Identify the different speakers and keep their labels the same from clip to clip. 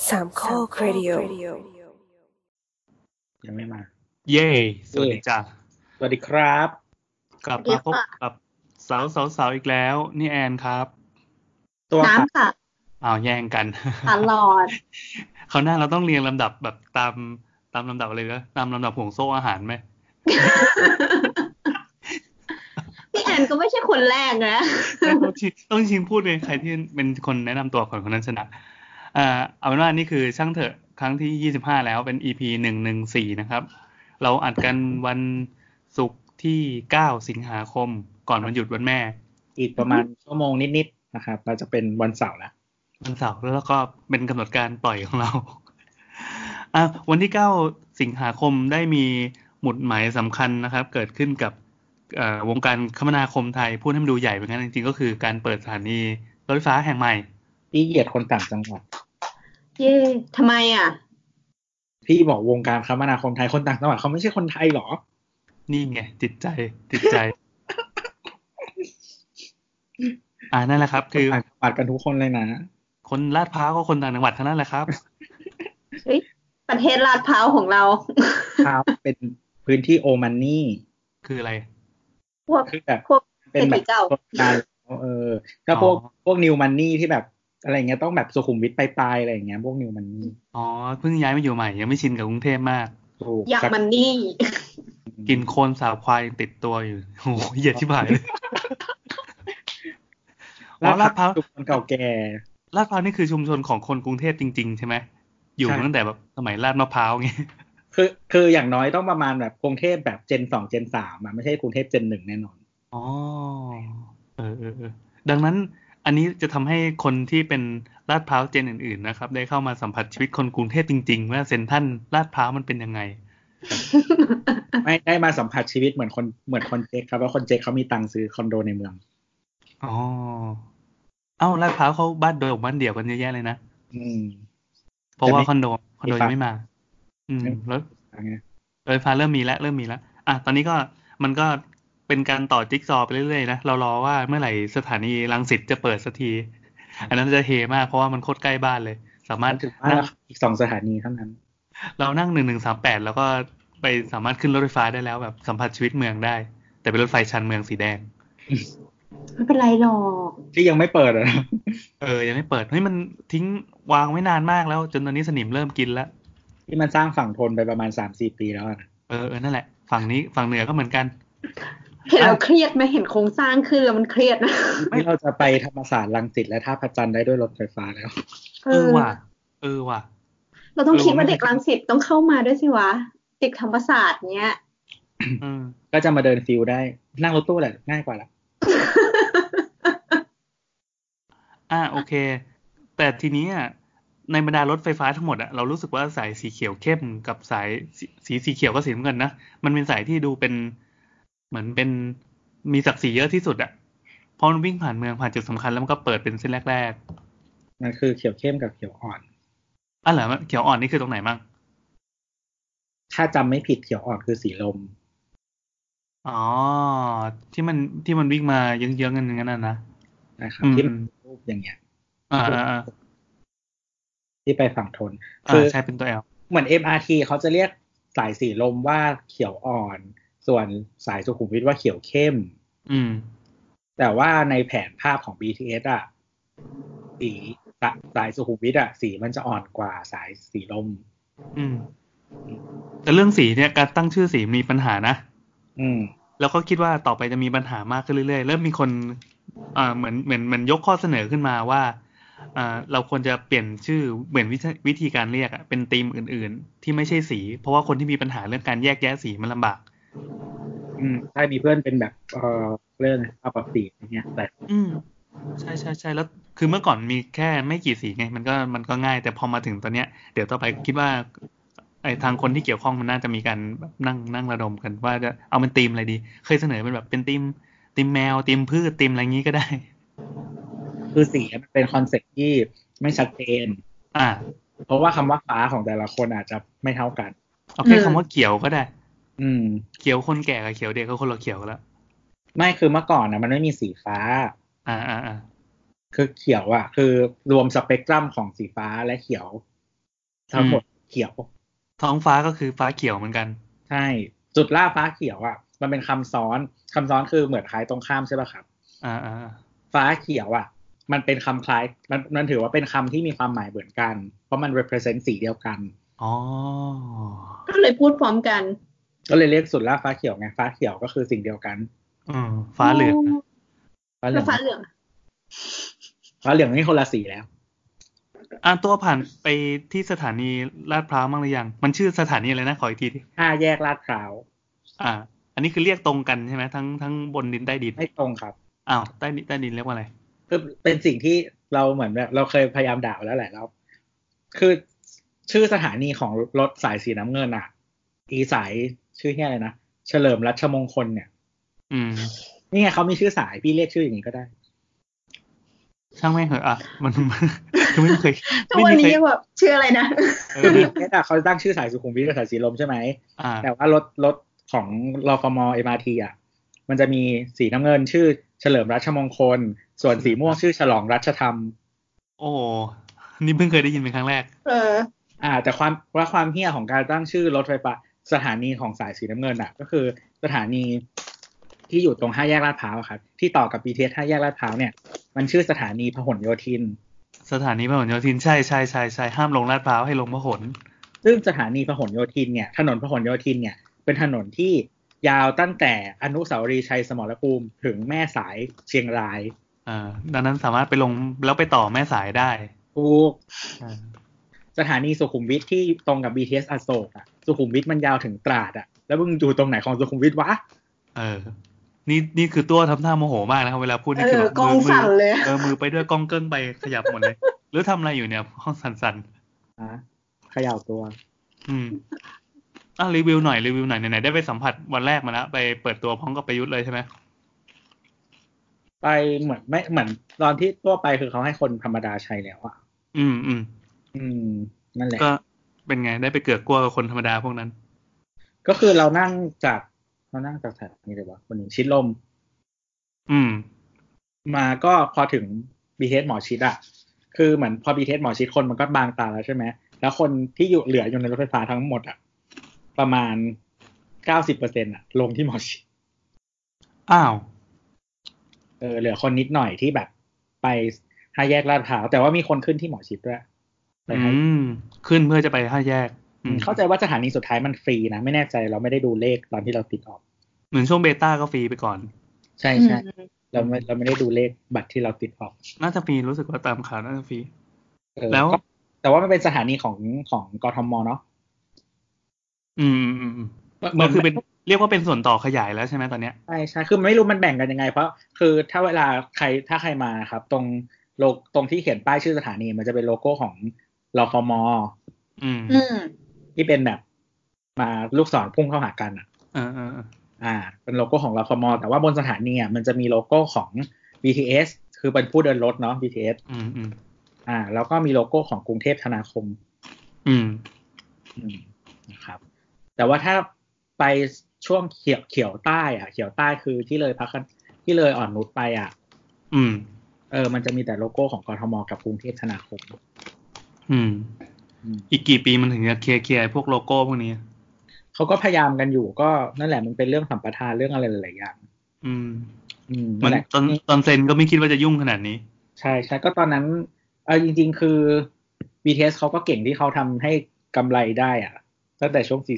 Speaker 1: สามข้อครดิโอ
Speaker 2: ยังไม่มา
Speaker 3: เย่สวัสดีจ้ะ
Speaker 2: สวัสดีครับ
Speaker 3: กลับมาพบกับสาวอีกแล้วนี่แอนครับ
Speaker 4: ตัวน้ำค่ะ
Speaker 3: แย่งกัน
Speaker 4: ตลอด
Speaker 3: เขาหน้าเราต้องเรียงลำดับแบบตามลำดับอะไรนะตามลำดับห่วงโซ่อาหารไหม
Speaker 4: พี่แอนก็ไม่ใช่คนแรกนะ
Speaker 3: ต้องชิงพูดเลยใครที่เป็นคนแนะนำตัวก่อนคนนั้นชนะเอาเป็นว่านี่คือช่างเถอะครั้งที่25แล้วเป็น EP 114นะครับเราอัดกันวันศุกร์ที่9สิงหาคมก่อนวันหยุดวันแม่
Speaker 2: อีกประมาณชั่วโมงนิดๆนะครับเราจะเป็นวันเสาร์แล้ว
Speaker 3: แล้วก็เป็นกำหนดการปล่อยของเราวันที่9สิงหาคมได้มีหมุดหมายสำคัญนะครับเกิดขึ้นกับวงการคมนาคมไทยพูดให้มันดูใหญ่เหมือนกันจริงๆก็คือการเปิดสถานีรถไฟฟ้าแห่งใหม่
Speaker 2: พี่เหยียดคนต่างจังหวัด
Speaker 4: เย่ทำไม
Speaker 2: พี่บอกวงการคมนาคมไทยคนต่างจังหวัดเขาไม่ใช่คนไทยหรอ
Speaker 3: นี่ไงจิตใจ นั่นแหละครับคือ
Speaker 2: ต่างจังหวัดกันทุกคนเลยนะ
Speaker 3: คนลาดพร้าวก็คนต่างจังหวัดทั้งนั้นแหละครับ
Speaker 4: เฮ้ยประเทศลาดพร้าวของเรา
Speaker 2: พร้าวเป็นพื้นที่โอมันนี่
Speaker 3: คืออะไร
Speaker 2: คือแบบเป็นแบบก็พวกนิวมันนี่ที่แบบอะไรเงี้ยต้องแบบสุขุมวิทปลายๆอะไรอย่างเงี้ยพวกนิวมันนี่
Speaker 3: เพิ่งย้ายมาอยู่ใหม่ยังไม่ชินกับกรุงเทพมาก
Speaker 4: อยากมันนี่
Speaker 3: กินโคลนสาบควายติดตัวอยู่โอ้โหเหยียดชิบหายเลย
Speaker 2: ลาดพร้าวชุมชนเก่าแก่
Speaker 3: ลาดพร้าวนี่คือชุมชนของคนกรุงเทพจริงๆใช่ไหมอยู่ตั้งแต่แบบสมัยลาดมะพร้าวไง
Speaker 2: คืออย่างน้อยต้องประมาณแบบกรุงเทพแบบเจน2เจน3ไม่ใช่กรุงเทพเจน1แน่นอน
Speaker 3: ดังนั้นอันนี้จะทำให้คนที่เป็นลาดพร้าวเจนอื่นๆนะครับได้เข้ามาสัมผัสชีวิตคนกรุงเทพจริงๆว่าเซ็นทรัลลาดพร้าวมันเป็นยังไง
Speaker 2: ไม่ได้มาสัมผัสชีวิตเหมือนคนเจ๊กครับว่าคนเจ๊กเขามีตังค์ซื้อคอนโดในเมือง
Speaker 3: ลาดพร้าวเขาบ้านเดี่ยวกันเยอะแยะเลยนะเพราะว่าคอนโดยังไม่มาแล้วรถไฟฟ้าเริ่มมีแล้วตอนนี้ก็มันก็เป็นการต่อจิ๊กซอว์ไปเรื่อยๆนะเรารอว่าเมื่อไหร่สถานีรังสิตจะเปิดสักทีอันนั้นจะเฮมากเพราะว่ามันโคตรใกล้บ้านเลยสามารถ
Speaker 2: นั่งอีก2สถานีเท่านั้น
Speaker 3: เรานั่ง1138แล้วก็ไปสามารถขึ้นรถไฟฟ้าได้แล้วแบบสัมผัสชีวิตเมืองได้แต่เป็นรถไฟชั้นเมืองสีแดง
Speaker 4: ไม่เป็นไรหรอก
Speaker 2: ที่ยังไม่เปิด
Speaker 3: ยังไม่เปิดเฮ้ยมันทิ้งวางไว้นานมากแล้วจนตอนนี้สนิมเริ่มกินแล้ว
Speaker 2: ที่มันสร้างฝั่งทนไปประมาณ 3-4 ปีแล้วนะ
Speaker 3: นั่นแหละฝั่งเหนือก็เหมือนกัน
Speaker 4: เห็นเราเครียดไหมเห็นโครงสร้างขึ้นแล้วมันเครียดนะ
Speaker 2: ไม่เราจะไปธรรมศาสตร์รังสิตและท่าพระจันทร์ได้ด้วยรถไฟฟ้าแล้ว
Speaker 3: ว่ะ
Speaker 4: เราต้องคิดว่าเด็กรังสิตต้องเข้ามาด้วยสิวะเด็กธรรมศาสตร์เนี้ย
Speaker 2: ก็จะมาเดินฟิลได้นั่งรถตู้แหละง่ายกว่าละ
Speaker 3: โอเคแต่ทีนี้ในบรรดารถไฟฟ้าทั้งหมดเรารู้สึกว่าสายสีเขียวเข้มกับสายสีเขียวก็สีน้ำเงินนะมันเป็นสายที่ดูเป็นเหมือนเป็นมีศักดิ์ศรีเยอะที่สุดเพราะมันวิ่งผ่านเมืองผ่านจุดสำคัญแล้วมันก็เปิดเป็นเส้นแรก
Speaker 2: ๆมันคือเขียวเข้มกับเขียวอ่อน
Speaker 3: เหรอเขียวอ่อนนี่คือตรงไหนบ้าง
Speaker 2: ถ้าจำไม่ผิดเขียวอ่อนคือสีลม
Speaker 3: ที่มันวิ่งมาเยื้องๆกันอย่างนั้น
Speaker 2: นะครับที่มันรูปอย่างเงี้ยที่ไปฝั่งทน
Speaker 3: ใช่เป็นตัว L
Speaker 2: เหมือน MRT เขาจะเรียกสายสีลมว่าเขียวอ่อนส่วนสายสุขุมวิทว่าเขียวเข้มแต่ว่าในแผนภาพของ BTS สีสายสุขุมวิทสีมันจะอ่อนกว่าสายสีลม
Speaker 3: แต่เรื่องสีเนี่ยการตั้งชื่อสีมีปัญหานะแล้วก็คิดว่าต่อไปจะมีปัญหามากขึ้นเรื่อยๆเริ่มมีคนเหมือนยกข้อเสนอขึ้นมาว่าเราควรจะเปลี่ยนชื่อเหมือนวิธีการเรียกเป็นธีมอื่นๆที่ไม่ใช่สีเพราะว่าคนที่มีปัญหาเรื่องการแยกแยะสีมันลำบาก
Speaker 2: ใช่มีเพื่อนเป็นแบบเรื่องเอาปรับสีอย่างเงี้ยแต่
Speaker 3: ใช่แล้วคือเมื่อก่อนมีแค่ไม่กี่สีไงมันก็ง่ายแต่พอมาถึงตอนเนี้ยเดี๋ยวต่อไปคิดว่าทางคนที่เกี่ยวข้องมันน่าจะมีการแบบนั่งระดมกันว่าจะเอาเป็นธีมอะไรดีเคยเสนอเป็นแบบเป็นธีมแมวธีมพืชธีมอะไรงี้ก็ได้
Speaker 2: คือสีมันเป็นคอนเซ็ปต์ที่ไม่ชัดเจนเพราะว่าคำว่าฟ้าของแต่ละคนอาจจะไม่เท่ากัน
Speaker 3: โอเคคำว่าเขียวก็ได้เขียวคนแก่กับเขียวเด็กก็คนละเขียวแล้ว
Speaker 2: ไม่คือเมื่อก่อนมันไม่มีสีฟ้าคือเขียวคือรวมสเปกตรัมของสีฟ้าและเขียวทั้งหมดเขียว
Speaker 3: ท้องฟ้าก็คือฟ้าเขียวเหมือนกัน
Speaker 2: ใช่จุดล่าฟ้าเขียวอ่ะมันเป็นคำซ้อนคือเหมือนคล้ายตรงข้ามใช่ป่ะครับฟ้าเขียวอ่ะมันเป็นคำคล้ายมันถือว่าเป็นคำที่มีความหมายเหมือนกันเพราะมัน represent สีเดียวกัน
Speaker 4: ก็เลยพูดพร้อมกัน
Speaker 2: ก็เลยเรียกสุดล่าฟ้าเขียวไงฟ้าเขียวก็คือสิ่งเดียวกัน
Speaker 3: ฟ้าเหลือง
Speaker 4: ฟ้าเหลือง
Speaker 2: นี่คนละสีแล้ว
Speaker 3: ตัวผ่านไปที่สถานีลาดพร้าวมั้งหรือยังมันชื่อสถานีอะไรนะขออีกทีดิ
Speaker 2: 5 แยกลาดพร้าว
Speaker 3: อันนี้คือเรียกตรงกันใช่ไหมทั้งบนดินใต้ดิน
Speaker 2: ไม่ตรงครับ
Speaker 3: ใต้ดินเรียกว่าอะไร
Speaker 2: คือเป็นสิ่งที่เราเหมือนแบบเราเคยพยายามด่าแล้วแหละแล้วคือชื่อสถานีของรถสายสีน้ำเงินอีสายชื่อที่อะไรนะเฉลิมรัชมงคลเนี่ยนี่ไงเขามีชื่อสายพี่เรียกชื่ออย่างนี้ก็ได้
Speaker 3: ช่างแม่งเหอะมันคือไม่เคย
Speaker 4: ทุกวันนี้แบบชื่ออะไรนะ
Speaker 2: คือพี่เพชรเขาตั้งชื่อสายสุขุมวิทกับสายสีลมใช่ไหมแต่ว่ารถของรฟม. MRT มันจะมีสีน้ำเงินชื่อเฉลิมรัชมงคลส่วนสีม่วงชื่อฉลองรัชธรรม
Speaker 3: โอ้นี่เพิ่งเคยได้ยินเป็นครั้งแรก
Speaker 2: แต่ความเหี้ยของการตั้งชื่อรถไฟฟ้าสถานีของสายสีน้ำเงินก็คือสถานีที่อยู่ตรง5 แยกลาดพร้าวครับที่ต่อกับ BTS 5 แยกลาดพร้าวเนี่ยมันชื่อสถานีพหลโยธิน
Speaker 3: สถานีพหลโยธินใช่ห้ามลงลาดพร้าวให้ลงพหล
Speaker 2: ซึ่งสถานีพหลโยธินเนี่ยถนนพหลโยธินเนี่ยเป็นถนนที่ยาวตั้งแต่อนุสาวรีย์ชัยสมรภูมิถึงแม่สายเชียงราย
Speaker 3: ดังนั้นสามารถไปลงแล้วไปต่อแม่สายได้
Speaker 2: ถูกสถานีสุขุมวิทที่ตรงกับ BTS อโศกสุขุมวิทมันยาวถึงตราดแล้วมึงอยู่ตรงไหนของสุขุมวิทวะ
Speaker 3: นี่คือตัวทำท่าโมโหมากนะครับเวลาพูดนี่คือ
Speaker 4: กล้องสั่นเลย
Speaker 3: มือไปด้วยกล้องเกิ้งไปขยับหมดเลยหรือทำอะไรอยู่เนี่ยห้องสั่น
Speaker 2: ขยับตัว
Speaker 3: รีวิวหน่อยไหนได้ไปสัมผัสวันแรกมาแล้วไปเปิดตัวพร้อมกับประยุทธ์เลยใช่ไหม
Speaker 2: ไปเหมือนตอนที่ตัวไปคือเขาให้คนธรรมดาใช้แล้วนั่นแหละ
Speaker 3: ก็เป็นไงได้ไปเกือกกลัวกับคนธรรมดาพวกนั้น
Speaker 2: ก็คือเรานั่งจากแถวนี้เลยวะวันนี้ชิดลมมาก็พอถึง BTS หมอชิดคือเหมือนพอ BTS หมอชิดคนมันก็บางตาแล้วใช่ไหมแล้วคนที่เหลืออยู่ในรถไฟฟ้าทั้งหมดประมาณ 90% ลงที่หมอชิดเหลือคนนิดหน่อยที่แบบไป5 แยกลาดพร้าวแต่ว่ามีคนขึ้นที่หมอชิดด้วย
Speaker 3: ขึ้นเพื่อจะไป5 แยก
Speaker 2: เข้าใจว่าสถานีสุดท้ายมันฟรีนะไม่แน่ใจเราไม่ได้ดูเลขตอนที่เราติดออก
Speaker 3: เหมือนช่วงเบต้าก็ฟรีไปก่อน
Speaker 2: ใช่เราไม่ได้ดูเลขบัตรที่เราติดออก
Speaker 3: น่าจะฟรีรู้สึกว่าตามข่าวน่าจะฟรี
Speaker 2: แล้วแต่ว่ามันเป็นสถานีของกทม.เนาะ
Speaker 3: มันคือเป็นเรียกว่าเป็นส่วนต่อขยายแล้วใช่ไหมตอนเนี้ย
Speaker 2: ใช่คือไม่รู้มันแบ่งกันยังไงเพราะคือถ้าเวลาถ้าใครมาครับตรงที่เขียนป้ายชื่อสถานีมันจะเป็นโลโก้ของรฟม.ที่เป็นแบบมาลูกศรพุ่งเข้าหากันเป็นโลโก้ของรฟม.แต่ว่าบนสถานีมันจะมีโลโก้ของ BTS คือเป็นผู้เดินรถเนาะ BTS แล้วก็มีโลโก้ของกรุงเทพธนาคมนะครับแต่ว่าถ้าไปช่วงเขียวใต้เขียวใต้คือที่เลยที่เลยอ่อนนุชไปมันจะมีแต่โลโก้ของกทม.กับกรุงเทพธนาคม
Speaker 3: อีกกี่ปีมันถึงจะเคลียร์พวกโลโก้พวกนี้
Speaker 2: เขาก็พยายามกันอยู่ก็นั่นแหละมันเป็นเรื่องสัมปทานเรื่องอะไรหลายๆอย่าง
Speaker 3: มันตอนเซ็นก็ไม่คิดว่าจะยุ่งขนาดนี้
Speaker 2: ใช่ก็ตอนนั้นจริงๆคือ BTS เขาก็เก่งที่เขาทำให้กำไรได้ตั้งแต่ช่วง40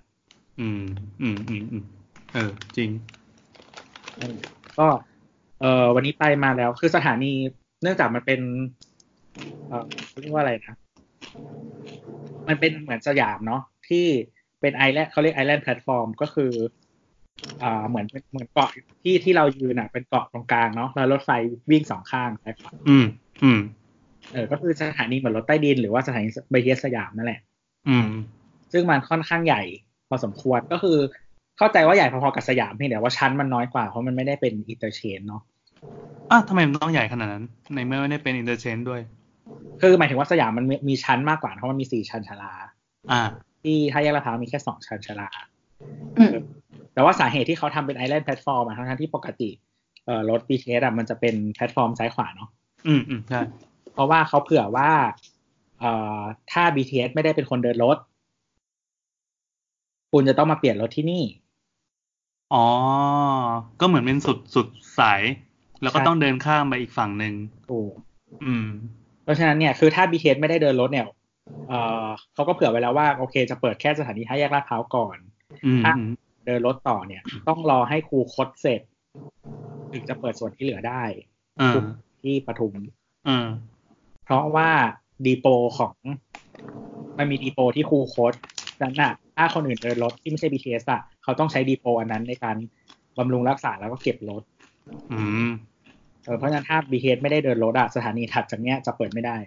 Speaker 3: จริง
Speaker 2: ก็วันนี้ไปมาแล้วคือสถานีเนื่องจากมันเป็นเรียกว่าอะไรนะมันเป็นเหมือนสยามเนาะที่เป็นไอแลนด์เขาเรียกไอแลนด์แพลตฟอร์มก็คือเหมือนเกาะที่เรายืนเป็นเกาะตรงกลางเนาะแล้วรถไฟวิ่ง2ข้างใช่ครับก็คือสถานีเหมือนรถใต้ดินหรือว่าสถานีBTSสยามนั่นแหละซึ่งมันค่อนข้างใหญ่พอสมควรก็คือเข้าใจว่าใหญ่พอๆกับสยามเพียงแต่ว่าชั้นมันน้อยกว่าเพราะมันไม่ได้เป็นอินเตอร์เชนเนาะ
Speaker 3: ทำไมมันต้องใหญ่ขนาดนั้นในเมื่อไม่ได้เป็นอินเตอร์เชนด้วย
Speaker 2: คือหมายถึงว่าสยามมันมีชั้นมากกว่าเพราะมันมี4 ชั้นศาลาที่5 แยกลาดพร้าวมีแค่2 ชั้นศาลาแต่ว่าสาเหตุที่เขาทำเป็นไอแลนด์แพลตฟอร์มทั้งที่ปกติรถ BTS มันจะเป็นแพลตฟอร์มซ้ายขวาเนาะ
Speaker 3: ใช่
Speaker 2: เพราะว่าเขาเผื่อว่าถ้า BTS ไม่ได้เป็นคนเดินรถคุณจะต้องมาเปลี่ยนรถที่นี่
Speaker 3: อ๋อก็เหมือนเป็นสุดสายแล้วก็ต้องเดินข้ามไปอีกฝั่งนึง
Speaker 2: ถูกเพราะฉะนั้นเนี่ยคือถ้า BTS ไม่ได้เดินรถเนี่ยเขาก็เผื่อไว้แล้วว่าโอเคจะเปิดแค่สถานี5แยกลาดพร้าวก่อนถ้าเดินรถต่อเนี่ยต้องรอให้คูคตเสร็จถึงจะเปิดส่วนที่เหลือได้ที่ปทุมเพราะว่าดีโปของมันมีดีโปที่คูคตนั้นน่ะถ้าคนอื่นเดินรถที่ไม่ใช่ BTS อ่ะเขาต้องใช้ดีโปอันนั้นในการบำรุงรักษาแล้วก็เก็บรถเพราะฉะนั้นถ้า BTS ไม่ได้เดินรถสถานีถัดจากเนี้ยจะเปิดไม่ได้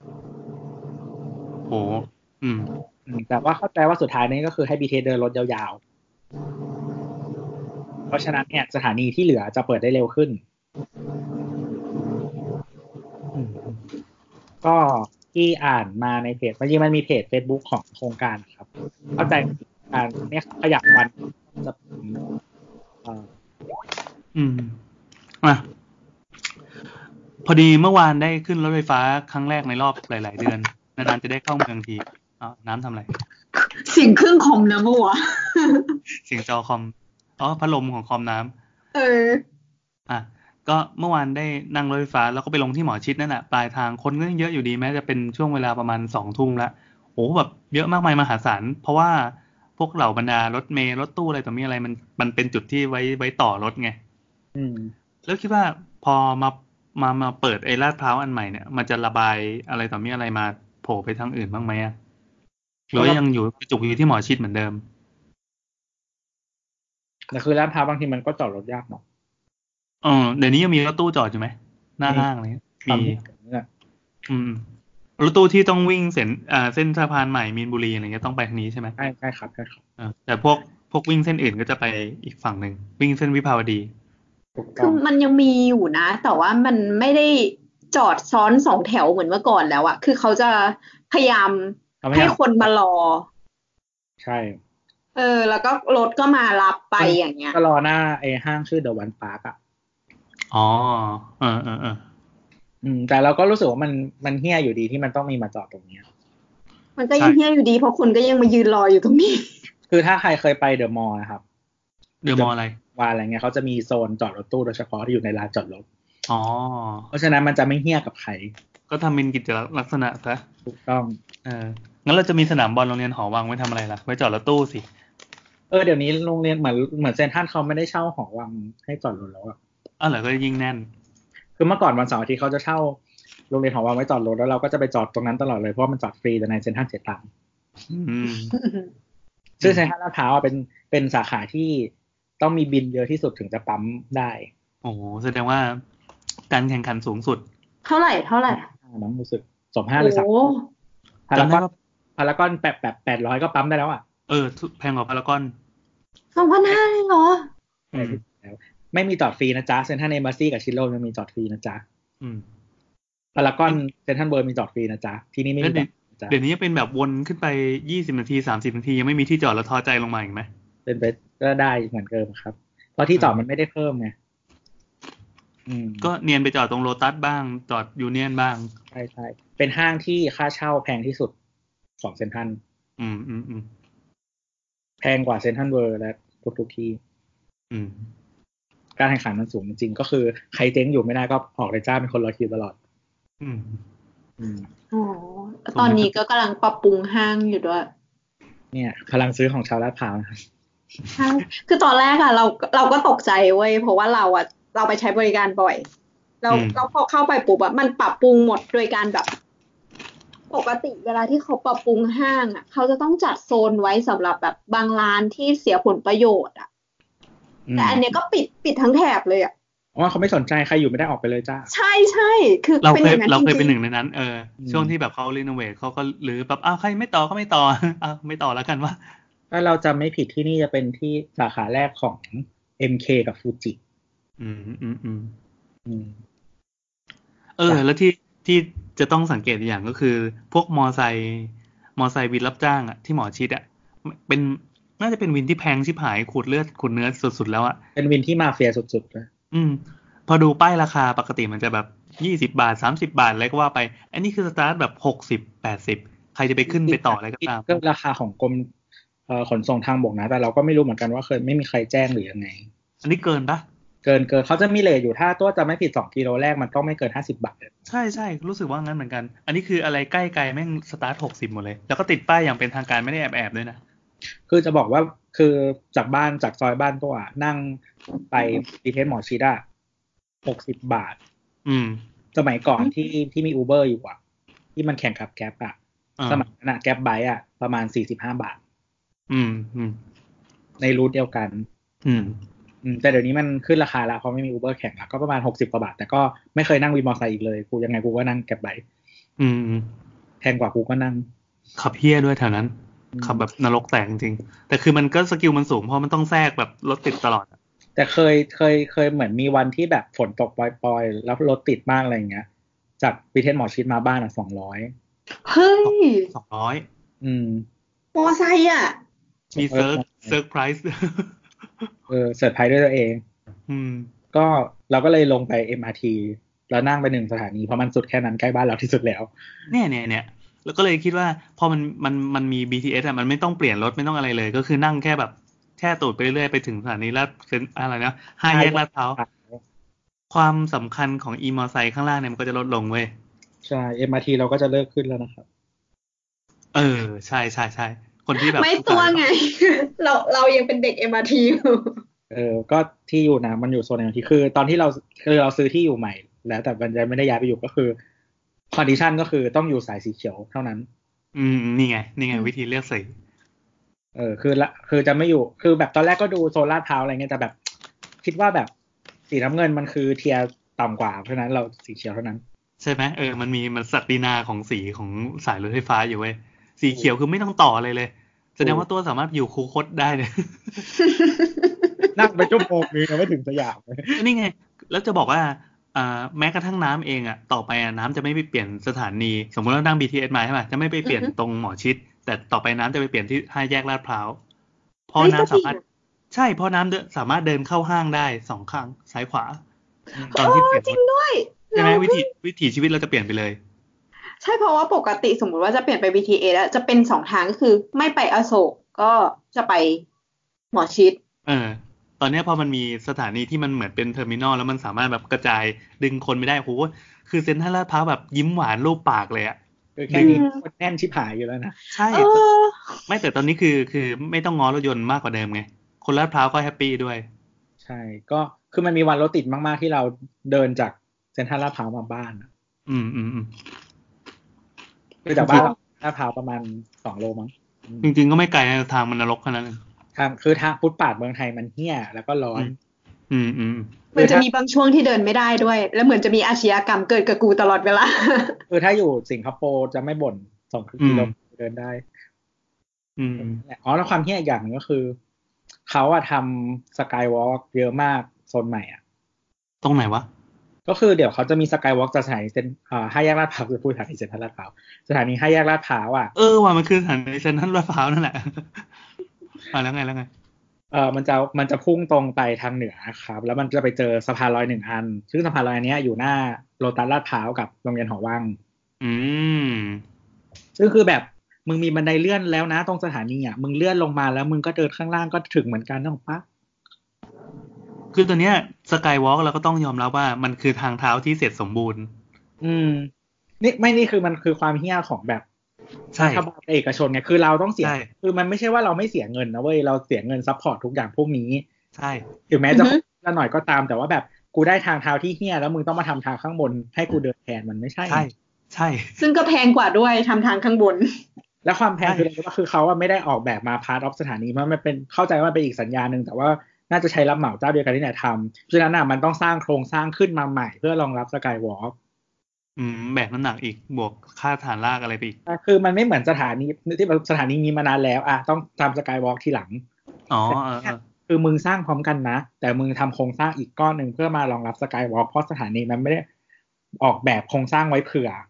Speaker 3: โอ้
Speaker 2: แต่ว่าเข้าใจว่าสุดท้ายนี้ก็คือให้ BTS เดินรถยาวๆเพราะฉะนั้นเนี่ยสถานีที่เหลือจะเปิดได้เร็วขึ้นก็ที่อ่านมาในเพจจริงๆมันมีเพจ Facebook ของโครงการครับเข้าใจการเนี่ยขยับวันจะ
Speaker 3: พอดีเมื่อวานได้ขึ้นรถไฟฟ้าครั้งแรกในรอบหลายๆเดือนนานๆจะได้เข้าเมืองทีน้ำทำอะไร
Speaker 4: เสียงเครื่องคอมนะเมื่อวาน
Speaker 3: เสียงจอคอมพัดลมของคอมน้
Speaker 4: ำ
Speaker 3: ก็เมื่อวานได้นั่งรถไฟฟ้าแล้วก็ไปลงที่หมอชิดนั่นแหละปลายทางคนก็ยังเยอะอยู่ดีแม้จะเป็นช่วงเวลาประมาณ 20:00 นละโอ้แบบเยอะมากมายมหาศาลเพราะว่าพวกเหล่าบรรดารถเมล์รถตู้อะไรต่อมีอะไรมันเป็นจุดที่ไว้ต่อรถไงแล้วคิดว่าพอมาเปิดไอ้ลาดพร้าวอันใหม่เนี่ยมันจะระบายอะไรต่อมีอะไรมาโผล่ไปทางอื่นบ้างไหมหรือยังอยู่จุกอยู่ที่หมอชิดเหมือนเดิม
Speaker 2: แต่คือลาดพร้าวบางทีมันก็จอดรถยากเนาะ
Speaker 3: เดี๋ยวนี้ยังมีรถตู้จอดอยู่ไหมหน้าห้างอะไรมีรถตู้ที่ต้องวิ่งเส้นสะพานใหม่มีนบุรีอะไรเงี้ยต้องไปทางนี้ใช่ไหม
Speaker 2: ใช่ครับ
Speaker 3: แต่พวกวิ่งเส้นอื่นก็จะไปอีกฝั่งหนึ่งวิ่งเส้นวิภาวดี
Speaker 4: คือมันยังมีอยู่นะแต่ว่ามันไม่ได้จอดซ้อน2แถวเหมือนเมื่อก่อนแล้วอะคือเขาจะพยายามให้คนมารอ
Speaker 2: ใช่
Speaker 4: แล้วก็รถก็มารับไปอย่างเงี้ย
Speaker 2: ก็รอหน้าไอ้ห้างชื่อเดอะวันพาร์คแต่เราก็รู้สึกว่ามันเหี้ยอยู่ดีที่มันต้องมีมาจอดตรงนี้
Speaker 4: มันก็ยังเหี้ยอยู่ดีเพราะคนก็ยังมายืนรออยู่ตรงนี้
Speaker 2: คือถ้าใครเคยไปเดอะมอลล์นะครับ
Speaker 3: เดอะมอลล์อะไร
Speaker 2: ว่าอะไรเงี้ยเขาจะมีโซนจอดรถตู้โดยเฉพาะที่อยู่ในลานจอดรถเพราะฉะนั้นมันจะไม่เหี้ยกับใคร
Speaker 3: ก็ทำเป็นกิจลักษณะซะ
Speaker 2: ถูกต้อง
Speaker 3: งั้นเราจะมีสนามบอลโรงเรียนหอวังไว้ทำอะไรล่ะไว้จอดรถตู้สิ
Speaker 2: เดี๋ยวนี้โรงเรียนเหมือนเซ็นทรัลเขาไม่ได้เช่าหอวังให้จอดรถแล้ว
Speaker 3: เหรอก็ยิ่งแน่น
Speaker 2: คือเมื่อก่อนวันเสาร์อาทิตย์เขาจะเช่าโรงเรียนหอวังไว้จอดรถแล้วเราก็จะไปจอดตรงนั้นตลอดเลยเพราะมันจอดฟรีแต่ในเซ็นทรัลเสียตังค์ซึ่งเซ็นทรัลลาดพร้าวเป็นสาขาที่ต้องมีบินเยอะที่สุดถึงจะปั๊มได้
Speaker 3: โอ้แสดงว่าการแข่งขันสูงสุด
Speaker 4: เท่าไหร่
Speaker 2: น้องรู้สึก25เลยพารากอน800ก็ปั๊มได้แล้ว
Speaker 3: แพงกว่าพารากอน
Speaker 4: 2,500เลยเหรอ
Speaker 2: ไม่มีจอดฟรีนะจ๊ะเซ็นทรัลเอมบาซีกับชิโร่มันมีจอดฟรีนะจ๊ะพารากอนเซ็นทรัลเวิลด์มีจอดฟรีนะจ๊ะที่นี่ไม่มี
Speaker 3: เดี๋ยวนี้เป็นแบบวนขึ้นไป20 นาที30 นาทียังไม่มีที่จอดแล้วท้อใจลงมาอีกไหม
Speaker 2: เป็นไปก็ได้เหมือนเดิมครับเพราะที่จอดมันไม่ได้เพิ่มไง
Speaker 3: ก็เนียนไปจอดตรงโลตัสบ้างจอดยูเนียนบ้าง
Speaker 2: ใช่เป็นห้างที่ค่าเช่าแพงที่สุดของเซ็นทรัลแพงกว่าเซ็นทรัลเวิลด์และทุกที่การแข่งขันมันสูงจริงก็คือใครเจ๊งอยู่ไม่ได้ก็ออกเลยจ้าเป็นคนรอคิวตลอด
Speaker 4: ตอนนี้ก็กำลังปรับปรุงห้างอยู่ด้วย
Speaker 2: เนี่ยพลังซื้อของชาวลาดพร้าวนะครับ
Speaker 4: ใช่คือตอนแรกเราก็ตกใจเว้ยเพราะว่าเราไปใช้บริการบ่อยเราพอเข้าไปปุ๊บมันปรับปรุงหมดโดยการแบบปกติเวลาที่เขาปรับปรุงห้างเขาจะต้องจัดโซนไว้สำหรับแบบบางร้านที่เสียผลประโยชน์แต่อันนี้ก็ปิดทั้งแถบเลย
Speaker 2: ว่าเขาไม่สนใจใครอยู่ไม่ได้ออกไปเลยจ้า
Speaker 4: ใช่คือ
Speaker 3: เราเคยเป็นหนึ่งในนั้นช่วงที่แบบเขารีโนเวทเขาก็หรือแบบใครไม่ต่อก็ไม่ต่อไม่ต่อแล้วกันว่า
Speaker 2: ถ้าเราจำไม่ผิดที่นี่จะเป็นที่สาขาแรกของ MK กับฟูจิ
Speaker 3: แล้วที่จะต้องสังเกตอย่างก็คือพวกมอไซค์วินรับจ้างที่หมอชิดเป็นน่าจะเป็นวินที่แพงชิบหายขูดเลือดขูดเนื้อสุดๆแล้ว
Speaker 2: เป็นวินที่มาเฟียสุดๆเลย
Speaker 3: พอดูป้ายราคาปกติมันจะแบบ 20 บาท30 บาทอะไรก็ว่าไปอันนี้คือสตาร์ทแบบ60 80ใครจะไปขึ้นไปต่ออะไรก็ตาม
Speaker 2: ก็ราคาของกรมขนส่งทางบกนะแต่เราก็ไม่รู้เหมือนกันว่าเคยไม่มีใครแจ้งหรือยังไง
Speaker 3: อันนี้เกินปะ
Speaker 2: เกินเขาจะมีเรทอยู่ถ้าตัวจะไม่ผิด2กิโลแรกมันต้องไม่เกิน50 บาท
Speaker 3: ใช่รู้สึกว่างั้นเหมือนกันอันนี้คืออะไรใกล้ไกลแม่งสตาร์ท60หมดเลยแล้วก็ติดป้ายอย่างเป็นทางการไม่ได้แอบด้วยนะ
Speaker 2: คือจะบอกว่าคือจากซอยบ้านตัวนั่งไปดีเทสหมอชิด60 บาทสมัยก่อนที่มี Uber อยู่ที่มันแข่งกับแก๊ปสมัยนั้นแก๊ปไบค์ประมาณ45 บาทในรูทเดียวกันแต่เดี๋ยวนี้มันขึ้นราคาแล้วเพราะไม่มี Uber แข่งแล้วก็ประมาณ60 กว่าบาทแต่ก็ไม่เคยนั่งวินมอเตอร์ไซค์อีกเลยกูยังไงกูก็นั่งแก๊ปไบค์แพงกว่ากูก็นั่ง
Speaker 3: ขับเหี้ยด้วยแถวนั้นขับแบบนรกแตกจริงแต่คือมันก็สกิลมันสูงเพราะมันต้องแทรกแบบรถติดตลอด
Speaker 2: แต่เคยเหมือนมีวันที่แบบฝนตกปล่อยๆแล้วรถติดมากอะไรอย่างเงี้ยจากวิเทศหมอชิดมาบ้าน200
Speaker 4: เฮ้ย
Speaker 3: 200
Speaker 4: มอไซค์
Speaker 3: มีเซิร์ฟไพรส์
Speaker 2: เสิร์ชไพรส์ด้วยตัวเองก็เราก็เลยลงไป MRT แล้วนั่งไป1 สถานีเพราะมันสุดแค่นั้นใกล้บ้านเราที่สุดแล้ว
Speaker 3: เนี่ยแล้วก็เลยคิดว่าพอมันมี BTS มันไม่ต้องเปลี่ยนรถไม่ต้องอะไรเลยก็คือนั่งแค่แบบแช่ตูดไปเรื่อยไปถึงสถานีแล้วอะไรนะ5 แยกลาดพร้าวความสำคัญของมอเตอร์ไซค์ข้างล่างเนี่ยมันก็จะลดลงเว้ย
Speaker 2: ใช่ MRT เราก็จะเลิกขึ้นแล้วนะครับ
Speaker 3: ใช่คนที่แบบ
Speaker 4: ไม่ตัวไงเรายังเป็นเด็ก MRT อยู่
Speaker 2: ก็ที่อยู่นะมันอยู่โซน MRT คือตอนที่เราซื้อที่อยู่ใหม่แล้วแต่มันจะไม่ได้ย้ายไปอยู่ก็คือคอนดิชันก็คือต้องอยู่สายสีเขียวเท่านั้น
Speaker 3: นี่ไงวิธีเลือกสี
Speaker 2: คือจะไม่อยู่คือแบบตอนแรกก็ดูโซนลาดพร้าวอะไรเงี้ยแต่แบบคิดว่าแบบสีน้ำเงินมันคือเทียร์ต่ำกว่าเพราะนั้นเราสีเขียวเท่านั้น
Speaker 3: ใช่ไหมมันศักดินาของสีของสายรถไฟฟ้าอยู่เว้ยสีเขียวคือไม่ต้องต่ออะไรเลยแสดงว่าตัวสามารถอยู่คูคตได้เลย
Speaker 2: นั่งไปชั่วโมงนึงไม่ถึงสยาม
Speaker 3: นี่ไงแล้วจะบอกว่าแม้กระทั่งน้ำเองต่อไปน้ำจะไม่ไปเปลี่ยนสถานีสมมติเรานั่ง BTS มาใช่ป่ะจะไม่ไปเปลี่ยนตรงหมอชิดแต่ต่อไปน้ำจะไปเปลี่ยนที่5 แยกลาดพร้าวเพราะน้ำสามารถใช่เพราะน้ำสามารถเดินเข้าห้างได้2 ข้างซ้ายขวา
Speaker 4: ตอนที่เปลี่ยนจริงด้วย
Speaker 3: ใช่ไหมวิถีชีวิตเราจะเปลี่ยนไปเลย
Speaker 4: ใช่เพราะว่าปกติสมมุติว่าจะเปลี่ยนไป BTS แล้วจะเป็น2 ทางก็คือไม่ไปอโศกก็จะไปหมอชิด
Speaker 3: ตอนนี้พอมันมีสถานีที่มันเหมือนเป็นเทอร์มินอลแล้วมันสามารถแบบกระจายดึงคนไม่ได้โหคือเซ็นทรัลลาดพร้าวแบบยิ้มหวานรูปปากเลย
Speaker 2: แค่นี้คนแน่นชิบหายอยู่แล้วนะ
Speaker 3: ใช่ไม่แต่ตอนนี้คือไม่ต้องง้อรถยนต์มากกว่าเดิมไงคนลาดพร้าวก็แฮปปี้ด้วย
Speaker 2: ใช่ก็คือมันมีวันรถติดมากๆที่เราเดินจากเซ็นทรัลลาดพร้าวมาบ้านคือจากบ้านลาดพร้าวประมาณ2 โลมั้ง
Speaker 3: จริงๆก็ไม่ไกลนะทางมันนรกขนาดนั้น
Speaker 2: คือทางฟุตปาดเมืองไทยมันเหี้ยแล้วก็ร้อน
Speaker 4: มันจะมีบางช่วงที่เดินไม่ได้ด้วยแล้วเหมือนจะมีอาชญากรรมเกิดกับกูตลอดเวลา
Speaker 2: คือถ้าอยู่สิงคโปร์จะไม่บ่น2 กิโลเดินได้แล้วความเหี้ยอีกอย่างนึงก็คือเขาทำสกายวอล์กเยอะมากโซนใหม่
Speaker 3: ตรงไหนวะ
Speaker 2: ก็คือเดี๋ยวเขาจะมีสกายวอล์กจากสถานี5 แยกลาดพร้าวคือพูดสถานีเซ็นทรัลลาดพร้าวสถานี5 แยกลาดพร้าว
Speaker 3: ว่ามันคือสถานีเซ็นทรัลลาดพร้าวนั่นแหละแล้วไง
Speaker 2: มันจะพุ่งตรงไปทางเหนือครับแล้วมันจะไปเจอสะพานลอย1 อันซึ่งสะพานลอยนี้อยู่หน้าโลตัสลาดพร้าวกับโรงเรียนหอวังซึ่งคือแบบมึงมีบันไดเลื่อนแล้วนะตรงสถานีมึงเลื่อนลงมาแล้วมึงก็เดินข้างล่างก็ถึงเหมือนกันถูกปะ
Speaker 3: คือตัวเนี้ยสกายวอล์กเราก็ต้องยอมรับว่ามันคือทางเท้าที่เสร็จสมบูรณ์
Speaker 2: นี่คือมันคือความเหี้ยของแบบรัฐบาลเอกชนไงคือเราต้องเสียคือมันไม่ใช่ว่าเราไม่เสียเงินนะเว้ยเราเสียเงินซัพพอร์ตทุกอย่างพวกนี้
Speaker 3: ใช่
Speaker 2: ถึงแม้จะละหน่อยก็ตามแต่ว่าแบบกูได้ทางเท้าที่เหี้ยแล้วมึงต้องมาทำทางข้างบนให้กูเดินแทนมันไม่ใช่
Speaker 3: ใช่
Speaker 4: ซึ่งก็แพงกว่าด้วยทำทางข้างบน
Speaker 2: และความแพงคือเขาไม่ได้ออกแบบมาพาร์ทออฟสถานีมันเป็นเข้าใจว่าเป็นอีกสัญญานึงแต่ว่าน่าจะใช้รับเหมาเจ้าเดียวกันที่ไหนทำเพราะฉะนั้นมันต้องสร้างโครงสร้างขึ้นมาใหม่เพื่อรองรับสกายวอล์ก
Speaker 3: แบกน้ำหนักอีกบวกค่าฐานลากอะไรไปอีก
Speaker 2: คือมันไม่เหมือนสถานีที่สถานีมีมานานแล้วต้องทำสกายวอล์กทีหลังคือมึงสร้างพร้อมกันนะแต่มึงทำโครงสร้างอีกก้อนหนึ่งเพื่อมารองรับสกายวอล์กเพราะสถานีมันไม่ได้ออกแบบโครงสร้างไว้เผื่อ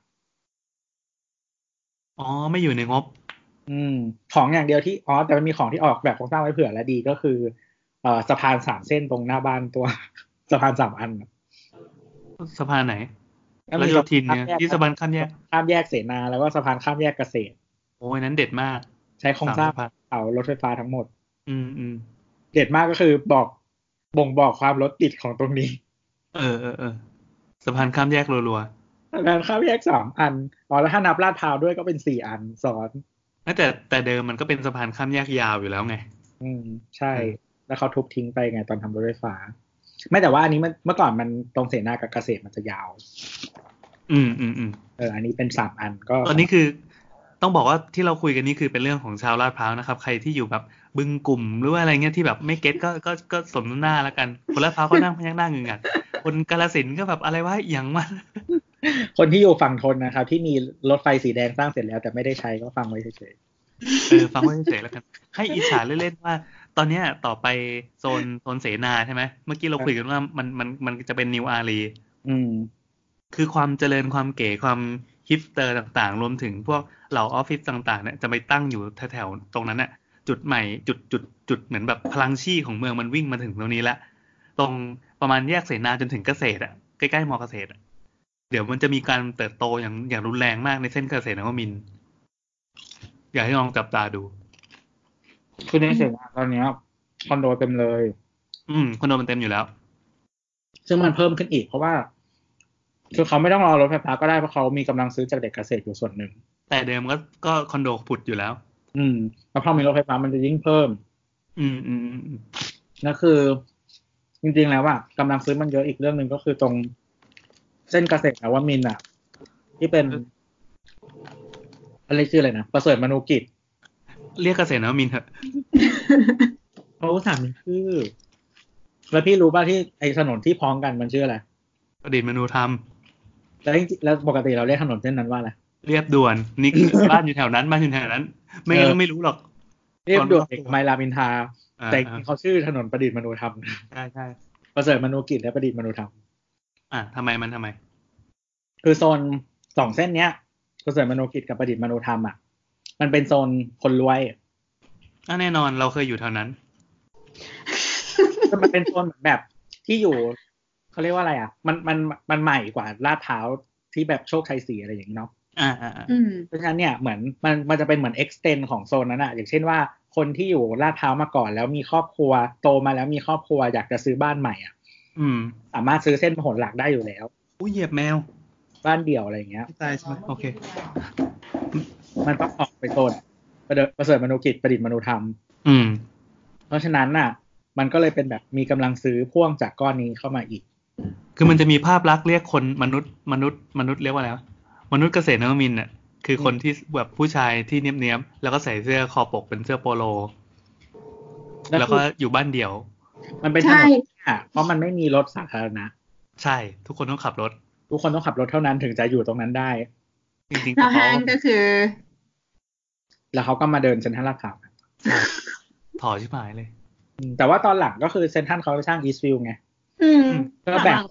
Speaker 3: ไม่อยู่ในงบ
Speaker 2: ของอย่างเดียวที่แต่มันมีของที่ออกแบบโครงสร้างไว้เผื่อและดีก็คือสะพาน3 เส้นตรงหน้าบ้านตัวสะพาน3 อัน
Speaker 3: สะพานไหนแล้วโยธินเนี่ยที่สะพานข้าม
Speaker 2: แยกเสนาแล้วก็สะพานข้ามแยกเกษตร
Speaker 3: โอ้ยนั้นเด็ดมาก
Speaker 2: ใช้โครงสร้างเอารถไฟฟ้าทั้งหมด
Speaker 3: เ
Speaker 2: ด็ดมากก็คือบ่งบอกความรถติดของตรงนี้
Speaker 3: สะพานข้ามแยกรัว
Speaker 2: ๆสะพานข้ามแยก3 อันแล้วถ้านับลาดพร้าวด้วยก็เป็น4 อันซ้อน
Speaker 3: แต่เดิมมันก็เป็นสะพานข้ามแยกยาวอยู่แล้วไง
Speaker 2: ใช่แล้วเขาทุบทิ้งไปไงตอนทำรถไฟฟ้าไม่แต่ว่าอันนี้เมื่อก่อนมันตรงเสนากับเกษตรมันจะยาวอันนี้เป็น3 อันก็
Speaker 3: ตอนนี้คือต้องบอกว่าที่เราคุยกันนี่คือเป็นเรื่องของชาวลาดพร้าวนะครับใครที่อยู่แบบบึงกลุ่มหรือว่าอะไรเงี้ยที่แบบไม่เก็ตก็สมน้ำหน้าแล้วกันคนลาดพร้าวก็นั่งพยักหน้าเงือกคนกาฬสินธุ์ก็แบบอะไรวะอย่างมัน
Speaker 2: คนที่อยู่ฝั่งทนนะครับที่มีรถไฟสีแดงสร้างเสร็จแล้วแต่ไม่ได้ใช้ก็ฟังไว้เฉย
Speaker 3: ๆฟังไว้เฉยๆแล้วกันให้อิจฉาเล่นๆว่าตอนนี้ต่อไปโซนเสนาใช่ไหมเมื่อกี้เราคุยกันว่ามันจะเป็นนิวอารีคือความเจริญความเก๋ความฮิปสเตอร์ต่างๆรวมถึงพวกเหล่าออฟฟิศต่างๆเนี่ยจะไปตั้งอยู่แถวๆตรงนั้นน่ะจุดใหม่จุดเหมือนแบบพลังชีของเมืองมันวิ่งมาถึงตรงนี้ละตรงประมาณแยกเสนาจนถึงเกษตรอ่ะใกล้ๆมอเกษตรเดี๋ยวมันจะมีการเติบโตอย่างรุนแรงมากในเส้นเกษตรนวมินทร์อยากให้ลองจับตาดู
Speaker 2: คือในเสนาตอนนี้คอนโดเต็มเลย
Speaker 3: คอนโดมันเต็มอยู่แล้ว
Speaker 2: ซึ่งมันเพิ่มขึ้นอีกเพราะว่าคือเขาไม่ต้องรอรถไฟฟ้าก็ได้เพราะเขามีกำลังซื้อจากเด็กเกษตรอยู่ส่วนหนึ่ง
Speaker 3: แต่เดิมก็คอนโดผุดอยู่แล้ว
Speaker 2: แล้วพอมีรถไฟฟ้ามันจะยิ่งเพิ่มนั่นคือจริงๆแล้วว่ากำลังซื้อมันเยอะอีกเรื่องนึงก็คือตรงเส้นเกษตรนวมินทร์ที่เป็นอะไรชื่ออะไรนะประเสริฐมนูกิจ
Speaker 3: เรียกเกษตรนวมินทร์เถอะ
Speaker 2: เขาถามมันชื่อแล้วพี่รู้ป่ะที่ไอ้ถนนที่พ้องกันมันชื่ออะไร
Speaker 3: ประดิษฐ์มนูธรรม
Speaker 2: แล้วปกติเราเรียกถนนเส้นนั้นว่าอะไร
Speaker 3: เรียบด่วนนี่บ้านอยู่แถวนั้นไม่งั้นไม่รู้หรอก
Speaker 2: เรียบด่วนเอกมัยรามอินทราแต่เขาชื่อถนนประดิษฐ์มนูธรรม
Speaker 3: ใช่
Speaker 2: ประเสริฐมนูกิจและประดิษฐ์มนูธรรม
Speaker 3: ทำไม
Speaker 2: คือโซน2 เส้นเนี้ยประเสริฐมนูกิจกับประดิษฐ์มนูธรรมมันเป็นโซนคนรวย
Speaker 3: แน่นอนเราเคยอยู่แถวนั้น
Speaker 2: มันเป็นโซนแบบที่อยู่เขาเรียกว่าอะไรมันใหม่กว่าลาดพร้าวที่แบบโชคชัย4อะไรอย่างนี้เนาะเพราะฉะนั้นเนี่ยเหมือนมันจะเป็นเหมือน extend ของโซนนั้นอย่างเช่นว่าคนที่อยู่ลาดพร้าวมาก่อนแล้วมีครอบครัวโตมาแล้วมีครอบครัวอยากจะซื้อบ้านใหม่สามารถซื้อเส้นพหลหลักได้อยู่แล้ว
Speaker 3: เหยียบแมว
Speaker 2: บ้านเดี่ยวอะไรอย่างเงี้ย
Speaker 3: ตายใช่ไหมโอเค
Speaker 2: มันต้องออกไปโซนประเสริฐมนูกิจประดิษฐ์มนูธรรมเพราะฉะนั้นมันก็เลยเป็นแบบมีกำลังซื้อพ่วงจากก้อนนี้เข้ามาอีก
Speaker 3: คือมันจะมีภาพลักษณ์เรียกคนมนุษย์เรียกว่าอะไรวะมนุษย์เกษตรนวมินทร์คือคนที่แบบผู้ชายที่เนี้ยบๆแล้วก็ใส่เสื้อคอปกเป็นเสื้อโปโลแล้วก็อยู่บ้านเดี่ยว
Speaker 2: มันเป็นถนนเพราะมันไม่มีรถสาธารณะ
Speaker 3: ใช่ทุกคนต้องขับรถ
Speaker 2: เท่านั้นถึงจะอยู่ตรงนั้นได้
Speaker 3: จริงๆ
Speaker 4: แล้วห้างก็คือ
Speaker 2: แล้วเขาก็มาเดินเซ็นทรัลลาดพร้าว
Speaker 3: ถอชิบหายเลย
Speaker 2: แต่ว่าตอนหลังก็คือเซ็นทรัลเขาสร้างอีสต์วิวไงก็แบ่ง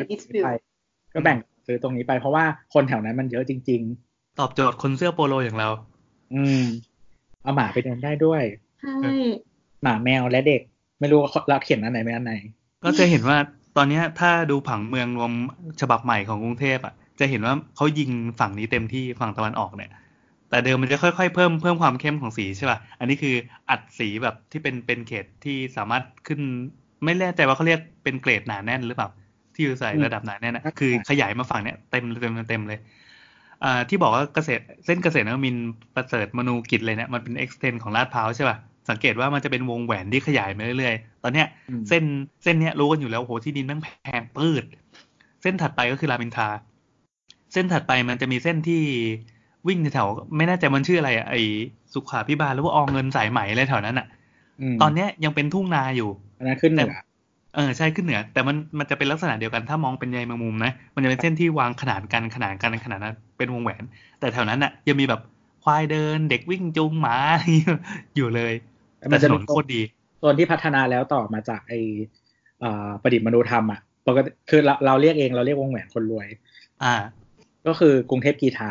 Speaker 2: ซื้อตรงนี้ไปเพราะว่าคนแถวนั้นมันเยอะจริง
Speaker 3: ๆตอบโจทย์คนเสื้อโปโลอย่างเรา
Speaker 2: เอาหมาไปเดินได้ด้วย
Speaker 4: ใช่
Speaker 2: หมาแมวและเด็กไม่รู้เราเขียนอันไหนไม่อันไหน
Speaker 3: ก็จะเห็นว่าตอนนี้ถ้าดูผังเมืองรวมฉบับใหม่ของกรุงเทพจะเห็นว่าเขายิงฝั่งนี้เต็มที่ฝั่งตะวันออกเนี่ยแต่เดิมมันจะค่อยๆเพิ่มความเข้มของสีใช่ป่ะอันนี้คืออัดสีแบบที่เป็นเขตที่สามารถขึ้นไม่แน่ใจว่าเขาเรียกเป็นเกรดหนาแน่นหรือเปล่าที่อยู่ใส่ระดับหนาแน่นคือขยายมาฝั่งเนี้ยเต็มเลยที่บอกว่าเส้นเกษตรนวมินทร์ประเสริฐมนูกิจเลยเนี่ยมันเป็น extend ของลาดพร้าวใช่ป่ะสังเกตว่ามันจะเป็นวงแหวนที่ขยายมาเรื่อยๆตอนเนี้ยเส้นเนี้ยรู้กันอยู่แล้วโหที่ดินแม่งแพงปืดเส้นถัดไปก็คือรามอินทราเส้นถัดไปมันจะมีเส้นที่วิ่งแถวไม่แน่ใจมันชื่ออะไรไอ้สุขาภิบาลหรือว่าเงินสายไหมอะไรแถวนั้นตอนเนี้ยยังเป็นทุ่งนาอยู่
Speaker 2: อันนั้นขึ้นเหนือ
Speaker 3: ใช่ขึ้นเหนือแต่มันจะเป็นลักษณะเดียวกันถ้ามองเป็นใยแมงมุมนะมันจะเป็นเส้นที่วางขนานกันนั้นเป็นวงแหวนแต่แถวนั้นยังมีแบบควายเดินเด็กวิ่งจูงหมาอยู่เลยแต่ถนนโคตรดี
Speaker 2: โซนที่พัฒนาแล้วต่อมาจากไอ้ประดิษฐ์มนูธรรมปกติคือเราเรียกเองเราเรียกวงแหวนคนรวยก็คือกรุงเทพกีฬา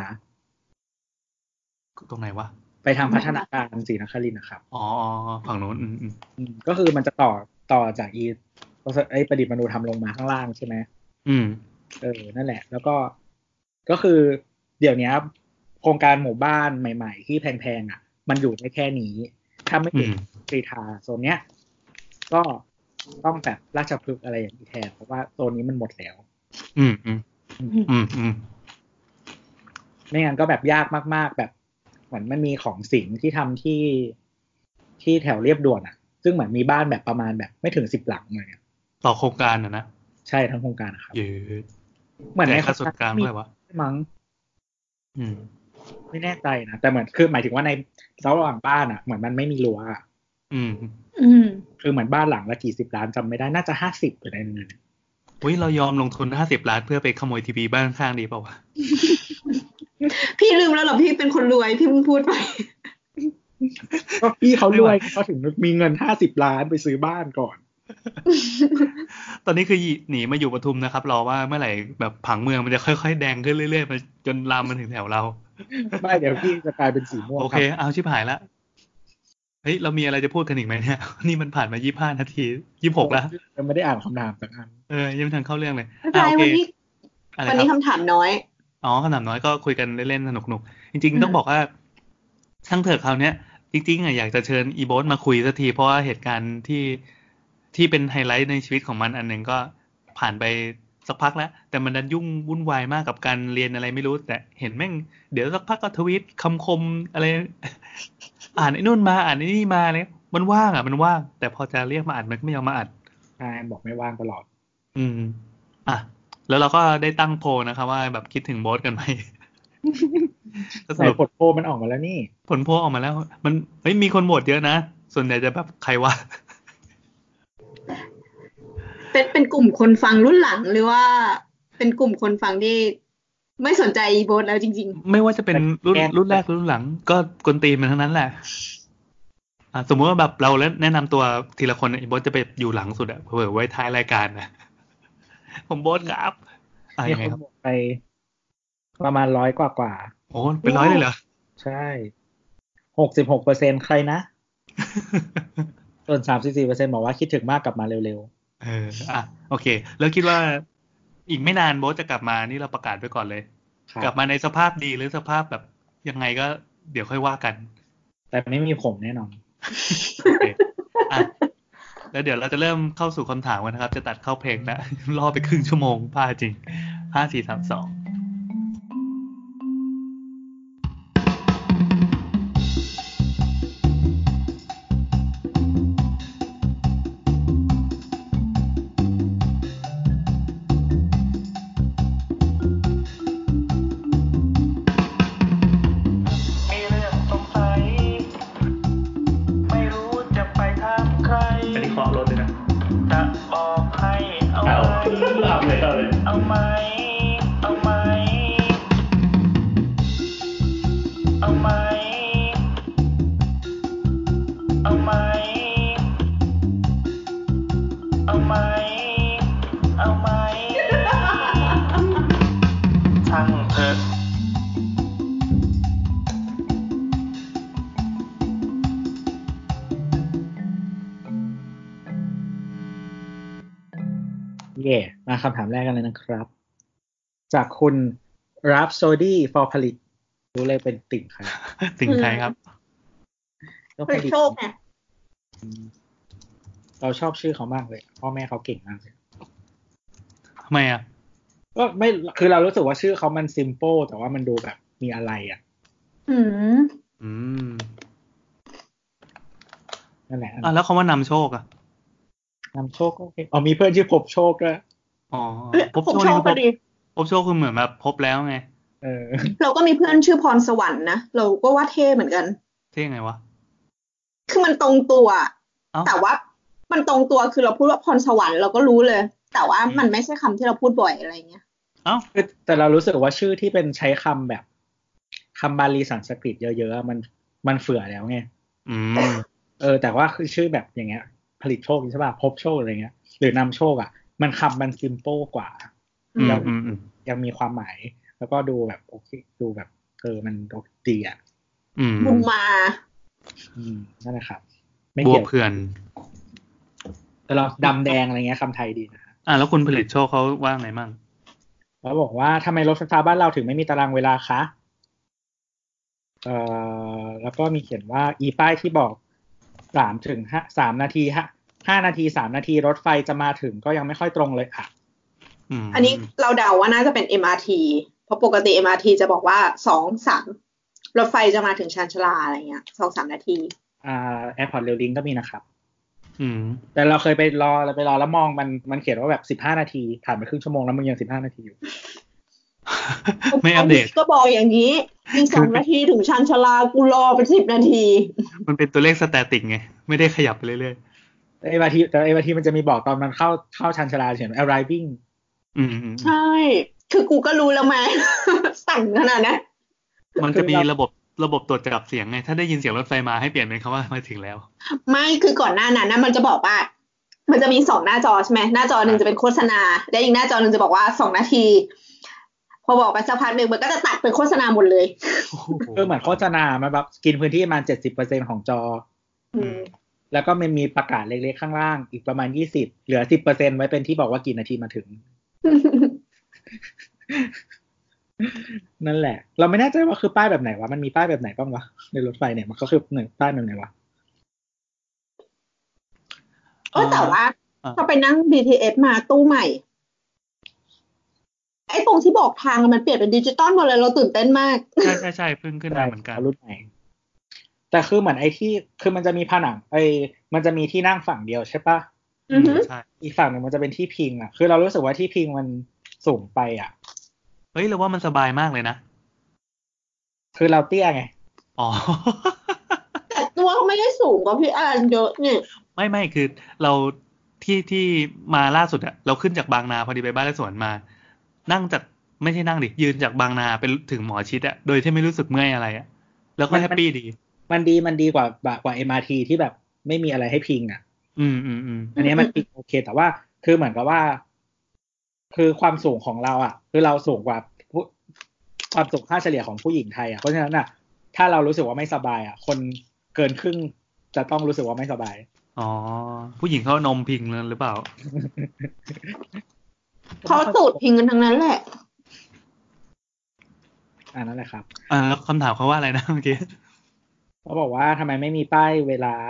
Speaker 3: ตรงไหนวะ
Speaker 2: ไปทางพัฒนาการศรีนครินทร์นะครับ
Speaker 3: ฝั่งโน้น
Speaker 2: ก็คือมันจะต่อจากไอ้ประดิษฐ์มนูธรรมลงมาข้างล่างใช่ไหมนั่นแหละแล้วก็ก็คือเดี๋ยวนี้โครงการหมู่บ้านใหม่ๆที่แพงๆอ่ะมันอยู่ได้แค่นี้ถ้าไม่ถึงกรีฑาโซนเนี้ยก็ต้องแบบราชพฤกษ์อะไรอย่างนี้แทนเพราะว่าโซนนี้มันหมดแล้วไม่งั้นก็แบบยากมากๆแบบเหมือนมันมีของสิงห์ที่ทำที่แถวเรียบด่วนอ่ะซึ่งเหมือนมีบ้านแบบประมาณแบบไม่ถึง10 หลังเลย
Speaker 3: ต่อโครงการนะ
Speaker 2: ใช่ทั้งโครงการครับ
Speaker 3: เหมือนในโครงการด้วยวะ
Speaker 2: มั้งไม่แน่ใจนะแต่เหมือนคือหมายถึงว่าในระหว่างบ้านอ่ะเหมือนมันไม่มีรั้วคือเหมือนบ้านหลังละกี่10 ล้านจำไม่ได้น่าจะ50หรืออะไรเงี้ย
Speaker 3: อุ้ยเรายอมลงทุน50 ล้านเพื่อไปขโมยทีวีบ้านข้างดีเปล่าวะ
Speaker 4: พี่ลืมแล้วเหรอพี่เป็นคนรวยพี่เพิ่งพูดไป
Speaker 2: ก็พี่เขารวยเขาถึงมีเงิน50 ล้านไปซื้อบ้านก่อน
Speaker 3: ตอนนี้คือหนีมาอยู่ปทุมนะครับรอว่าเมื่อไหร่แบบผังเมืองมันจะค่อยๆแดงขึ้นเรื่อยๆมาจนลามมันถึงแถวเรา
Speaker 2: ไม่เดี๋ยวพี่จะกลายเป็นสีม่วง
Speaker 3: โอเคเอาชิบหายละเฮ้ยเรามีอะไรจะพูดกันอีกไหมเนี่ยนี่มันผ่านมา25 นาที26แล้ว
Speaker 2: ยังไม่ได้อ่านคำถามสักอัน
Speaker 3: ยังไม่ทันเข้าเรื่องเลย
Speaker 4: ใช่วันนี้คำถามน้อย
Speaker 3: คำถามน้อยก็คุยกันเล่นๆสนุกๆจริงๆต้องบอกว่าช่างเถอะคราวนี้จริงๆอยากจะเชิญอีโบสมาคุยสักทีเพราะว่าเหตุการณ์ที่เป็นไฮไลท์ในชีวิตของมันอันหนึ่งก็ผ่านไปสักพักแล้วแต่มันดันยุ่งวุ่นวายมากกับการเรียนอะไรไม่รู้แต่เห็นแม่งเดี๋ยวสักพักก็ทวีตคำคมอะไรอ่านไอ้นู่นมาอ่านไอ้นี่มาเลยมันว่างมันว่างแต่พอจะเรียกมาอ่านมันก็ไม่ยอมมาอ่าน
Speaker 2: ใช่บอกไม่ว่างตลอด
Speaker 3: แล้วเราก็ได้ตั้งโพลนะครับว่าแบบคิดถึงโบ๊ทกันไหม
Speaker 2: สรุปผลโพลมันออกมาแล้วนี่
Speaker 3: ผลโพลออกมาแล้วมันมีคนโหวตเยอะนะส่วนใหญ่จะแบบใครวะ
Speaker 4: เป็นกลุ่มคนฟังรุ่นหลังหรือว่าเป็นกลุ่มคนฟังที่ไม่สนใจอีโบสแล้วจริง
Speaker 3: ๆไม่ว่าจะเป็นรุ่นแรกรุ่นหลังก็กวนตีนมันทั้งนั้นแหละสมมติว่าแบบเราแนะนำตัวทีละคนอีโบสจะไปอยู่หลังสุดอะเผื่อไว้ท้ายรายการนะผมโบสครับ
Speaker 2: ยังไงครับไปประมาณ100 กว่า
Speaker 3: โอ้เป็น100เลยเหรอ
Speaker 2: ใช่66%ใครนะส่วน34%บอกว่าคิดถึงมากกลับมาเร็ว
Speaker 3: โอเคแล้วคิดว่าอีกไม่นานโบ๊ทจะกลับมานี่เราประกาศไว้ก่อนเลยกลับมาในสภาพดีหรือสภาพแบบยังไงก็เดี๋ยวค่อยว่ากัน
Speaker 2: แต่ไม่มีผมแน่นอน
Speaker 3: โอเคแล้วเดี๋ยวเราจะเริ่มเข้าสู่คำถามกันนะครับจะตัดเข้าเพลงแล้วรอไปครึ่งชั่วโมงพลาดจริง5 4 3 2
Speaker 2: มาคำถามแรกกันเลยนะครับจากคุณรับโซดี้ฟอร์ผลิตรู้เลยเป็นติ่งใคร
Speaker 3: ครับ
Speaker 4: ผลิตโชคไง
Speaker 2: เราชอบชื่อเขามากเลยพ่อแม่เขาเก่งมากเลย
Speaker 3: ทำไมอ่ะ
Speaker 2: ก็ไม่คือเรารู้สึกว่าชื่อเขามันซิมเปิลแต่ว่ามันดูแบบมีอะไรอ่ะนั่นแหละ
Speaker 3: แล้วเขาว่านำโชคอ่ะ
Speaker 2: นำโชคก็โอเคมีเพื่อนชื่อพบโชคด้วย
Speaker 3: พบโชคนี่พบโชคคือเหมือนแบบพบแล้วไง
Speaker 4: เราก็มีเพื่อนชื่อพรสวรรค์นะเราก็ว่าเท่เหมือนกัน
Speaker 3: เท่ไงวะ
Speaker 4: คือมันตรงตัวแต่ว่ามันตรงตัวคือเราพูดว่าพรสวรรค์เราก็รู้เลยแต่ว่ามันไม่ใช่คำที่เราพูดบ่อยอะไรเงี้ย
Speaker 2: แต่เรารู้สึกว่าชื่อที่เป็นใช้คำแบบคำบาลีสันสกฤตเยอะๆมันเฟื่อแล้วไงแต่ว่าคือชื่อแบบอย่างเงี้ยผลิตโชคใช่ป่ะพบโชคอะไรเงี้ยหรือนำโชคอ่ะมันคำมันซิมเปิลกว่าแล้วยังมีความหมายแล้วก็ดูแบบโอเคดูแบบมันดีอ่ะ
Speaker 4: บุญมา
Speaker 2: นั่นแหละครับ
Speaker 3: ไม่เกี่ยวเพื่อน
Speaker 2: แต่เราดำแดงอะไรเงี้ยคำไทยดีนะ
Speaker 3: แล้วคุณผลิตโชคเขาว่าไงมั่ง
Speaker 2: เขาบอกว่าทำไมรถไฟฟ้าบ้านเราถึงไม่มีตารางเวลาคะแล้วก็มีเขียนว่าอีป้ายที่บอก3 นาที5 นาที3 นาทีรถไฟจะมาถึงก็ยังไม่ค่อยตรงเลยค่ะ
Speaker 4: อันนี้เราเดาว่าน่าจะเป็น MRT เพราะปกติ MRT จะบอกว่า2-3รถไฟจะมาถึงชานชาลาอะไรเงี้ย2-3 นาที
Speaker 2: Airport Rail Link ก็มีนะครับแต่เราเคยไปรอแล้วมองมันเขียนว่าแบบ15 นาทีผ่านไปครึ่งชั่วโมงแล้วมันยัง15 นาทีอยู่
Speaker 3: ไม่อัปเดต
Speaker 4: ก็บอกอย่างนี้มี2 นาทีถึงชานชาลากูรอเป็น10 นาที
Speaker 3: มันเป็นตัวเลขสแตติกไงไม่ได้ขยับไปเรื่อย
Speaker 2: ๆแต่MRTมันจะมีบอกตอนมันเข้าชานชาลาเขียน arriving
Speaker 4: ใช่คือกูก็รู้แล้วไหมสั่งขนาดนั้น
Speaker 3: มันจะมีระบบตรวจจับเสียงไงถ้าได้ยินเสียงรถไฟมาให้เปลี่ยนเป็นคำว่ามาถึงแล้ว
Speaker 4: ไม่คือก่อนหน้านั้นนะมันจะบอกว่ามันจะมี2 หน้าจอใช่ไหมหน้าจอนึงจะเป็นโฆษณาและอีกหน้าจอนึงจะบอกว่า2 นาทีพอบอกไปสักพักนึงมันก็จะตัดเป็นโฆษณาหมดเลย
Speaker 2: เหมือนโฆษณามันแบบกินพื้นที่ประมาณ 70% ของจอแล้วก็มันมีประกาศเล็กๆข้างล่างอีกประมาณ20เหลือ 10% ไว้เป็นที่บอกว่ากี่นาทีมาถึง นั่นแหละเราไม่แน่ใจว่าคือป้ายแบบไหนวะมันมีป้ายแบบไหนบ้างวะในรถไฟเนี่ยมันก็คือป้ายแบบไหนวะ
Speaker 4: แต่ว่าถ้าไปนั่ง BTS มาตู้ใหม่ไอ้ตรงที่บอกทางมันเปลี่ยนเป็นดิจิตอลหมดเลยเราตื่นเต้นมาก
Speaker 3: ใช่เพิ่งขึ้นมาเหมือนกัน
Speaker 2: รุ่นใหม่แต่คือเหมือนไอ้ที่คือมันจะมีผนังมันจะมีที่นั่งฝั่งเดียวใช่ปะ
Speaker 3: ใช่
Speaker 2: อีกฝั่งนึงมันจะเป็นที่พิงอ่ะคือเรารู้สึกว่าที่พิงมันสูงไปอ่ะ
Speaker 3: เฮ้ยเราว่ามันสบายมากเลยนะ
Speaker 2: คือเราเตี้ยไง
Speaker 3: อ๋อ
Speaker 4: แต่ตัวเขาไม่ได้สูงกว่าพี่อาร์เยอะเนี่ย
Speaker 3: ไม่คือเราที่มาล่าสุดอะเราขึ้นจากบางนาพอดีไปบ้านและสวนมานั่งจากไม่ใช่นั่งดิยืนจากบางนาไปถึงหมอชิดอะโดยที่ไม่รู้สึกเมื่อยอะไรอะแล้วก็แฮปปี้ดี
Speaker 2: มันดีกว่า MRT ที่แบบไม่มีอะไรให้พิงอ่ะอันนี้มันโอเคแต่ว่าคือเหมือนกับว่าคือความสูงของเราอ่ะคือเราสูงกว่าความสูงค่าเฉลี่ยของผู้หญิงไทยอ่ะเพราะฉะนั้นอ่ะถ้าเรารู้สึกว่าไม่สบายอ่ะคนเกินครึ่งจะต้องรู้สึกว่าไม่สบาย
Speaker 3: อ๋อผู้หญิงเขานมพิงหรือเปล่า
Speaker 4: เขาตูดพิงกันทั้งนั้นแหละ
Speaker 2: นั่นแหละครับ
Speaker 3: แล้วคำถามเขาว่าอะไรนะเมื่อกี้
Speaker 2: เขาบอกว่าทำไมไม่มีป้ายเวลา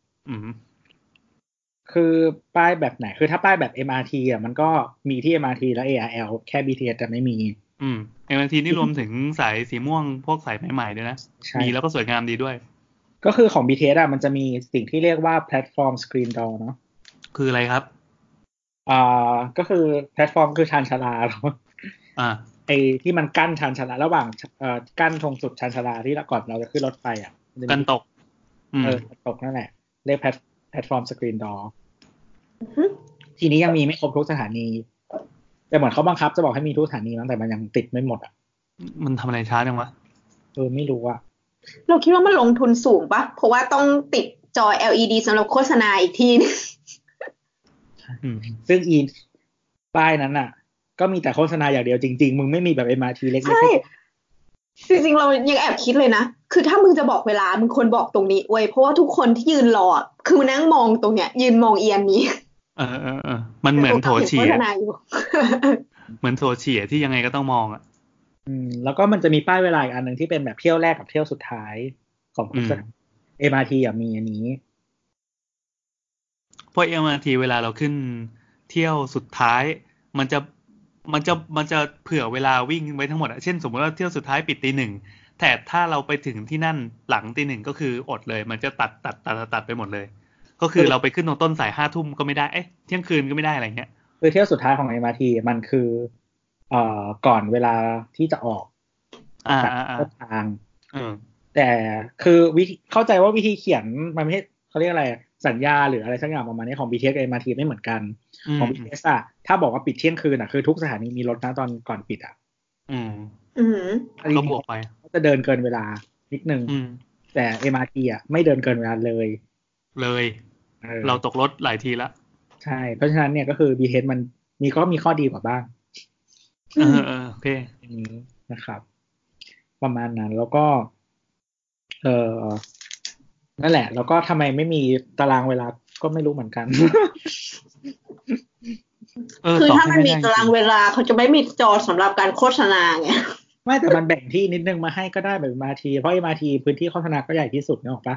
Speaker 2: คือป้ายแบบไหนคือถ้าป้ายแบบ MRT อ่ะมันก็มีที่ MRT และ ARL แค่ BTS จะไม่มี
Speaker 3: MRT นี่รวมถึงสายสีม่วงพวกสายใหม่ๆด้วยนะมีแล้วก็สวยงามดีด้วย
Speaker 2: ก็คือของ BTS อ่ะมันจะมีสิ่งที่เรียกว่า platform screen door เนาะ
Speaker 3: คืออะไรครับ
Speaker 2: ก็คือแพลตฟอร์มคือชานชาลาเนาะไอ้ที่มันกั้นชานชาลาระหว่างกั้นตรงสุดชานชาลาที่ก่อนเราจะขึ้นรถไฟอ่ะ
Speaker 3: กันตก
Speaker 2: ตกนั่นแหละเรียกแพลตฟอร์มสกรีนดอร์ทีนี้ยังมีไม่ครบทุกสถานีแต่เหมือนเขาบังคับจะบอกให้มีทุกสถานีแต่มันยังติดไม่หมดอ่ะ
Speaker 3: มันทำอะไรช้าจังวะ
Speaker 2: ไม่รู้อ่ะ
Speaker 4: เราคิดว่ามันลงทุนสูงปะเพราะว่าต้องติดจอ LED สำหรับโฆษณาอีกที
Speaker 2: ซึ่งป้ายนั้นอ่ะก็มีแต่โฆษณาอย่างเดียวจริงๆมึงไม่มีแบบ MRT เล็กๆใช่
Speaker 4: จริงๆเรายังแอบคิดเลยนะคือถ้ามึงจะบอกเวลามึงควรบอกตรงนี้เว้ยเพราะว่าทุกคนที่ยืนรอคือนั่งมองตรงเนี้ยยืนมองเอียนนี้
Speaker 3: มันเหมือนโถเฉี่ยเหมือนโถเฉี่ยที่ยังไงก็ต้องมองอ่ะ
Speaker 2: แล้วก็มันจะมีป้ายเวลาอีกอันนึงที่เป็นแบบเที่ยวแรกกับเที่ยวสุดท้ายของMRT อ่ะมีอันนี้
Speaker 3: เพราะ MRT เวลาเราขึ้นเที่ยวสุดท้ายมันจะเผื่อเวลาวิ่งไว้ทั้งหมดเช่นสมมติว่าเที่ยวสุดท้ายปิด 1:00 นแต่ถ้าเราไปถึงที่นั่นหลัง 1:00 นก็คืออดเลยมันจะตัดไปหมดเลยก็คือเราไปขึ้นตรงต้นสาย 5:00 นก็ไม่ได้เที่ยงคืนก็ไม่ได้อะไรเงี้ย
Speaker 2: คือเที่ยวสุดท้ายของ MRT มันคือก่อนเวลาที่จะออกจากต้นทางแต่คือเข้าใจว่าวิธีเขียนมันไม่ใช่เขาเรียกอะไรสัญญาหรืออะไรสักอย่างประมาณนี้ของ BTS กับ MRT ไม่เหมือนกันของ BTS อ่ะถ้าบอกว่าปิดเที่ยงคืนอ่ะคือทุกสถานีมีรถนะตอนก่อนปิดอ่ะ
Speaker 3: ก็บวกไป
Speaker 2: ก็จะเดินเกินเวลานิดนึงแต่ MRT อ่ะไม่เดินเกินเวลาเลย
Speaker 3: เราตกรถหลายทีละ
Speaker 2: ใช่เพราะฉะนั้นเนี่ยก็คือ BTS มันมีข้อดีกว่าบ้าง
Speaker 3: โอเค
Speaker 2: อย่างนี้นะครับประมาณนั้นแล้วก็นั่นแหละแล้วก็ทำไมไม่มีตารางเวลาก็ไม่รู้เหมือนกัน
Speaker 4: คือถ้ามันมีตารางเวลาเขาจะไม่มีจอสำหรับการโฆษณาไง
Speaker 2: ไม่แต่มันแบ่งที่นิดนึงมาให้ก็ได้แบบMRTเพราะMRTพื้นที่โฆษณาก็ใหญ่ที่สุดนึกออกปะ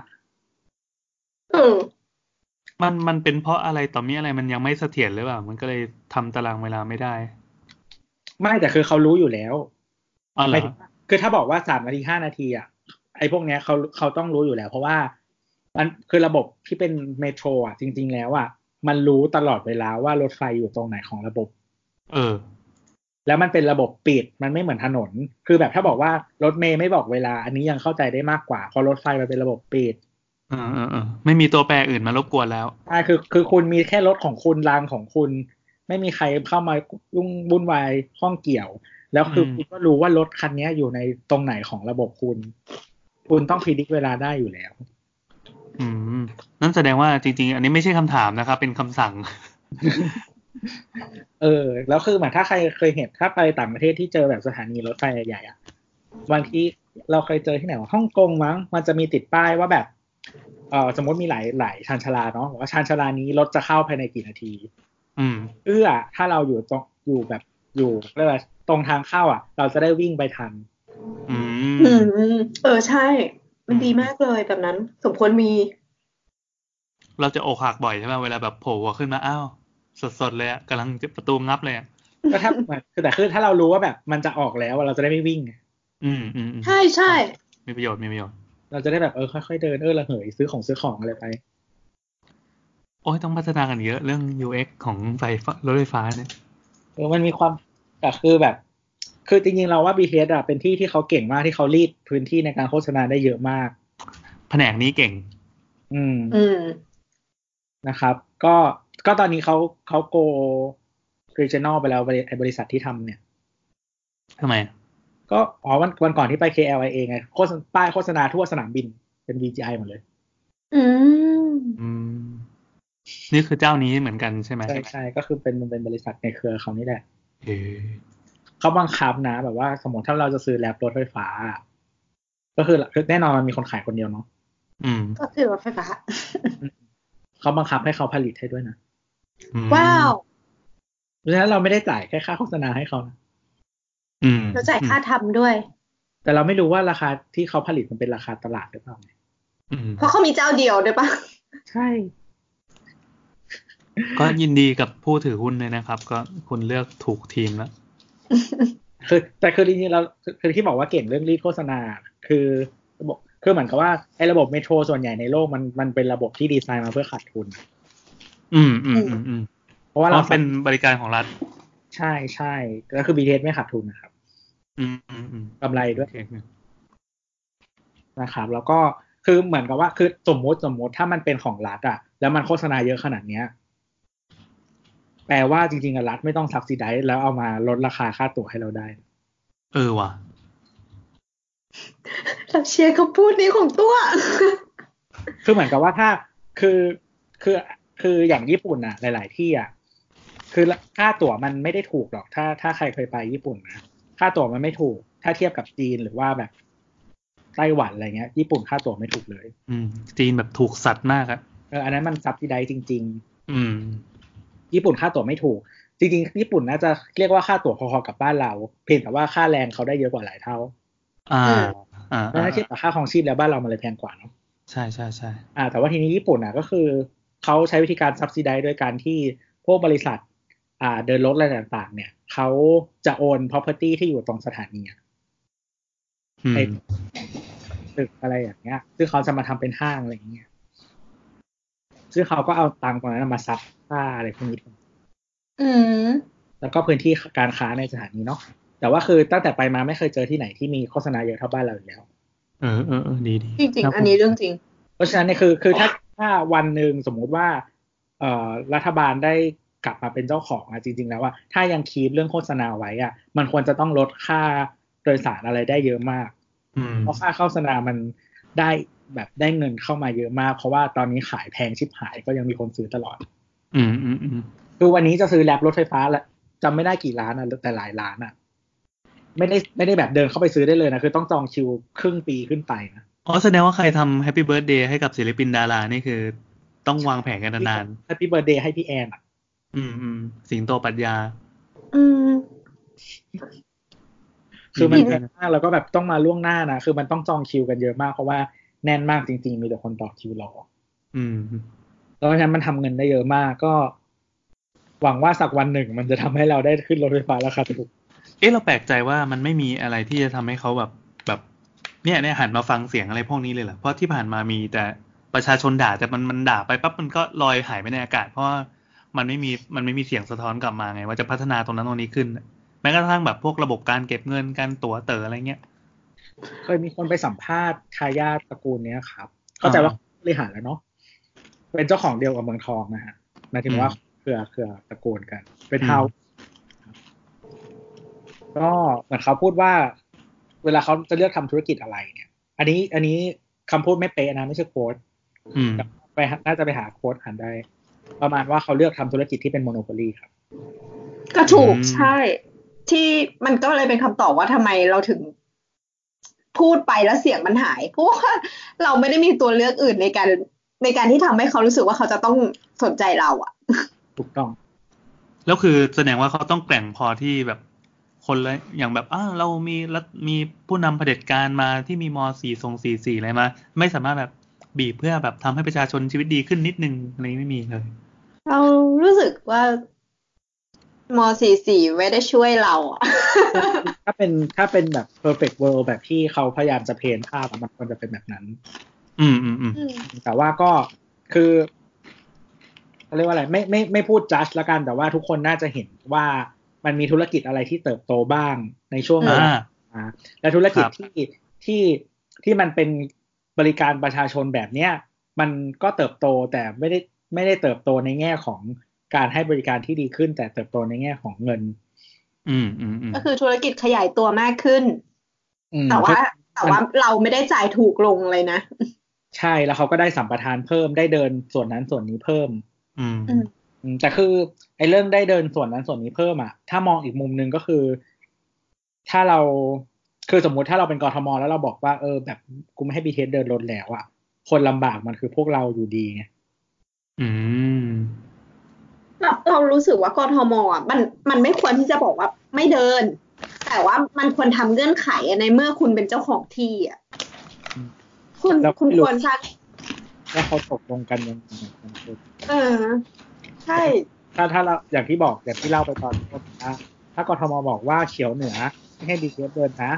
Speaker 3: มันเป็นเพราะอะไรต่อมีอะไรมันยังไม่เสถียรหรือเปล่ามันก็เลยทำตารางเวลาไม่ได้
Speaker 2: ไม่แต่คือเขารู้อยู่แล้ว
Speaker 3: อ๋อเหรอ
Speaker 2: คือถ้าบอกว่า3 นาที5 นาทีอ่ะไอ้พวกเนี้ยเขาต้องรู้อยู่แล้วเพราะว่ามันคือระบบที่เป็นเมโทรอ่ะจริงๆแล้วอ่ะมันรู้ตลอดเวลาว่ารถไฟอยู่ตรงไหนของระบบแล้วมันเป็นระบบปิดมันไม่เหมือนถนนคือแบบถ้าบอกว่ารถเมย์ไม่บอกเวลาอันนี้ยังเข้าใจได้มากกว่าเพราะรถไฟมันเป็นระบบปิด
Speaker 3: ไม่มีตัวแปรอื่นมารบกวนแล้ว
Speaker 2: ใช่คือคุณมีแค่รถของคุณรางของคุณไม่มีใครเข้ามายุ่งวุ่นวายข้องเกี่ยวแล้วคือคุณก็รู้ว่ารถคันนี้อยู่ในตรงไหนของระบบคุณต้องพิจิตรเวลาได้อยู่แล้ว
Speaker 3: นั่นแสดงว่าจริงๆอันนี้ไม่ใช่คำถามนะครับเป็นคำสั่ง
Speaker 2: แล้วคือเหมือนถ้าใครเคยเห็นถ้าไปต่างประเทศที่เจอแบบสถานีรถไฟใหญ่ๆอ่ะบางทีเราเคยเจอที่ไหนว่าฮ่องกงมั้งมันจะมีติดป้ายว่าแบบสมมติมีหลายชานชาลาเนาะว่าชานชาลานี้รถจะเข้าภายในกี่นาทีถ้าเราอยู่แบบอยู่เรียกว่าตรงทางเข้าอ่ะเราจะได้วิ่งไปทัน
Speaker 4: ใช่มันดีมากเลยแบบนั้นสมควรมี
Speaker 3: เราจะอกหักบ่อยใช่ไหมเวลาแบบโผล่หัวขึ้นมาอ้าวสดๆเลยอ่ะกำลังจะประตูงับเลยอ่ะ
Speaker 2: ก็ถ้าคือแต่คือถ้าเรารู้ว่าแบบมันจะออกแล้วเราจะได้ไม่วิ่ง
Speaker 4: ใช่ใช่
Speaker 3: มีประโยชน์
Speaker 2: เราจะได้แบบค่อยๆเดินระเหยซื้อของอะไรไป
Speaker 3: โอ้ยต้องพัฒนากันเยอะเรื่อง UX ของรถไฟฟ้าเนี่ย
Speaker 2: มันมีความแต่คือแบบคือจริงๆเราว่า BTS อ่ะเป็นที่เขาเก่งมากที่เขารีดพื้นที่ในการโฆษณาได้เยอะมาก
Speaker 3: แผนกนี้เก่ง
Speaker 2: นะครับก็ตอนนี้เขาโก regional ไปแล้วบริษัทที่ทำเนี่ย
Speaker 3: ทำไม
Speaker 2: ก็วันก่อนที่ไป KLIA ไงป้ายโฆษณาทั่วสนามบินเป็น VGI หมดเลย
Speaker 3: นี่คือเจ้านี้เหมือนกันใช่ไหม
Speaker 2: ใช่ก็คือเป็นบริษัทในเครือเขานี่แหละเขาบังคับนะแบบว่าสมมติถ้าเราจะซื้อแลปรถไฟฟ้าก็คือแน่นอนมันมีคนขายคนเดียวเนาะ
Speaker 4: ก็คือรถไฟฟ้า
Speaker 2: เขาบังคับให้เขาผลิตให้ด้วยนะ
Speaker 4: ว้าว
Speaker 2: เพราะฉะนั้นเราไม่ได้จ่ายแค่ค่าโฆษณาให้เขานะ
Speaker 4: เราจ่ายค่าทำด้วย
Speaker 2: แต่เราไม่รู้ว่าราคาที่เขาผลิตมันเป็นราคาตลาดหรือเปล่า
Speaker 4: เพราะเขามีเจ้าเดียวด้วยปะ
Speaker 2: ใช่
Speaker 3: ก็ยินดีกับผู้ถือหุ้นเลยนะครับก็คุณเลือกถูกทีมแล้ว
Speaker 2: แต่คือจริงๆเราคือที่บอกว่าเก่งเรื่องรีดโฆษณาคือเหมือนกับว่าไอ้ระบบเมโทรส่วนใหญ่ในโลกมันเป็นระบบที่ดีไซน์มาเพื่อขาดทุน
Speaker 3: เพราะว่าเราเป็นบริการของรัฐ
Speaker 2: ใช่ก็คือ BTS ไม่ขาดทุนนะครับกำไรด้วยนะครับแล้วก็คือเหมือนกับว่าคือสมมติถ้ามันเป็นของรัฐอ่ะแล้วมันโฆษณาเยอะขนาดเนี้ยแปลว่าจริงๆรัฐไม่ต้องซับซิไดซ์แล้วเอามาลดราคาค่าตั๋วให้เราได้
Speaker 3: ว่ะ
Speaker 4: เราเชียร์เขาพูดนี้ของตัว
Speaker 2: คือเหมือนกับว่าถ้าคืออย่างญี่ปุ่นอ่ะหลายๆที่อ่ะคือค่าตั๋วมันไม่ได้ถูกหรอกถ้าใครเคยไปญี่ปุ่นนะค่าตั๋วมันไม่ถูกถ้าเทียบกับจีนหรือว่าแบบไต้หวันอะไรเงี้ยญี่ปุ่นค่าตั๋วไม่ถูกเลย
Speaker 3: จีนแบบถูกสัตว์มากอ่ะ
Speaker 2: อันนั้นมันซับซิไดซ์จริงๆญี่ปุ่นค่าตั๋วไม่ถูกจริงๆญี่ปุ่นน่าจะเรียกว่าค่าตั๋วพอๆกับบ้านเราเพียงแต่ว่าค่าแรงเขาได้เยอะกว่าหลายเท่าถ้าเทียบกับค่าครองชีพแล้วบ้านเรามันเลยแพงกว่าเนาะ
Speaker 3: ใช่
Speaker 2: แต่ว่าทีนี้ญี่ปุ่นอ่ะก็คือเขาใช้วิธีการซับซิไดซ์โดยการที่พวกบริษัทเดินรถอะไรต่างๆเนี่ยเขาจะโอน property ที่อยู่ตรงสถานีไอ้ตึกอะไรอย่างเงี้ยซึ่งเขาจะมาทำเป็นห้างอะไรอย่างเงี้ยซึ่งเขาก็เอาตังค์ตรงนั้นมาซับค่าอะไรพวกนี้แล้วก็พื้นที่การค้าในสถานีเนาะแต่ว่าคือตั้งแต่ไปมาไม่เคยเจอที่ไหนที่มีโฆษณาเยอะเท่าบ้านเราอยู่แล้ว
Speaker 3: ดี
Speaker 4: จริงๆอันนี้เรื่องจริง
Speaker 2: เพราะฉะนั้นเนี่ยคือถ้าวันหนึ่งสมมุติว่ารัฐบาลได้กลับมาเป็นเจ้าของจริงๆแล้วว่าถ้ายังคีปเรื่องโฆษณาไว้มันควรจะต้องลดค่าโดยสารอะไรได้เยอะมากเพราะค่าโฆษณามันได้แบบได้เงินเข้ามาเยอะมากเพราะว่าตอนนี้ขายแพงชิบหายก็ยังมีคนซื้อตลอดคือวันนี้จะซื้อแลปรถไฟฟ้าแล้วจำไม่ได้กี่ล้านแต่หลายล้านไม่ได้แบบเดินเข้าไปซื้อได้เลยนะคือต้องจองคิวครึ่งปีขึ้นไปนะ
Speaker 3: แสดงว่าใครทำ Happy Birthday ให้กับศิลปินดารานี่คือต้องวางแผนกันนาน
Speaker 2: ๆ Happy Birthday ให้พี่แอน
Speaker 3: สิงโตปรัชญา
Speaker 2: คือมันแน่นมากแล้วก็แบบต้องมาล่วงหน้านะคือมันต้องจองคิวกันเยอะมากเพราะว่าแน่นมากจริงๆมีแต่คนต่อคิวรอแล้วฉะนั้นมันทำเงินได้เยอะมากก็หวังว่าสักวันหนึ่งมันจะทำให้เราได้ขึ้นรถไฟฟ้าราคาถูก
Speaker 3: เราแปลกใจว่ามันไม่มีอะไรที่จะทำให้เขาแบบเนี่ยหันมาฟังเสียงอะไรพวกนี้เลยเหรอเพราะที่ผ่านมามีแต่ประชาชนด่าแต่มันด่าไปปั๊บมันก็ลอยหายไปในอากาศเพราะว่ามันไม่มีเสียงสะท้อนกลับมาไงว่าจะพัฒนาตรงนั้นตรงนี้ขึ้นแม้กระทั่งแบบพวกระบบการเก็บเงินการตั๋วเต๋ออะไรเงี้ย
Speaker 2: เคยมีคนไปสัมภาษณ์ทายาทตระกูลเนี้ยครับเข้าใจว่าบริหารแล้วเนาะเป็นเจ้าของเดียวกับเมืองทองนะฮะหมายถึงว่าเครือตระกูลกันเป็นเท่าก็เหมือนเขาพูดว่าเวลาเขาจะเลือกทำธุรกิจอะไรเนี่ยอันนี้คำพูดไม่เป๊ะนะไม่ใช่โค้ดไปน่าจะไปหาโค้ดอ่านได้ประมาณว่าเขาเลือกทำธุรกิจที่เป็นโมโนโพลีครับ
Speaker 4: ก็ถูกใช่ที่มันก็เลยเป็นคำตอบว่าทำไมเราถึงพูดไปแล้วเสียงมันหายเพราะว่าเราไม่ได้มีตัวเลือกอื่นในการที่ทำให้เขารู้สึกว่าเขาจะต้องสนใจเราอ่ะ
Speaker 2: ถูกต้อง
Speaker 3: แล้วคือแสดงว่าเขาต้องแกร่งพอที่แบบคนละอย่างแบบเรามีผู้นำเผด็จการมาที่มีม.444อะไรมาไม่สามารถแบบบีบเพื่อแบบทำให้ประชาชนชีวิตดีขึ้นนิดนึงอะไรไม่มีเลย
Speaker 4: เรารู้สึกว่าม.44ไม่ได้ช่วยเราอ่ะ
Speaker 2: ถ้าเป็นแบบ perfect world แบบที่เขาพยายามจะเพนภาพมันควรจะเป็นแบบนั้นแต่ว่าก็คือเรียกว่าอะไรไม่พูดจัดละกันแต่ว่าทุกคนน่าจะเห็นว่ามันมีธุรกิจอะไรที่เติบโตบ้างในช่วงเวลาและธุรกิจที่มันเป็นบริการประชาชนแบบเนี้ยมันก็เติบโตแต่ไม่ได้เติบโตในแง่ของการให้บริการที่ดีขึ้นแต่เติบโตในแง่ของเงิน
Speaker 4: ก็คือธุรกิจขยายตัวมากขึ้นแต่ว่าเราไม่ได้จ่ายถูกลงเลยนะ
Speaker 2: ใช่แล้วเขาก็ได้สัมปทานเพิ่มได้เดินส่วนนั้นส่วนนี้เพิ่มแต่คือไอ้เรื่องได้เดินส่วนนั้นส่วนนี้เพิ่มอ่ะถ้ามองอีกมุมนึงก็คือถ้าเราคือสมมุติถ้าเราเป็นกทมแล้วเราบอกว่าแบบกูไม่ให้BTSเดินรถแล้วอ่ะคนลำบากมันคือพวกเราอยู่ดีไง
Speaker 4: เรารู้สึกว่ากทมอ่ะมันไม่ควรที่จะบอกว่าไม่เดินแต่ว่ามันควรทำเงื่อนไขในเมื่อคุณเป็นเจ้าของที่อ่ะคุณควรชัก
Speaker 2: แล้วเขาตกลงกันยังไง
Speaker 4: ใช่
Speaker 2: ถ้าเราอย่างที่เล่าไปตอนต้นนะถ้ากทมบอกว่าเขียวเหนือไม่ให้BTSเดินนะ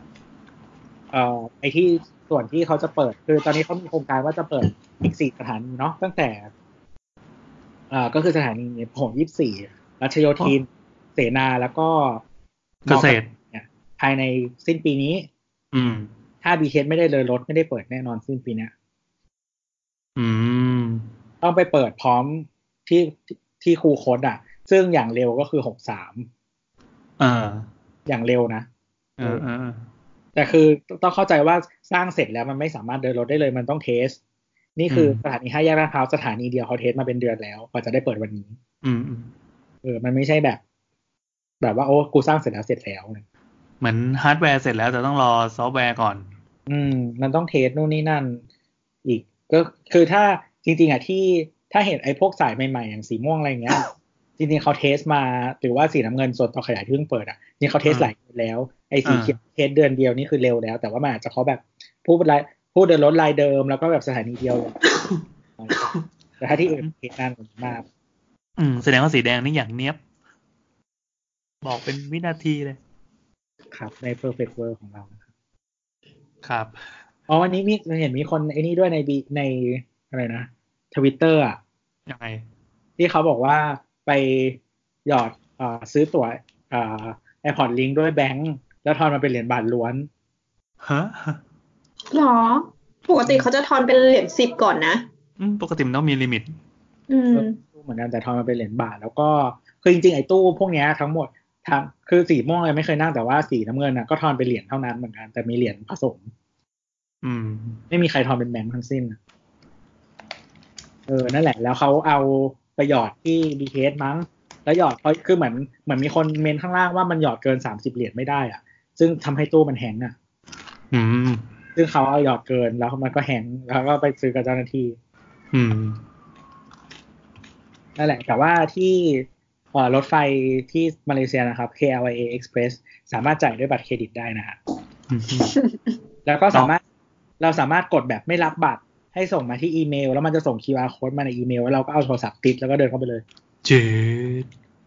Speaker 2: ไอ้ที่ส่วนที่เขาจะเปิดคือตอนนี้เขามีโครงการว่าจะเปิดอีก4สถานีเนาะตั้งแต่ก็คือสถานีพหล24รัชโยธินเสนาแล้วก็
Speaker 3: เกษตร
Speaker 2: เนี่ยภายในสิ้นปีนี้ถ้าBTSไม่ได้เลยรถไม่ได้เปิดแน่นอนสิ้นปีนี้ต้องไปเปิดพร้อมที่คูคตอ่ะซึ่งอย่างเร็วก็คือ63อย่างเร็วนะแต่คือต้องเข้าใจว่าสร้างเสร็จแล้วมันไม่สามารถเดินรถได้เลยมันต้องเทสนี่คือสถานี5 แยกลาดพร้าวสถานีเดียวเขาเทสมาเป็นเดือนแล้วกว่าจะได้เปิดวันนี้มันไม่ใช่แบบว่าโอ้กูสร้างเสร็จแล้ว
Speaker 3: เหมือนฮาร์ดแวร์เสร็จแล้วแต่ต้องรอซอฟต์แวร์ก่อน
Speaker 2: มันต้องเทสนู่นนี่นั่นอีกก็คือถ้าจริงๆอ่ะที่ถ้าเห็นไอ้พวกสายใหม่ๆอย่างสีม่วงอะไรเงี้ยจริงๆเขาเทสมาหรือว่าสีน้ำเงินส่วนต่อขยายที่เพิ่งเปิดอ่ะนี่เขาเทสหลายเดือนแล้วไอ้สีเขียวเทสเดือนเดียวนี่คือเร็วแล้วแต่ว่ามันอาจจะเขาแบบพูดเดินรถลายเดิมแล้วก็แบบสถานีเดียวแต่ถ้าที่อื่นเทสนานกว่ามาก
Speaker 3: แสดงว่าสีแดงนี่อย่างเนี้ยบบอกเป็นวินาทีเลย
Speaker 2: ครับใน perfect world ของเรา
Speaker 3: ครับ
Speaker 2: วันนี้เห็นมีคนไอ้นี่ด้วยในอะไรนะ Twitter อ่ะ
Speaker 3: ยังไง
Speaker 2: ที่เขาบอกว่าไปหยอดซื้อตั๋วAirPods Link ด้วยแบงค์แล้วทอนมาเป็นเหรียญบาทล้วน
Speaker 3: ฮะ
Speaker 4: หรอปกติเขาจะทอนเป็นเหรียญ10ก่อนนะ
Speaker 3: ปกติมันต้องมีลิมิต
Speaker 2: เหมือนกันแต่ทอนมาเป็นเหรียญบาทแล้วก็คือจริงๆไอ้ตู้พวกนี้ทั้งหมดคือสีม่วงเลยไม่เคยนั่งแต่ว่าสีน้ำเงินน่ะก็ทอนเป็นเหรียญเท่านั้นเหมือนกันแต่มีเหรียญผสมไม่มีใครทอนเป็นแบงค์ทั้งสิ้นนั่นแหละแล้วเขาเอาไปหยอดที่ BTS มั้งแล้วหยอดเพราะคือเหมือนมีคนเมนข้างล่างว่ามันหยอดเกิน30เหรียญไม่ได้อ่ะซึ่งทำให้ตู้มันแฮงก์อ่ะซึ่งเขาเอาหยอดเกินแล้วมันก็แฮงก์แล้วก็ไปซื้อกับเจ้าหน้าที่นั่นแหละแต่ว่าที่รถไฟที่มาเลเซียนะครับ KLIA Express สามารถจ่ายด้วยบัตรเครดิตได้นะฮะ แล้วก็เราสามารถกดแบบไม่รับบัตรให้ส่งมาที่อีเมลแล้วมันจะส่ง QR code มาในอีเมลแล้วเราก็เอาโทรศัพท์ติดแล้วก็เดินเข้าไปเลย
Speaker 3: เจ็ด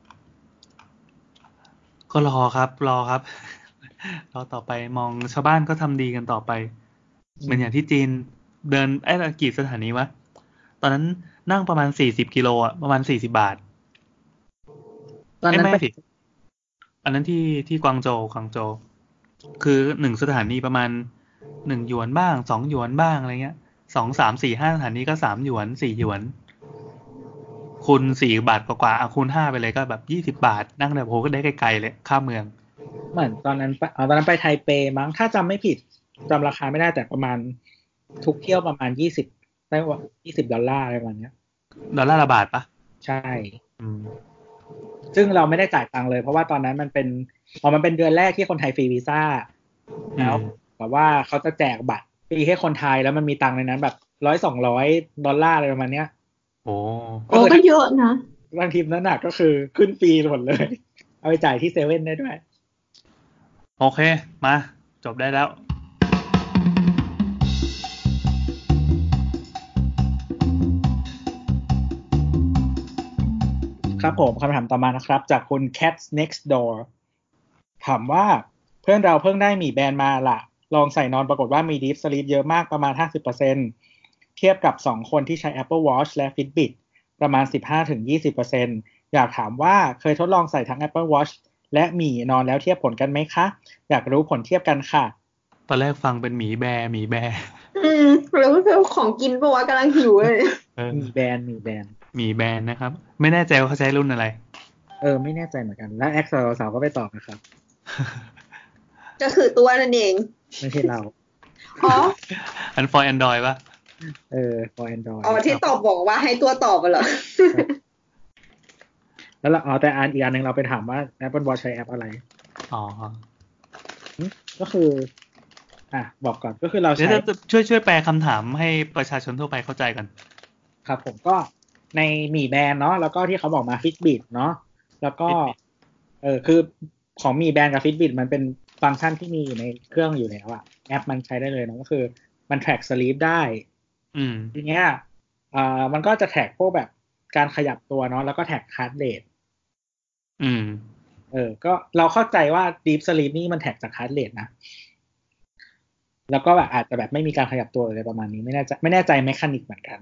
Speaker 3: ก็รอครับรอต่อไปมองชาวบ้านก็ทำดีกันต่อไปเหมือนอย่างที่จีนเดินกี่สถานีวะตอนนั้นนั่งประมาณ40 กิโลอ่ะประมาณ40 บาทตอนนั้นไม่ผิดอันนั้นที่กวางโจวคือ1สถานีประมาณ1หยวนบ้าง2หยวนบ้างอะไรเงี้ย2 3 4 5สถานีก็3หยวน4หยวนคูณ4 บาทกว่าคูณ5ไปเลยก็แบบ20 บาทนั่งแบบโหก็ได้ไกลๆเลยข้ามเมือง
Speaker 2: เหมือนตอนนั้นไปไทเปมั้งถ้าจำไม่ผิดจำราคาไม่ได้แต่ประมาณทุกเที่ยวประมาณ20ได้ว่า$20อะไรประมาณเนี้ย
Speaker 3: ดอลลาร์ละบาทปะ
Speaker 2: ใช่ซึ่งเราไม่ได้จ่ายตังค์เลยเพราะว่าตอนนั้นมันเป็นเดือนแรกที่คนไทยฟรีวีซ่าแล้วแบบว่าเขาจะแจกบัตรฟรีให้คนไทยแล้วมันมีตังค์ในนั้นแบบ$100-200อะไรประมาณเนี้ย
Speaker 4: โอ้ก็เยอะนะ
Speaker 2: บางทีนั้นก็คือขึ้นฟรีหมดเลยเอาไปจ่ายที่เซเว่นได้ด้วย
Speaker 3: โอเคมาจบได้แล้ว
Speaker 2: ครับผมคำถามต่อมานะครับจากคุณ Cats Next Door ถามว่าเพื่อนเราเพิ่งได้หมี่แบนมาล่ะลองใส่นอนปรากฏว่ามี Deep Sleep เยอะมากประมาณ 50% เทียบกับ2คนที่ใช้ Apple Watch และ Fitbit ประมาณ 15-20% อยากถามว่าเคยทดลองใส่ทั้ง Apple Watch และหมี่นอนแล้วเทียบผลกันไหมคะอยากรู้ผลเทียบกันค่ะ
Speaker 3: ตอนแรกฟังเป็นหมีแบ
Speaker 4: แล้วก็คือของกินปะวะกำลังหิวเลย
Speaker 2: หมี่แบน
Speaker 3: นะครับไม่แน่ใจว่าเขาใช้รุ่นอะไร
Speaker 2: ไม่แน่ใจเหมือนกันแล้วแอคสาวก็ไปตอบนะครับ
Speaker 4: ก็คือตัวนั่นเอง
Speaker 2: ไม่ใช่เรา
Speaker 3: อัน for Android ป่ะ
Speaker 2: for Android
Speaker 4: ที่ตอบบอกว่าให้ตัวตอบเหรอ
Speaker 2: แล้วแต่อีกอันนึงเราไปถามว่า Apple Watch ใช้แอปอะไรก็คือบอกก่อนก็คือเราใช้
Speaker 3: ช่วยแปลคำถามให้ประชาชนทั่วไปเข้าใจกัน
Speaker 2: ครับผมก็ในหมี่แบนเนาะแล้วก็ที่เขาบอกมา Fitbit เนาะแล้วก็คือของหมี่แบนกับ Fitbit มันเป็นฟังก์ชันที่มีอยู่ในเครื่องอยู่แล้วแอปมันใช้ได้เลยนะก็คือมัน track sleep ได้ทีเนี้ยมันก็จะ track พวกแบบการขยับตัวเนาะแล้วก็ track heart rate ก็เราเข้าใจว่า deep sleep นี่มัน track จาก heart rate นะแล้วก็แบบอาจจะแบบไม่มีการขยับตัวอะไรประมาณนี้ไม่แน่ใจเมคานิกเหมือนกัน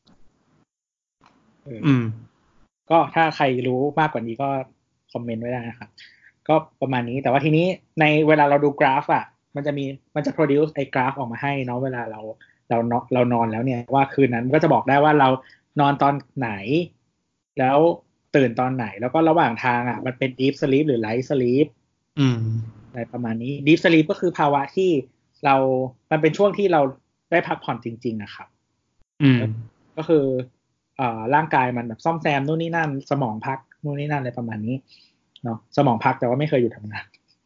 Speaker 2: ก็ถ้าใครรู้มากกว่านี้ก็คอมเมนต์ไว้ได้นะครับก็ประมาณนี้แต่ว่าทีนี้ในเวลาเราดูกราฟมันจะ produce ไอ้กราฟออกมาให้เนาะเวลาเรานอนแล้วเนี่ยว่าคืนนั้นก็จะบอกได้ว่าเรานอนตอนไหนแล้วตื่นตอนไหนแล้วก็ระหว่างทางมันเป็น deep sleep หรือ light sleep อะไรประมาณนี้ deep sleep ก็คือภาวะที่มันเป็นช่วงที่เราได้พักผ่อนจริงๆนะครับก็คือร่างกายมันแบบซ่อมแซมนู่นนี่นั่นสมองพักนู่นนี่นั่นอะไรประมาณนี้เนาะสมองพักแต่ว่าไม่เคยอยู่ทำงาน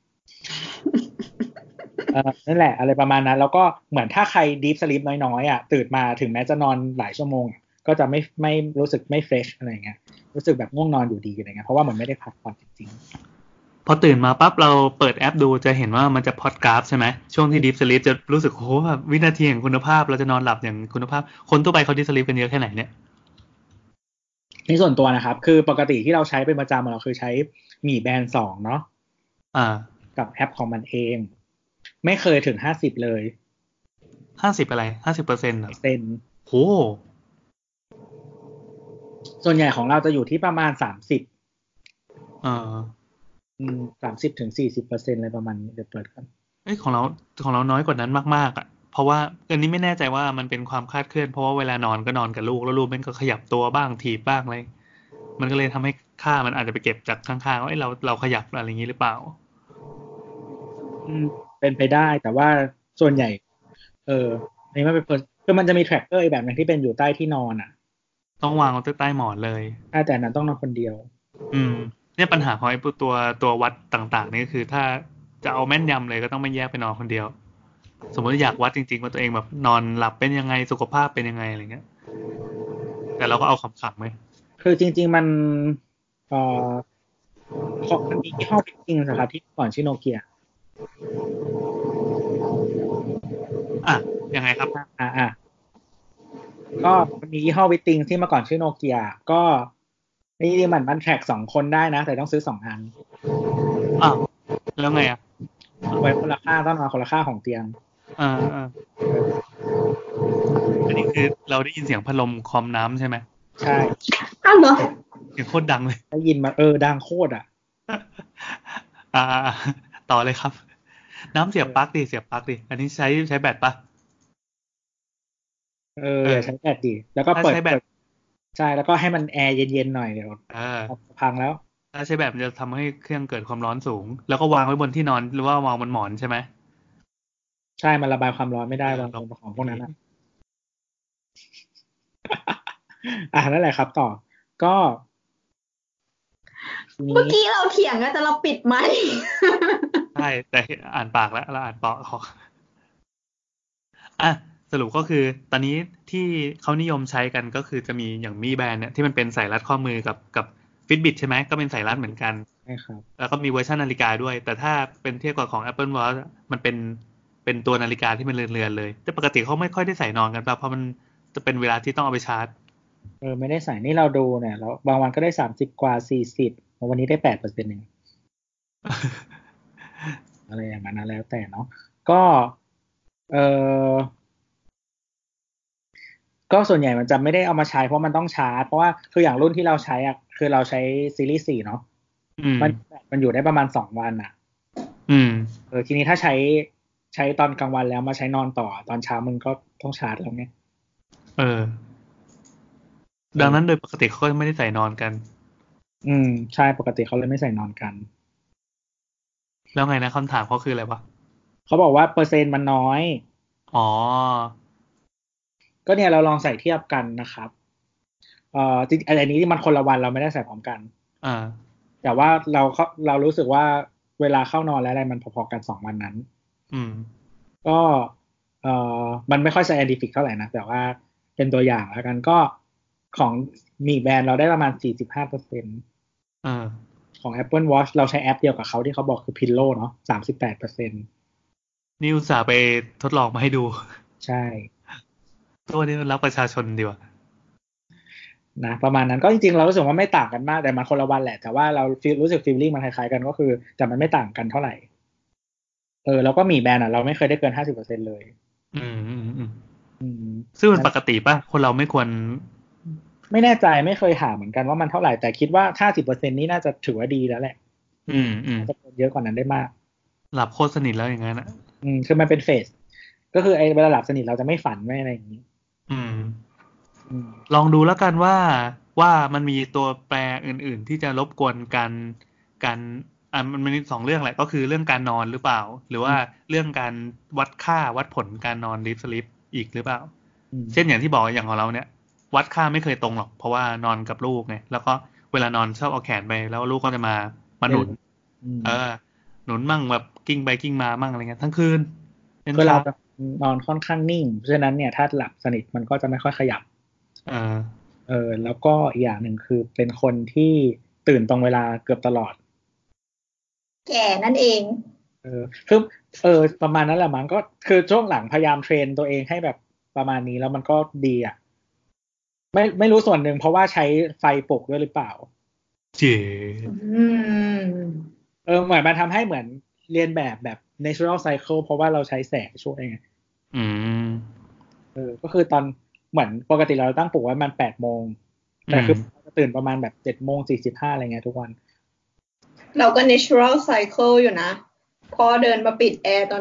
Speaker 2: นั่นแหละอะไรประมาณนั้นแล้วก็เหมือนถ้าใคร deep sleep น้อยๆตื่นมาถึงแม้จะนอนหลายชั่วโมงก็จะไม่รู้สึกไม่ fresh อะไรเงี้ยรู้สึกแบบง่วงนอนอยู่ดีอะไรเงี้ยเพราะว่ามันไม่ได้พักผ่อนจริงๆ
Speaker 3: พอตื่นมาปั๊บเราเปิดแอปดูจะเห็นว่ามันจะพอดกราฟใช่ไหมช่วงที่ deep sleep จะรู้สึกโหแบบวินาทีแห่งคุณภาพเราจะนอนหลับอย่างคุณภาพคนทั่วไปเขา deep sleep กันเยอะแค่ไหนเนี่ย
Speaker 2: ในส่วนตัวนะครับคือปกติที่เราใช้เป็นประจำเราคือใช้หมี่แบน2เนาะกับแอปของมันเองไม่เคยถึง50เลย
Speaker 3: 50อะไร 50% เหรอโห
Speaker 2: ส่วนใหญ่ของเราจะอยู่ที่ประมาณ3030-40%อะไรประมาณนี้เดี๋ยวเปิดกัน
Speaker 3: ของเราน้อยกว่านั้นมากๆเพราะว่าอันนี้ไม่แน่ใจว่ามันเป็นความคลาดเคลื่อนเพราะว่าเวลานอนก็นอนกับลูกแล้วลูกมันก็ขยับตัวบ้างถีบบ้างอะไรมันก็เลยทำให้ค่ามันอาจจะไปเก็บจากข้างๆว่าเราขยับอะไรอย่างนี้หรือเปล่า
Speaker 2: เป็นไปได้แต่ว่าส่วนใหญ่นี่มันเป็นคือมันจะมี tracker อีกแบบนึงที่เป็นอยู่ใต้ที่นอน
Speaker 3: ต้องวางไว้ใต้หมอนเลย
Speaker 2: แต่นั้นต้องนอนคนเดียว
Speaker 3: เนี่ยปัญหาของไอ้ตัววัดต่างๆนี่ก็คือถ้าจะเอาแม่นยำเลยก็ต้องไม่แยกไปนอนคนเดียวสมมติอยากวัดจริงๆว่าตัวเองแบบนอนหลับเป็นยังไงสุขภาพเป็นยังไงอะไรเงี้ยแต่เราก็เอาขำๆไหม
Speaker 2: คือจริงๆมันของมันมียี่ห้อจริงๆนะครับที่ก่อนชื่อโนเกีย
Speaker 3: ยังไงครับ
Speaker 2: ก็มันมียี่ห้อวิตติงที่เมื่อก่อนชื่อโนเกียก็นี่มันแทร็ก2 คนได้นะแต่ต้องซื้อ2 อัน
Speaker 3: แล้วไง
Speaker 2: ไว้คนละค่าต้องมาคนละค่าของเตียง
Speaker 3: อันนี้คือเราได้ยินเสียงพัดลมคอมน้ำใช่ไหม
Speaker 2: ใช่
Speaker 4: เหรอ
Speaker 3: เสียงโคตรดังเลย
Speaker 2: ได้ยินมาดังโคตร
Speaker 3: ต่อเลยครับน้ำเสียบปลั๊กดิอันนี้ใช้แบตปะ
Speaker 2: ใช้แบตดิแล้วก็เปิดใช่แล้วก็ให้มันแอร์เย็นๆหน่อยเดี๋ยวพังแล้ว
Speaker 3: ถ้าใช้แบตมันจะทำให้เครื่องเกิดความร้อนสูงแล้วก็วางไว้บนที่นอนหรือว่าวางบนหมอนใช่ไหม
Speaker 2: ใช่มันระบายความร้อนไม่ได้วางบนของพวกนั้นนั่นแหละครับต่อก็
Speaker 4: เมื่อกี้เราเถียงกันแต่เราปิดไมค์
Speaker 3: ใช่แต่อ่านปากแล้วเราอ่านปากสรุปก็คือตอนนี้ที่เขานิยมใช้กันก็คือจะมีอย่างมีแบรนด์เนี่ยที่มันเป็นสายรัดข้อมือกับFitbit ใช่ไหมก็เป็นสายรัดเหมือนกัน
Speaker 2: ใช่ครับ
Speaker 3: แล้วก็มีเวอร์ชันนาฬิกาด้วยแต่ถ้าเป็นเทียบกับของ Apple Watch มันเป็นตัวนาฬิกาที่มันเรือนๆเลยแต่ปกติเขาไม่ค่อยได้ใส่นอนกันป่ะเพราะมันจะเป็นเวลาที่ต้องเอาไปชาร์จ
Speaker 2: ไม่ได้ใส่นี่เราดูเนี่ยแล้วบางวันก็ได้30 กว่า40วันนี้ได้8%เองอะไรอย่างนั้นแล้วแต่เนาะก็ส่วนใหญ่มันจะไม่ได้เอามาใช้เพราะมันต้องชาร์จเพราะว่าคืออย่างรุ่นที่เราใช้คือเราใช้ซีรีส์4เนาะมันอยู่ได้ประมาณ2 วันทีนี้ถ้าใช้ตอนกลางวันแล้วมาใช้นอนต่อตอนเช้ามึงก็ต้องชาร์จแล้วไง
Speaker 3: ดังนั้นโดยปกติเขาก็ไม่ได้ใส่นอนกัน
Speaker 2: ใช่ปกติเขาเลยไม่ใส่นอนกัน
Speaker 3: แล้วไงนะคำถามเขาคืออะไรวะ
Speaker 2: เขาบอกว่าเปอร์เซ็นต์มันน้อยก็เนี่ยเราลองใส่เทียบกันนะครับจริงอันนี้มันคนละวันเราไม่ได้ใส่พร้อมกันแต่ว่าเรารู้สึกว่าเวลาเข้านอนและอะไรมันพอๆกัน2 วันนั้นก็มันไม่ค่อย scientific เท่าไหร่นะแต่ว่าเป็นตัวอย่างแล้วกันก็ของมีแบรนด์เราได้ประมาณ 45%ของ Apple Watch เราใช้แอปเดียวกับเขาที่เขาบอกคือ Pillow เนาะ 38%
Speaker 3: นี่อุตส่าห์ไปทดลองมาให้ดู
Speaker 2: ใช่
Speaker 3: ตัวนี้มันรับประชาชนดีกว่า
Speaker 2: นะประมาณนั้นก็จริงๆเรารู้สึกว่าไม่ต่างกันมากแต่มันคนละวันแหละแต่ว่าเรารู้สึกฟีลลิ่งมันคล้ายๆกันก็คือแต่มันไม่ต่างกันเท่าไหร่แล้วก็มีแบรนด์เราไม่เคยได้เกิน 50% เลย
Speaker 3: ซึ่งมันปกติป่ะคนเราไม่ควร
Speaker 2: ไม่แน่ใจไม่เคยหาเหมือนกันว่ามันเท่าไหร่แต่คิดว่า 50% นี่น่าจะถือว่าดีแล้วแหละจะเยอะกว่านั้นได้มาก
Speaker 3: หลับโคตรสนิทแล้วอย่างนั้น
Speaker 2: คือมันเป็นเฟสก็คือเวลาหลับสนิทเราจะไม่ฝันไม่อะไรอย่างนี้
Speaker 3: ลองดูแล้วกันว่ามันมีตัวแปรอื่นๆที่จะรบกวนการมันมี2 เรื่องแหละก็คือเรื่องการนอนหรือเปล่าหรือว่าเรื่องการวัดผลการนอนdeep sleepอีกหรือเปล่าเช่นอย่างที่บอกอย่างของเราเนี่ยวัดค่าไม่เคยตรงหรอกเพราะว่านอนกับลูกไงแล้วก็เวลานอนชอบเอาแขนไปแล้วลูกก็จะมาหนุนหนุนมั่งแบบกิ้งไปกิ้งมามั่งอะไรเงี้ยทั้งคืน
Speaker 2: คือเรานอนค่อนข้างนิ่งเพราะฉะนั้นเนี่ยถ้าหลับสนิทมันก็จะไม่ค่อยขยับแล้วก็อีกอย่างหนึ่งคือเป็นคนที่ตื่นตรงเวลาเกือบตลอด
Speaker 4: แก่นั่นเอง
Speaker 2: คือประมาณนั้นแหละมั้งก็คือช่วงหลังพยายามเทรนตัวเองให้แบบประมาณนี้แล้วมันก็ดีอ่ะไม่รู้ส่วนหนึ่งเพราะว่าใช้ไฟปลุกด้วยหรือเปล่าเหมือนมันทำให้เหมือนเรียนแบบ natural cycle เพราะว่าเราใช้แสงช่วยไงก็คือตอนเหมือนปกติเราตั้งปลุกไว้มัน8 โมงแต่คือจะตื่นประมาณแบบ7 โมง 45อะไรเงี้ยทุกวัน
Speaker 4: เราก็ natural cycle อยู่นะพอเดินมาปิดแอร์ตอน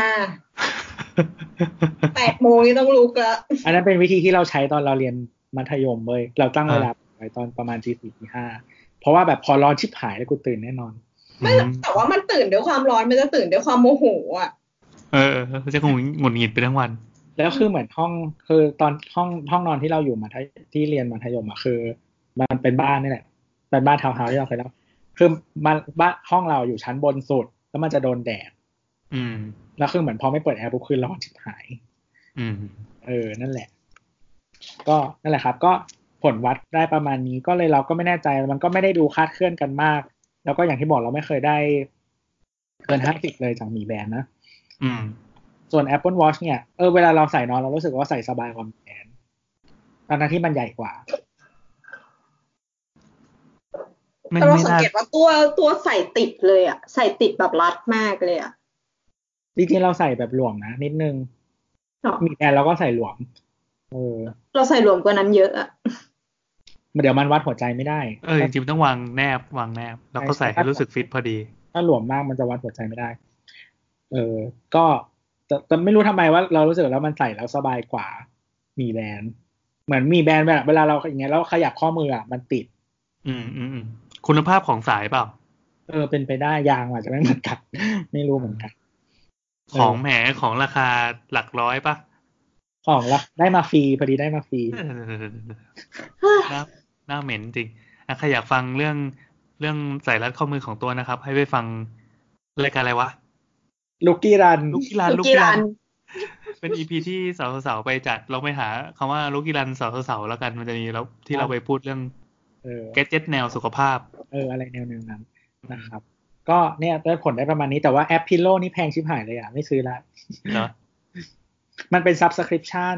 Speaker 4: 5:00 8 โมงนี่ต้องลุกละ
Speaker 2: อันนั้นเป็นวิธีที่เราใช้ตอนเราเรียนมัธยมเลยเราตั้งเวลาไว้ตอนประมาณ 4 ตี 5เพราะว่าแบบพอร้อนชิบหายแล้วกูตื่นแน่นอน
Speaker 4: ไม่แต่ว่ามันตื่นด้วยความร้อนไม่จะตื่นด้วยความโมโหอ่ะ
Speaker 3: จะคงหงุดหงิดไปทั้งวัน
Speaker 2: แล้วคือเหมือนคือตอนห้องนอนที่เราอยู่ที่เรียนมัธยมอ่ะคือมันเป็นบ้านนี่แหละเป็นบ้านทาวน์เฮาส์ที่เราเคยเล่าคือบ้านห้องเราอยู่ชั้นบนสุดแล้วมันจะโดนแดดแล้วคือเหมือนพอไม่เปิดแอร์ปุ๊บคือร้อนชิบหายนั่นแหละก็นั่นแหละครับก็ผลวัดได้ประมาณนี้ก็เลยเราก็ไม่แน่ใจมันก็ไม่ได้ดูคาดเคลื่อนกันมากแล้วก็อย่างที่บอกเราไม่เคยได้เกิน50เลยจากมีแบนนะส่วน Apple Watch เนี่ยเวลาเราใส่นอนเรารู้สึกว่าใส่สบายกว่ามีแบนทั้งที่มันใหญ่กว่า
Speaker 4: แต่เราสังเกตว่าตัวใส่ติดเลยอ่ะใส่ติดแบบรัดมากเลยอ่ะ
Speaker 2: จริงๆเราใส่แบบหลวมนะนิดนึงมีแบนเราก็ใส่หลวม
Speaker 4: เราใส่หลวมกว่านั้นเยอะอ่ะ
Speaker 2: เดี๋ยวมันวัดหัวใจไม่ได้
Speaker 3: จริงๆต้องวางแนบแล้วก็ใส่ให้รู้สึกฟิตพอดี
Speaker 2: ถ้าหลวมมากมันจะวัดหัวใจไม่ได้ก็แต่ไม่รู้ทำไมว่าเรารู้สึกแล้วมันใส่แล้วสบายกว่ามีแบนเหมือนมีแบนแบบเวลาเราอย่างเงี้ยแล้วขยับข้อมืออ่ะมันติด
Speaker 3: คุณภาพของสายเปล่า
Speaker 2: เป็นไปได้ยางอาจจะไม่เหมือนกันไม่รู้เหมือนกัน
Speaker 3: ของแหมของราคาหลักร้อยป่ะ
Speaker 2: ของละได้มาฟรีพอดีได้มาฟรี
Speaker 3: น่าเหม็นจริงใครอยากฟังเรื่องสายรัดข้อมือของตัวนะครับให้ไปฟังรายการอะไรวะ
Speaker 2: ลูกกี้รัน
Speaker 3: เป็น EP ที่สาวๆไปจัดเราไปหาคำว่าลูกกี้รันสาวๆแล้วกันมันจะมีแล้วที่เราไปพูดเรื่องแกดเจ็ตแนวสุขภาพ
Speaker 2: อะไรแนวนึงนั้นนะครับก็เนี่ยได้ผลได้ประมาณนี้แต่ว่าแอป Pillow นี่แพงชิบหายเลยอ่ะไม่ซื้อละ
Speaker 3: เนาะ
Speaker 2: มันเป็น Subscription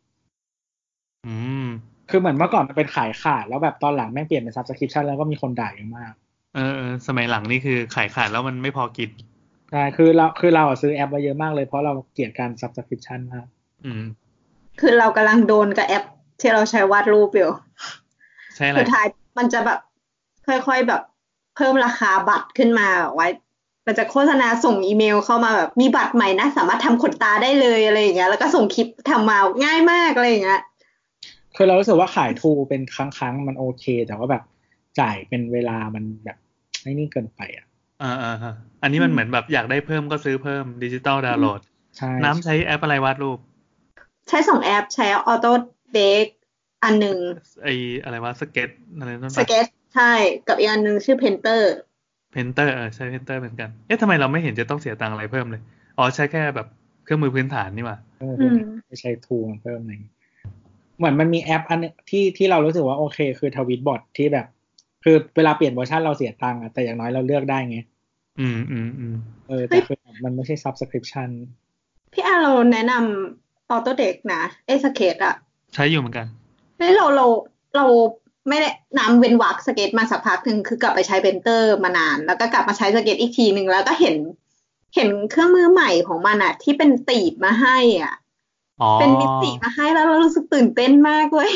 Speaker 2: คือเหมือนเมื่อก่อนมันเป็นขายขาดแล้วแบบตอนหลังแม่งเปลี่ยนเป็น Subscription แล้วก็มีคนด่าเยอะมาก
Speaker 3: สมัยหลังนี่คือขายขาดแล้วมันไม่พอกิน
Speaker 2: ใช่คือเราซื้อแอปมาเยอะมากเลยเพราะเราเกลียดการ Subscription มาก
Speaker 4: คือเรากำลังโดนกับแอปที่เราใช้วาดรูปอยู่
Speaker 3: ใช่เลย
Speaker 4: สุดท้ายมันจะแบบค่อยๆแบบเพิ่มราคาบัตรขึ้นมาไว้มันจะโฆษณาส่งอีเมลเข้ามาแบบมีบัตรใหม่นะสามารถทำขนตาได้เลยอะไรอย่างเงี้ยแล้วก็ส่งคลิปทำมาง่ายมากอะไรอย่างเงี้ย
Speaker 2: คือเรารู้สึกว่าขายทูเป็นครั้งมันโอเคแต่ว่าแบบจ่ายเป็นเวลามันแบบไม่นี่เกินไปอ่ะ
Speaker 3: อันนี้มันเหมือนแบบอยากได้เพิ่มก็ซื้อเพิ่มดิจิตอลดาวน์โหลดน้ำใช้แอปอะไรวาดรูป
Speaker 4: ใช้2แอปใช้ออโต้เบคอันนึง
Speaker 3: อะไรวะสเก็ตอะไรนั่น
Speaker 4: สเก็ตใช่กับอีกอันนึงชื่อเพนเตอร์
Speaker 3: ใช้เพนเตอร์เหมือนกันทำไมเราไม่เห็นจะต้องเสียตังค์อะไรเพิ่มเลยใช้แค่แบบเครื่องมือพื้นฐานนี่หว่า
Speaker 2: ไม่ใช้ทูมันเพิ่มอะไรเหมือนมันมีแอปอันที่เรารู้สึกว่าโอเคคือทวิตบอทที่แบบคือเวลาเปลี่ยนเวอร์ชันเราเสียตังค์แต่อย่างน้อยเราเลือกได้ไงแต่คือมันไม่ใช่ subscription
Speaker 4: พี่อาเราแนะนำ Autodesk นะสเก็ตอะ
Speaker 3: ใช้อยู่เหมือนกัน
Speaker 4: เราไม่ได้น้ำเว้นวรรคสเก็ตมาสักพักนึงคือกลับไปใช้เพนเตอร์มานานแล้วก็กลับมาใช้สเก็ตอีกทีนึงแล้วก็เห็นเครื่องมือใหม่ของมันอะที่เป็นตีบมาให้อ่ะเป็นมิติมาให้แล้วเรารู้สึกตื่นเต้นมากเลย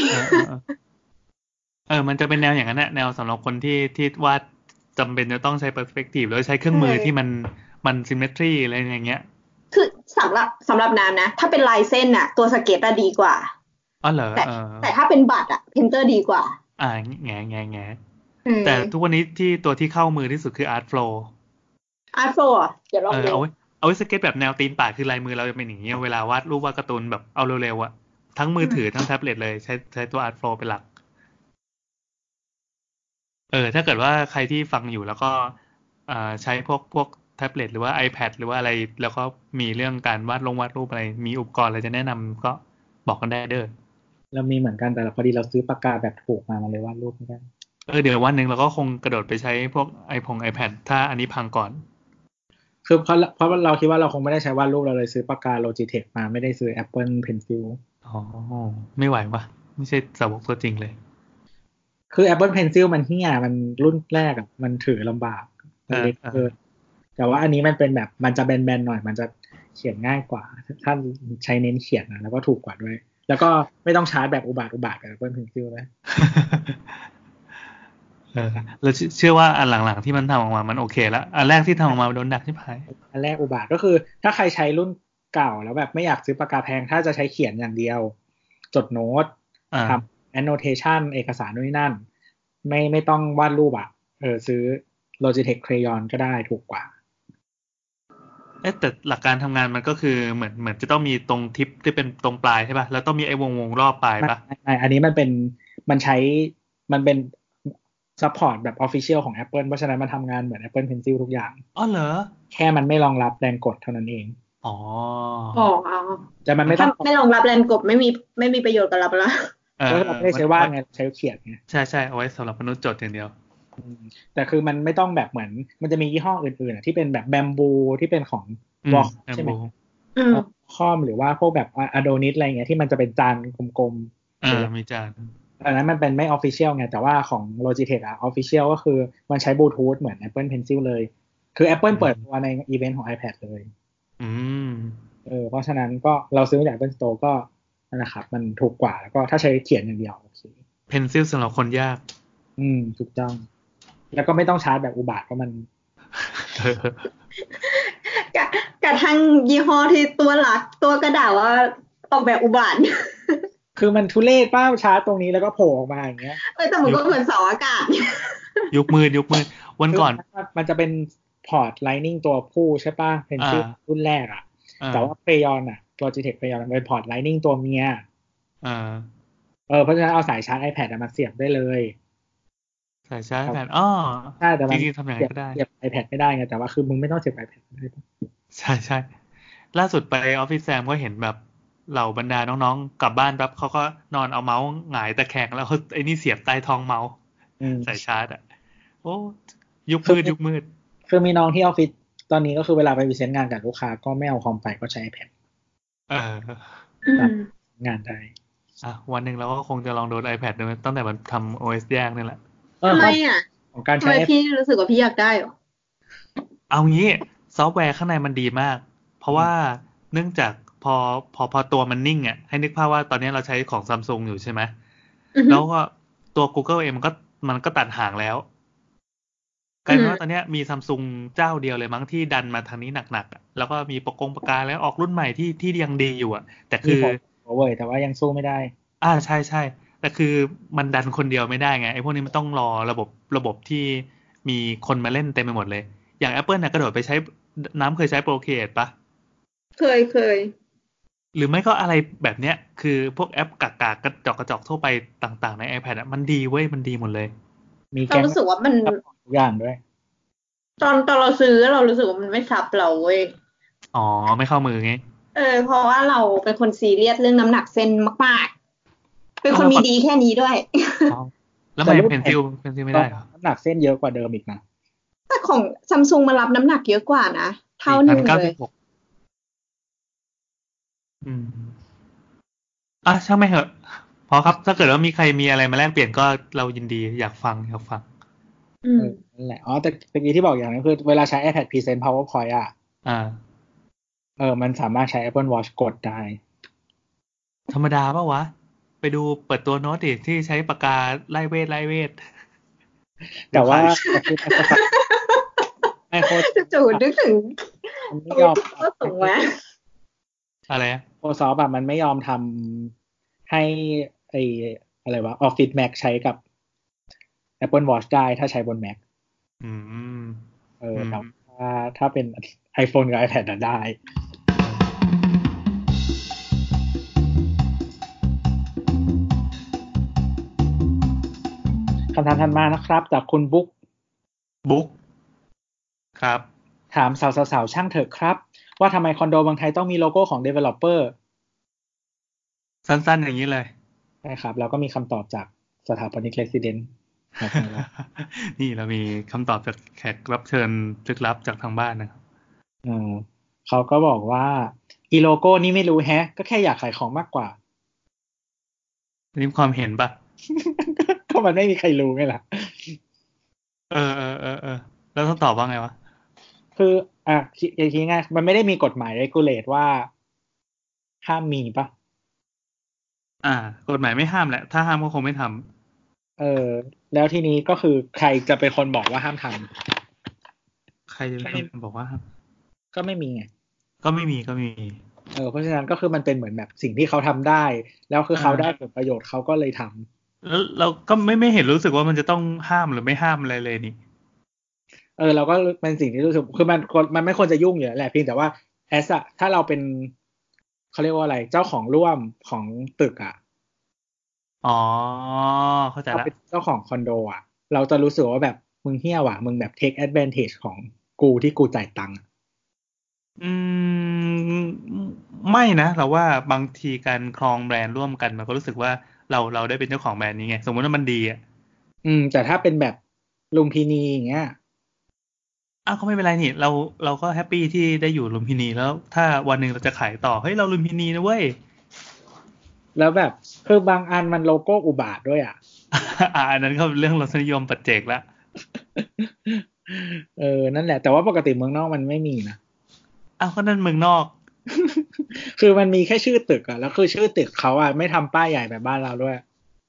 Speaker 3: มันจะเป็นแนวอย่างนั้นแหละแนวสำหรับคนที่วาดจำเป็นจะต้องใช้ perspective แล้วใช้เครื่องมือที่มัน symmetry อะไรอย่างเงี้ย
Speaker 4: คือสำหรับน้ำนะถ้าเป็นลายเส้นน่ะตัวสเก็ตดีกว่า
Speaker 3: เหรอ
Speaker 4: แต่ถ้าเป็นบัตรเพนเตอร์ดีกว่า
Speaker 3: แง่แต่ทุกวันนี้ที่เข้ามือที่สุดคือ Art Flow
Speaker 4: เดี๋ยวลองดู
Speaker 3: เอาไว้สเก็ตแบบแนวตีนป่าคือลายมือเราจะเป็นอย่างนี้เวลาวาดรูปวาดการ์ตูนแบบเอาเร็วๆอะทั้งมือถือทั้งแท็บเล็ตเลยใช้ตัว Art Flow เป็นหลักถ้าเกิดว่าใครที่ฟังอยู่แล้วก็ใช้พวกแท็บเล็ตหรือว่า iPad หรือว่าอะไรแล้วก็มีเรื่องการวาดรูปอะไรมีอุปกรณ์อะไรจะแนะนำก็บอกกันได้เด้อ
Speaker 2: เรามีเหมือนกันแต่พอดีเราซื้อปากกาแบบถูกมาเลยวาดรูปไม่ได้
Speaker 3: เดี๋ยววันนึงเราก็คงกระโดดไปใช้พวก iPad ถ้าอันนี้พังก่อน
Speaker 2: คือเพราะเราคิดว่าเราคงไม่ได้ใช้วาดรูปเราเลยซื้อปากกา Logitech มาไม่ได้ซื้อ Apple Pencil
Speaker 3: ไม่ไหววะไม่ใช่สาวกตัวจริงเลย
Speaker 2: คือ Apple Pencil มันเหี้ยมันรุ่นแรกอ่ะมันถือลำบากมันเล็กเกินแต่ว่าอันนี้มันเป็นแบบมันจะแบนๆหน่อยมันจะเขียนง่ายกว่าถ้าใช้เน้นเขียนนะแล้วก็ถูกกว่าด้วยแล้วก็ไม่ต้องชาร์จแบบอุบาทกับ Apple Pencil นะ
Speaker 3: เราเชื่อว่าอันหลังๆที่มันทำออกมามันโอเคแล้วอันแรกที่ทำออกมาโดนดักที่พาย
Speaker 2: อันแรกอุบาทก็คือถ้าใครใช้รุ่นเก่าแล้วแบบไม่อยากซื้อปากกาแพงถ้าจะใช้เขียนอย่างเดียวจดโน้ตทำ annotation เอกสารนู่นนี่นั่นไม่ต้องวาดรูปซื้อ Logitech Crayon ก็ได้ถูกกว่า
Speaker 3: แต่หลักการทำงานมันก็คือเหมือนจะต้องมีตรงทิปที่เป็นตรงปลายใช่ป่ะแล้วต้องมีไอ้วงรอบปลายป่ะ
Speaker 2: อันนี้มันเป็นsupport แบบ official ของ Apple เพราะฉะนั้นมันทำงานเหมือน Apple Pencil ทุกอย่าง
Speaker 3: เหรอ
Speaker 2: แค่มันไม่รองรับแรงกดเท่านั้นเอง
Speaker 3: อ๋อ
Speaker 2: แต่มันไม่ต้อง
Speaker 4: ไม่รองรับแรงกดไม่มีประโยชน์กับเราแล้ว
Speaker 2: เพราะเราไม่ได้ใช้วาดไงใช้เขียนไง
Speaker 3: ใช่เอาไว้สำหรับมนุษย์จดอย่างเดียว
Speaker 2: แต่คือมันไม่ต้องแบบเหมือนมันจะมียี่ห้ออื่นๆที่เป็นแบบแบมบูที่เป็นของวอลใช่ไหมคอมหรือว่าพวกแบบอะโดนิสอะไรเงี้ยที่มันจะเป็นจานกลม
Speaker 3: ๆมีจาน
Speaker 2: อันนั้นมันเป็นไม่ official ไงแต่ว่าของ Logitech อ่ะ official ก็คือมันใช้บลูทูธเหมือน Apple Pencil เลยคือ Apple เปิดตัวในอีเวนต์ของ iPad เลยเพราะฉะนั้นก็เราซื้อจาก Apple Store ก็นะครับมันถูกกว่าแล้วก็ถ้าใช้เขียนอย่างเดียวโอเค
Speaker 3: Pencil สำหรับคนยาก
Speaker 2: ถูกต้องแล้วก็ไม่ต้องชาร์จแบบอุบาทเพราะมัน
Speaker 4: กระทั่งยี่ห้อที่ตัวหลักตัวกระดาษว่าออกแบบอุบาท
Speaker 2: คือมันทุเรศป้าชาร์จตรงนี้แล้วก็โผล่ออกมาอย่างเงี้ย
Speaker 4: แต่มันก็เหมือนเสาอากาศ
Speaker 3: ยุคมืดวันก่อน
Speaker 2: มันจะเป็นพอร์ตไลนิ่งตัวผู้ใช่ป่ะเป็นชื่อรุ่นแรกอ่ะแต่ว่า Crayon อ่ะ Logitech Crayon เป็นพอร์ตไลนิ่งตัวเมียเพราะฉะนั้นเอาสายชาร์จ iPad มาเสียบได้เลย
Speaker 3: สายชาร์จ iPad
Speaker 2: ใช่แต่มัน
Speaker 3: จริงๆทำอย่างนั้นก็ได้
Speaker 2: เสียบ iPad ไม่ได้ไงแต่ว่าคือมึงไม่ต้องเสียบ iPad ได้ป่ะ
Speaker 3: ใช่ล่าสุดไปออฟฟิศแซมก็เห็นแบบเหล่าบรรดาน้องๆกลับบ้านปั๊บเขาก็นอนเอาเมาส์หงายตะแคงแล้วไอ้นี่เสียบใต้ท้องเมาส์ใส่ชาร์จโอ้ยุคมืด
Speaker 2: คือมีน้องที่ออฟฟิศตอนนี้ก็คือเวลาไปพรีเซนต์งานกับลูกค้าก็ไม่เอาคอมไปก็ใช้ iPad งานได้
Speaker 3: วันหนึ่งเราก็คงจะลองโดน iPad ดูตั้งแต่มันทำ OS แยกนี่แหละ
Speaker 4: ทำไมของการใช้พี่รู้สึกว่าพี่อยากได้หรอ
Speaker 3: เอางี้ซอฟต์แวร์ข้างในมันดีมากเพราะว่าเนื่องจากพอตัวมันนิ่งให้นึกภาพว่าตอนนี้เราใช้ของ Samsung อยู่ใช่ไหมแล้วก็ตัว Google เองมันก็ตัดห่างแล้วกลายเป็นว่าตอนนี้มี Samsung เจ้าเดียวเลยมั้งที่ดันมาทางนี้หนักๆแล้วก็มีปากกาแล้วออกรุ่นใหม่ที่ยังดีอยู่แต่คือ
Speaker 2: แต่ว่ายังสู้ไม่ได้
Speaker 3: ใช่แต่คือมันดันคนเดียวไม่ได้ไงไอ้พวกนี้มันต้องรอระบบที่มีคนมาเล่นเต็มไปหมดเลยอย่าง Apple กระโดดไปใช้น้ำเคยใช้ Procreate ปะ
Speaker 4: เคย
Speaker 3: หรือไม่ก็อะไรแบบเนี้ยคือพวกแอปกากๆกระจอกทั่วไปต่างๆใน iPad มันดีเว้ยมันดีหมดเลย
Speaker 2: มี
Speaker 4: เรารู้สึกว่ามัน
Speaker 2: ทุกอย่างด้วย
Speaker 4: ตอนเราซื้อเรารู้สึกว่ามันไม่ซับเราเว้ย
Speaker 3: ไม่เข้ามือไง
Speaker 4: เพราะว่าเราเป็นคนซีเรียสเรื่องน้ำหนักเส้นมากๆเป็นคนมีดีแค่นี้ด้วย
Speaker 3: แล้วทำไมเพนซิลไม่ได้
Speaker 2: น้ำหนักเส้นเยอะกว่าเดิมอีกนะ
Speaker 4: แต่ของ Samsung มารับน้ำหนักเยอะกว่านะเท่านึงเลย
Speaker 3: ช่างไม่เหอะพอครับถ้าเกิดว่ามีใครมีอะไรมาแลกเปลี่ยนก็เรายินดีอยากฟัง
Speaker 2: นั่นแหละแต่เมื่อกี้ที่บอกอย่างนั้นคือเวลาใช้ iPad Present PowerPoint มันสามารถใช้ Apple Watch กดได้
Speaker 3: ธรรมดาป่ะวะไปดูเปิดตัวโน้ตดิที่ใช้ปากกาไล่เวท
Speaker 2: แต่ว่า
Speaker 4: ไอโคตรจู่นึกถึง
Speaker 2: ไม่ยอม
Speaker 4: ส่งมา
Speaker 3: อะไร
Speaker 2: Microsoft มันไม่ยอมทำให้อะไรวะ Office Mac ใช้กับ Apple Watch ได้ถ้าใช้บน Mac แต่ถ้าเป็น iPhone กับ iPad ได้คำถามถัดมานะครับจากคุณบุ๊ก
Speaker 3: ครับ
Speaker 2: ถามสาวๆช่างเถอะครับว่าทำไมคอนโดบางไทยต้องมีโลโก้ของ developer
Speaker 3: สั้นๆอย่างนี้เลย
Speaker 2: ใช่ครับแล้วก็มีคำตอบจากสถาปนิกเรสซิเดนต์
Speaker 3: นี่เรามีคำตอบจากแขกรับเชิญลึกลับจากทางบ้านนะครับ
Speaker 2: เขาก็บอกว่าอีโลโก้นี่ไม่รู้แฮะก็แค่อยากขายของมากกว่า
Speaker 3: นี่ความเห็นปะ
Speaker 2: ก็มันไม่มีใครรู้ไงล่ะ
Speaker 3: แล้วต้องตอบว่าไงวะ
Speaker 2: คือคิดง่ายมันไม่ได้มีกฎหมายregulateว่าห้ามมีปะ
Speaker 3: กฎหมายไม่ห้ามแหละถ้าห้ามก็คงไม่ท
Speaker 2: ำแล้วทีนี้ก็คือใครจะเป็นคนบอกว่าห้ามท
Speaker 3: ำใครจะเป็นคนบอกว่าห้าม
Speaker 2: ก็ไม่มีไง
Speaker 3: ก็ไม่มี
Speaker 2: เพราะฉะนั้นก็คือมันเป็นเหมือนแบบสิ่งที่เขาทำได้แล้วคือเขาได้ผลประโยชน์เขาก็เลยทำ
Speaker 3: แล้วเราก็ไม่เห็นรู้สึกว่ามันจะต้องห้ามหรือไม่ห้ามอะไรเลยนี่
Speaker 2: เราก็เป็นสิ่งที่รู้สึกคือมันไม่ควรจะยุ่งอยู่แหละเพียงแต่ว่าถ้าเราเป็นเขาเรียกว่าอะไรเจ้าของร่วมของตึก
Speaker 3: เข้าใจละ
Speaker 2: เป็นเจ้าของคอนโดเราจะรู้สึกว่าแบบมึงเหี้ยว่ะมึงแบบ take advantage ของกูที่กูจ่ายตังค์
Speaker 3: ไม่นะเราว่าบางทีการครองแบรนด์ร่วมกันมันก็รู้สึกว่าเราได้เป็นเจ้าของแบรนด์นี้ไงสมมติว่ามันดีอ่ะ
Speaker 2: แต่ถ้าเป็นแบบลุมพินีอย่างเงี้ย
Speaker 3: ก็ไม่เป็นไรนี่เราก็แฮปปี้ที่ได้อยู่ลุมพินีแล้วถ้าวันหนึ่งเราจะขายต่อเฮ้ยเราลุมพินีนะเว้ย
Speaker 2: แล้วแบบคือบางอันมันโลโก้อุบาทด้วย
Speaker 3: อันนั้นก็เรื่องรสนิยมปัจเจกละ
Speaker 2: นั่นแหละแต่ว่าปกติเมืองนอกมันไม่มีนะ
Speaker 3: ก็นั่นเมืองนอก
Speaker 2: คือมันมีแค่ชื่อตึกแล้วคือชื่อตึกเขาไม่ทำป้ายใหญ่แบบบ้านเราด้วย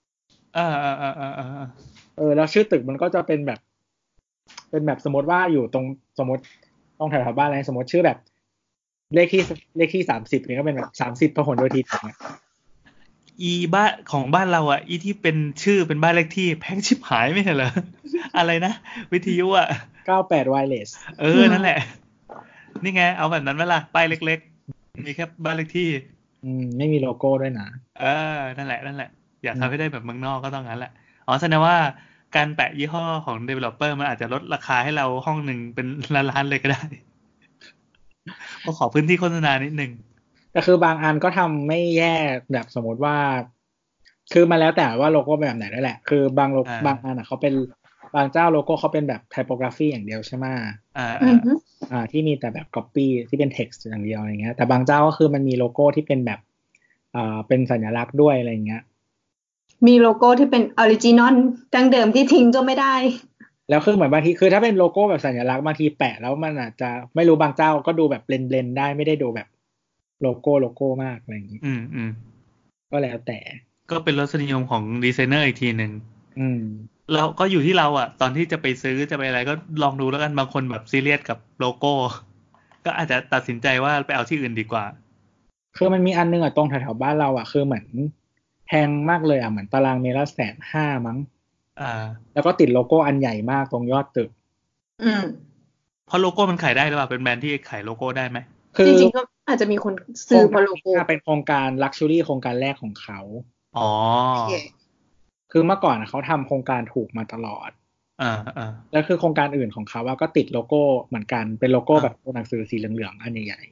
Speaker 2: แล้วชื่อตึกมันก็จะเป็นแบบสมมติว่าอยู่ตรงสมมติตรงแถวๆบ้านอะไรสมมติชื่อแบบเลขที่30นี่ก็เป็นแบบ30พหลโยธินอย่างเงี้ย
Speaker 3: บ้านของบ้านเราอีที่เป็นชื่อเป็นบ้านเลขที่แพงชิบหายไม่ใช่เหรออะไรนะวิทยุ
Speaker 2: 98 wireless
Speaker 3: นั่นแหละนี่ไงเอาแบบนั้นไหมล่ะป้ายเล็กๆมีแค่บ้านเลขที่
Speaker 2: ไม่มีโลโก้ด้วยนะ
Speaker 3: นั่นแหละอยากทำให้ได้แบบเมืองนอกก็ต้องงั้นแหละแสดงว่าการแปะยี่ห้อของ developer มันอาจจะลดราคาให้เราห้องหนึ่งเป็นล้านๆเลยก็ได้ก็ขอพื้นที่โฆษณานิดนึง
Speaker 2: แต่คือบางอันก็ทำไม่แย่แบบสมมติว่าคือมาแล้วแต่ว่าโลโก้แบบไหนนั่นแหละคือบางอันเขาเป็นบางเจ้าโลโก้เขาเป็นแบบ typography อย่างเดียวใช่ไหมที่มีแต่แบบ copy ที่เป็น text อย่างเดียวอะไรเงี้ยแต่บางเจ้าก็คือมันมีโลโก้ที่เป็นแบบเป็นสัญลักษณ์ด้วยอะไรเงี้ย
Speaker 4: มีโลโก้ที่เป็นออริจินอลดั้งเดิมที่ทิ้งก็ไม่ได้
Speaker 2: แล้วคือเหมือนบางทีคือถ้าเป็นโลโก้แบบสัญลักษณ์บางทีแปะแล้วมันอาจจะไม่รู้บางเจ้าก็ดูแบบเบลนได้ไม่ได้ดูแบบโลโก้มากอะไรอย่างนี้ก็แล้วแต่
Speaker 3: ก็เป็นรสนิยมของดีไซเนอร์อีกทีหนึ่งแล้วก็อยู่ที่เราตอนที่จะไปซื้อจะไปอะไรก็ลองดูแล้วกันบางคนแบบซีเรียสกับโลโก้ก็อาจจะตัดสินใจว่าไปเอาที่อื่นดีกว่า
Speaker 2: คือมันมีอันนึงตรงแถวๆบ้านเราคือเหมือนแพงมากเลยเหมือนตารางเมตรละ150,000มั้งแล้วก็ติดโลโก้อันใหญ่มากตรงยอดตึก
Speaker 3: เพราะโลโก้มันขายได้หรือเปล่าเป็นแบรนด์ที่ขายโลโก้ได้ไหม
Speaker 4: จริงๆก็อาจจะมีคนซื้อเพราะโลโก้
Speaker 2: เป็นโครงการลักชัวรี่โครงการแรกของเขา
Speaker 3: okay.
Speaker 2: คือเมื่อก่อนเขาทำโครงการถูกมาตลอดแล้วคือโครงการอื่นของเขาก็ติดโลโก้เหมือนกันเป็นโลโก้แบบตัวหนังสือสีเหลืองๆอันใหญ่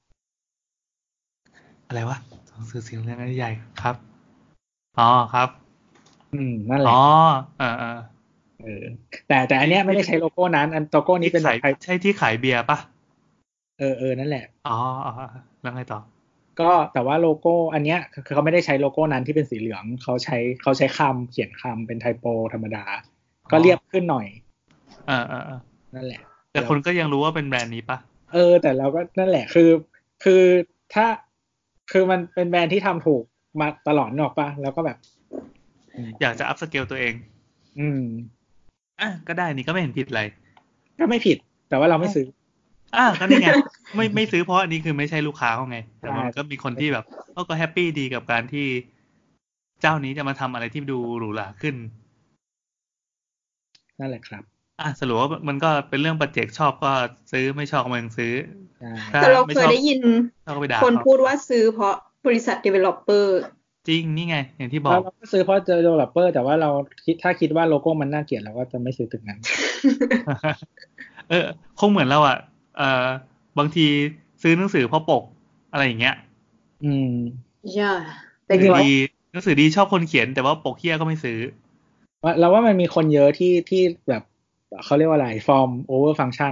Speaker 3: ๆอะไรวะหนังสือสีเหลืองอันใหญ่ครับครับ
Speaker 2: นั่นแหละแต่อันเนี้ยไม่ได้ใช้โลโก้นั้นอันโลโก้นี้เป็นแบบ
Speaker 3: ใช่ที่ขายเบียร์ปะ
Speaker 2: นั่นแหละ
Speaker 3: แล้วไงต่อ
Speaker 2: ก็แต่ว่าโลโก้อันเนี้ยคือเขาไม่ได้ใช้โลโก้นั้นที่เป็นสีเหลืองเขาใช้คำเขียนคำเป็นไทโปธรรมดาก็เรียบขึ้นหน่อยนั่นแหละ
Speaker 3: แต่คนก็ยังรู้ว่าเป็นแบรนด์นี้ปะ
Speaker 2: แต่เราก็นั่นแหละคือถ้าคือมันเป็นแบรนด์ที่ทำถูกมาตลอดนอกปะแล้วก็แบบ
Speaker 3: อยากจะอัพสเกลตัวเองก็ได้นี่ก็ไม่เห็นผิดอะไร
Speaker 2: ก็ไม่ผิดแต่ว่าเราไม่ซื้อ
Speaker 3: ก็นี่ไงไม่ซื้อเพราะอันนี้คือไม่ใช่ลูกค้าเขาไงแต่มันก็มีคนที่แบบก็แฮปปี้ดีกับการที่เจ้านี้จะมาทำอะไรที่ดูหรูหราขึ้น
Speaker 2: นั่นแหละครับ
Speaker 3: สรุปว่ามันก็เป็นเรื่องปัจเจกชอบก็ซื้อไม่ชอบก็ไม่ต้องซื้อ
Speaker 4: แต่เราเคยได้ยินคนพูดว่าซื้อเพราะบริษัท developer
Speaker 3: จริงนี่ไงอย่างที่บอก
Speaker 2: เราก็ซื้อเพราะเจอ developer แต่ว่าเราถ้าคิดว่าโลโก้มันน่าเกลียดเราก็จะไม่ซื้อตึกนั้น
Speaker 3: คงเหมือนเราบางทีซื้อหนังสือเพราะปกอะไรอย่างเงี้ย
Speaker 4: แต่
Speaker 3: ดีหนังสือดีชอบคนเขียนแต่ว่าปกเหี้ยก็ไม่ซื้อ
Speaker 2: เราว่ามันมีคนเยอะที่แบบเขาเรียกว่าอะไร form over function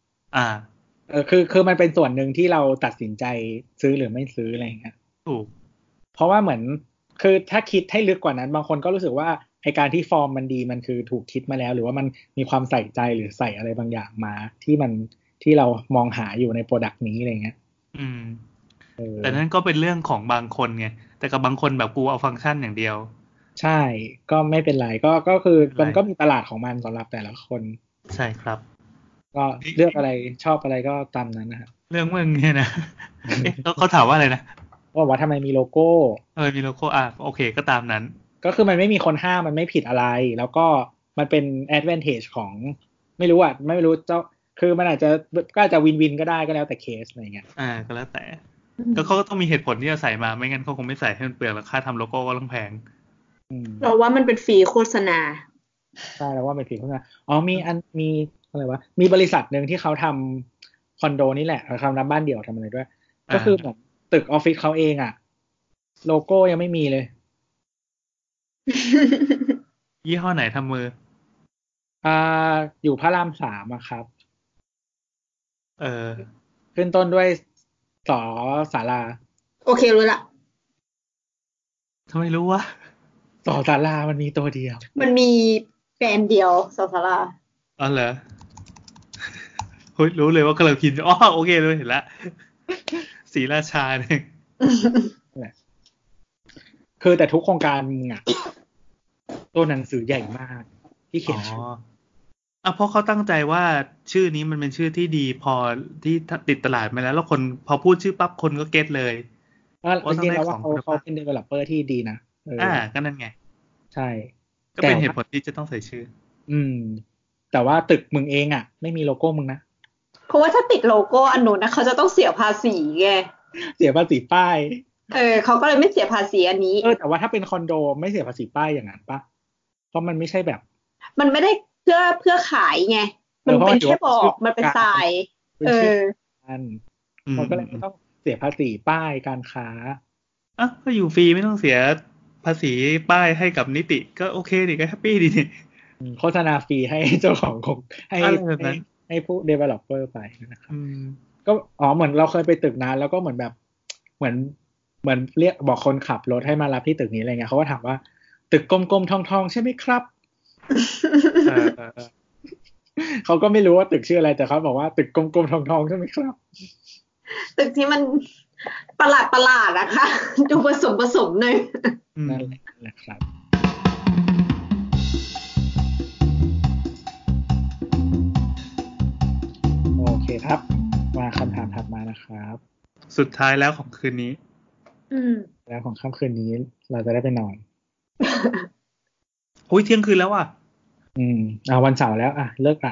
Speaker 2: คือมันเป็นส่วนหนึ่งที่เราตัดสินใจซื้อหรือไม่ซื้ออะไรอย่างเงี้ย
Speaker 3: ถูก
Speaker 2: เพราะว่าเหมือนคือถ้าคิดให้ลึกกว่านั้นบางคนก็รู้สึกว่าไอการที่ฟอร์มมันดีมันคือถูกคิดมาแล้วหรือว่ามันมีความใส่ใจหรือใส่อะไรบางอย่างมาที่เรามองหาอยู่ในโปรดักต์นี้อะไรเงี้ย
Speaker 3: แต่นั้นก็เป็นเรื่องของบางคนไงแต่กับบางคนแบบกูเอาฟังก์ชันอย่างเดียว
Speaker 2: ใช่ก็ไม่เป็นไรก็คือมันก็มีตลาดของมันสำหรับแต่ละคน
Speaker 3: ใช่ครับ
Speaker 2: ก็เลือกอะไรชอบอะไรก็ตามนั้นนะครับ
Speaker 3: เรื่องมึงเนี่ยนะเขาถามว่าอะไรนะ
Speaker 2: ว่าทำไมมีโลโก้
Speaker 3: มีโลโก้โอเคก็ตามนั้น
Speaker 2: ก็คือมันไม่มีคนห้ามมันไม่ผิดอะไรแล้วก็มันเป็น advantage ของไม่รู้ไม่รู้เจ้าคือมันอาจจะวินก็ได้ก็แล้วแต่เคสอะไรเงี้ย
Speaker 3: ก็แล้วแต่ก็เขาก็ต้องมีเหตุผลที่จะใส่มาไม่งั้นเขาคงไม่ใส่ให้มันเปลืองแล้วค่าทำโลโก้ก็ต้องแพง
Speaker 4: เราว่ามันเป็นฟรีโฆษณา
Speaker 2: ใช่แล้วว่าเป็นฟรีโฆษณามีอะไรวะมีบริษัทหนึ่งที่เขาทำคอนโดนี่แหละเขาทำบ้านเดี่ยวทำอะไรด้วยก็คือแบบตึกออฟฟิศเขาเองโลโก้ยังไม่มีเลย
Speaker 3: ยี่ห้อไหนทำมือ
Speaker 2: อยู่พระราม3อะครับขึ้นต้นด้วยสอศาลา
Speaker 4: โอเครู้ละ
Speaker 3: ทำไมรู้วะ
Speaker 2: สอศาลามันมีตัวเดียว
Speaker 4: มันมีแบรนด์เดียวสอศาลา
Speaker 3: อ๋อเหรอเฮ้ยรู้เลยว่ากำลังพิมพ์อ๋อโอเคเลยเห็นละศรีราชาเนี่ย
Speaker 2: คือแต่ทุกโครงการมึงอะตัวหนังสือใหญ่มากที่เขียนชื่
Speaker 3: อเพราะเขาตั้งใจว่าชื่อนี้มันเป็นชื่อที่ดีพอที่ติดตลาดมาแล้วคนพอพูดชื่อปั๊บคนก็เก็ตเลย
Speaker 2: ว่าจริงๆแล้วว่าเขาเป็น developer ที่ดีนะ
Speaker 3: ก็นั่นไง
Speaker 2: ใช่
Speaker 3: ก็เป็นเหตุผลที่จะต้องใส่ชื่อ
Speaker 2: แต่ว่าตึกมึงเองอ่ะไม่มีโลโก้มึงนะ
Speaker 4: เพราะว่าถ้าติดโลโก้อันนู้นนะเขาจะต้องเสียภาษีไง
Speaker 2: เสียภาษีป้าย
Speaker 4: เขาก็เลยไม่เสียภาษีอันนี้
Speaker 2: แต่ว่าถ้าเป็นคอนโดไม่เสียภาษีป้ายอย่างนั้นปะเพราะมันไม่ใช่แบบ
Speaker 4: มันไม่ได้เพื่อขายไงมันเป็นแค่บอกมันเป็นทราย
Speaker 2: มันก็เลยไม่ต้องเสียภาษีป้ายการค้า
Speaker 3: ก็อยู่ฟรีไม่ต้องเสียภาษีป้ายให้กับนิติก็โอเคดิก็แฮปปี้ดีนี่
Speaker 2: โฆษณาฟรีให้เจ้าของให้ผู้ developer ไปนะครับก็เหมือนเราเคยไปตึกนั้นแล้วก็เหมือนแบบเหมือนเรียกบอกคนขับรถให้มารับที่ตึกนี้อะไรเงี้ยเขาก็ถามว่าตึกกลมๆทองๆใช่ไหมครับเขาก็ไม่รู้ว่าตึกชื่ออะไรแต่เขาบอกว่าตึกกลมๆทองๆใช่ไหมครับ
Speaker 4: ตึกที่มันประหลาดนะคะดูผสมหน่อย
Speaker 2: นั่นแหละครับโอเคครับมาคำถามถัดมานะครับ
Speaker 3: สุดท้ายแล้วของคืนนี้
Speaker 2: แล้วของค่ำคืนนี้เราจะได้ไปนอน
Speaker 3: โอ้ยเที่ยงคืนแล้วอ่ะ
Speaker 2: วันเสาร์แล้วเลิก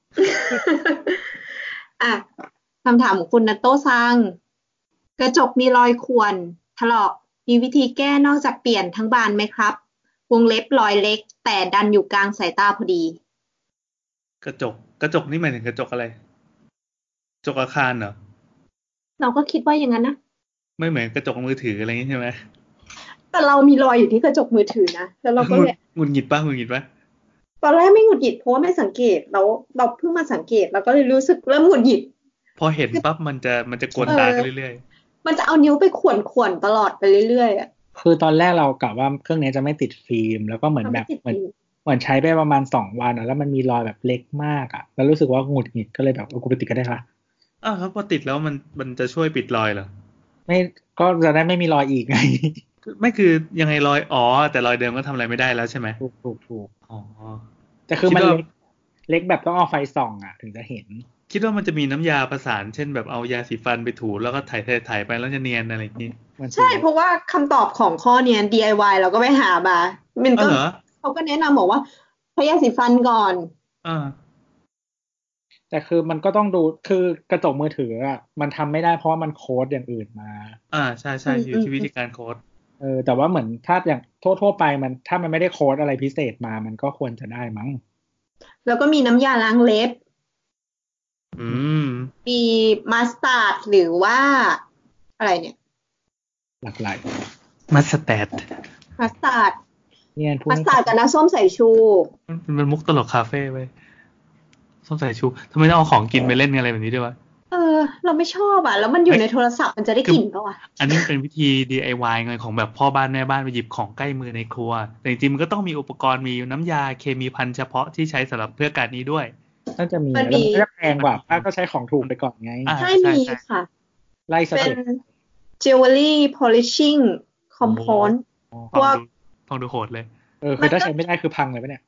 Speaker 4: คำถามของคุณนัตโต้ซังกระจกมีรอยข่วนถลอกมีวิธีแก้นอกจากเปลี่ยนทั้งบานไหมครับวงเล็บรอยเล็กแต่ดันอยู่กลางสายตาพอดี
Speaker 3: กระจกนี่หมายถึงกระจกอะไรกระจกอาคารเหรอ
Speaker 4: เราก็คิดว่าอย่างนั้นนะ
Speaker 3: ไม่เหมือนกระจกมือถืออะไรอย่างนี้ใช่ไหม
Speaker 4: แต่เรามีรอยอยู่ที่กระจกมือถือนะแล้วเราก็เลย
Speaker 3: หงุดหงิดป่ะ
Speaker 4: ตอนแรกไม่หงุดหงิดเพราะว่าไม่สังเกตเราเพิ่งมาสังเกตแล้วก็เลยรู้สึกเริ่มหงุดหงิด
Speaker 3: พอเห็นปั๊บมันจะกวนตาขึ้นเรื่อย
Speaker 4: ๆมันจะเอานิ้วไปข่วนตลอดไปเรื่อยๆ
Speaker 2: คือตอนแรกเรากะว่าเครื่องนี้จะไม่ติดฟิล์มแล้วก็เหมือนแบบเหมือนใช้ไปประมาณ2 วันแล้วมันมีรอยแบบเล็กมากแล้วรู้สึกว่าหงุดหงิดก็เลยแบบกูไปติดก็ได้ค่ะ
Speaker 3: ครับพอติดแล้วมันจะช่วยปิดรอยเหรอ
Speaker 2: ไม่ก็จะได้ไม่มีรอยอีกไง
Speaker 3: ไม่คือยังไงรอยแต่รอยเดิมก็ทำอะไรไม่ได้แล้วใช่ไหม
Speaker 2: ถูกแต่คือมันเล็กแบบต้องเอาไฟส่องถึงจะเห็น
Speaker 3: คิดว่ามันจะมีน้ำยาประสานเช่นแบบเอายาสีฟันไปถูแล้วก็ถ่ายไปแล้วจะเนียนอะไรอย่างนี้
Speaker 4: ใช่เพราะว่าคำตอบของข้อเนี้ย DIY เราก็ไปหามามันก็เขาก็แนะนำบอกว่าใช้ยาสีฟันก่อน
Speaker 2: แต่คือมันก็ต้องดูคือกระจกมือถือมันทำไม่ได้เพราะว่ามันโค้ดอย่างอื่นมา
Speaker 3: ใช่อยู่ที่วิธีการโค้ด
Speaker 2: แต่ว่าเหมือนถ้าอย่างทั่วไปมันถ้ามันไม่ได้โค้ดอะไรพิเศษมามันก็ควรจะได้มั้ง
Speaker 4: แล้วก็มีน้ำยาล้างเล็บมีมัสตาร์ดหรือว่าอะไรเนี่ย
Speaker 2: หลากหลาย
Speaker 3: มัสตาร์ด
Speaker 4: มัสตาร์ดกับน้ำส้มสายชู
Speaker 3: มันมุกตลกคาเฟ่ไว้ส้มสายชูทำไมต้องเอาของกินไปเล่นอะไรแบบนี้ด้วยวะ
Speaker 4: เราไม่ชอบแล้วมันอยู่ในโทรศัพท์มันจะได้กลิ่นป่ะวะ
Speaker 3: อันนี้เป็นวิธี DIY ไงของแบบพ่อบ้านแม่บ้านไปหยิบของใกล้มือในครัวแต่จริงๆมันก็ต้องมีอุปกรณ์มีน้ำยาเคมีภัณฑ์เฉพาะที่ใช้สำหรับเพื่อการนี้ด้วย
Speaker 2: น่าจะมีแล้วมันก็แพงกว่าป้าก็ใช้ของถูกไปก่อนไง
Speaker 4: ใช่มีค่ะ
Speaker 2: ไล่สเต็ป
Speaker 4: jewelry polishing compound พวก
Speaker 3: ฟังดูโหดเลย
Speaker 2: คือถ้าใช้ไม่ได้คือพังเลยปะเนี่ย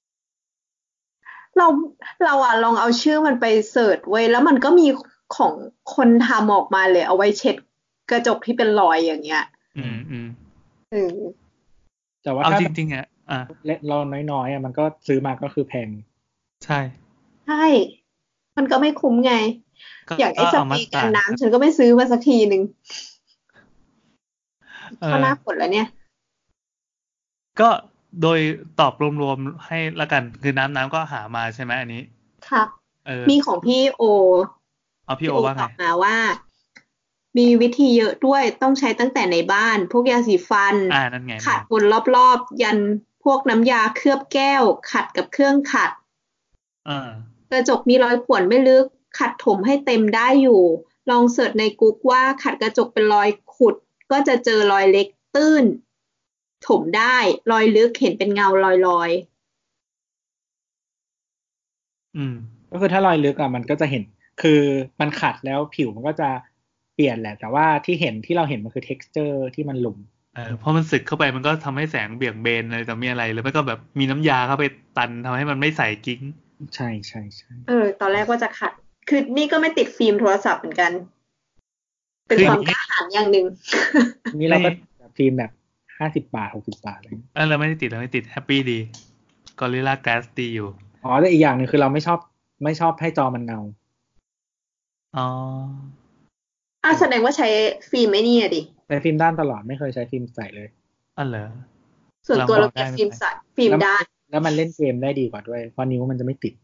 Speaker 4: เราลองเอาชื่อมันไปเสิร์ชไว้แล้วมันก็มีของคนทำออกมาเลยเอาไว้เช็ดกระจกที่เป็นรอยอย่างเงี้ย
Speaker 2: แต่ว่า
Speaker 3: เอาจริง
Speaker 2: เราน้อยมันก็ซื้อมาก็คือแพง
Speaker 3: ใช่
Speaker 4: มันก็ไม่คุ้มไงอย่างไอ้สเปรย์กันน้ำฉันก็ไม่ซื้อมาสักทีนึงเข้าหน้าฝนแล้วเนี่ย
Speaker 3: ก็โดยตอบรวมๆให้ละกันคือน้ำก็หามาใช่ไหมอันนี้
Speaker 4: ครับมีของพี่โอ
Speaker 3: พี่โอว่าไง
Speaker 4: มาว่ามีวิธีเยอะด้วยต้องใช้ตั้งแต่ในบ้านพวกยาสีฟัน
Speaker 3: นั่นไง
Speaker 4: ขัดบนรอบๆยันพวกน้ำยาเคลือบแก้วขัดกับเครื่องขัดกระจกมีรอยข่วนไม่ลึกขัดถมให้เต็มได้อยู่ลองเสิร์ชใน Google ว่าขัดกระจกเป็นรอยขุดก็จะเจอรอยเล็กตื้นถมได้รอยลึกเห็นเป็นเงาลอย
Speaker 2: ก็คือถ้ารอยลึกอ่ะมันก็จะเห็นคือมันขัดแล้วผิวมันก็จะเปลี่ยนแหละแต่ว่าที่เราเห็นมันคือ texture ที่มันหลุม
Speaker 3: เพราะมันสึกเข้าไปมันก็ทำให้แสงเบี่ยงเบนอะไรแต่มีอะไรหรือไม่ก็แบบมีน้ำยาเข้าไปตันทำให้มันไม่ใสกิ๊ง
Speaker 2: ใช่ใช่ใช่
Speaker 4: ตอนแรกว่าจะขัดคือนี่ก็ไม่ติดฟิล์มโทรศัพท์เหมือนกันเป็นความกล้าหาญอย่างหนึ่ง
Speaker 2: นี่เราก็ฟิล์มแบบ50 บาท60 บาทอะไร
Speaker 3: เราไม่ได้ติดแฮปปี้ดีGorilla Glass ดีอยู่
Speaker 2: แต่อีกอย่างนึงคือเราไม่ชอบให้จอมันเงา
Speaker 4: แสดงว่าใช้ฟิล์มไอ้นี่ดิ
Speaker 2: ใช้ฟิล์มด้านตลอดไม่เคยใช้ฟิล์มใสเลย
Speaker 3: เหรอ
Speaker 4: ส่วนตัวเราใช้ฟิล์มใสฟิล์มด้าน
Speaker 2: แล้วมันเล่นเกมได้ดีกว่าด้วยเพราะนิ้วมันจะไม่ติด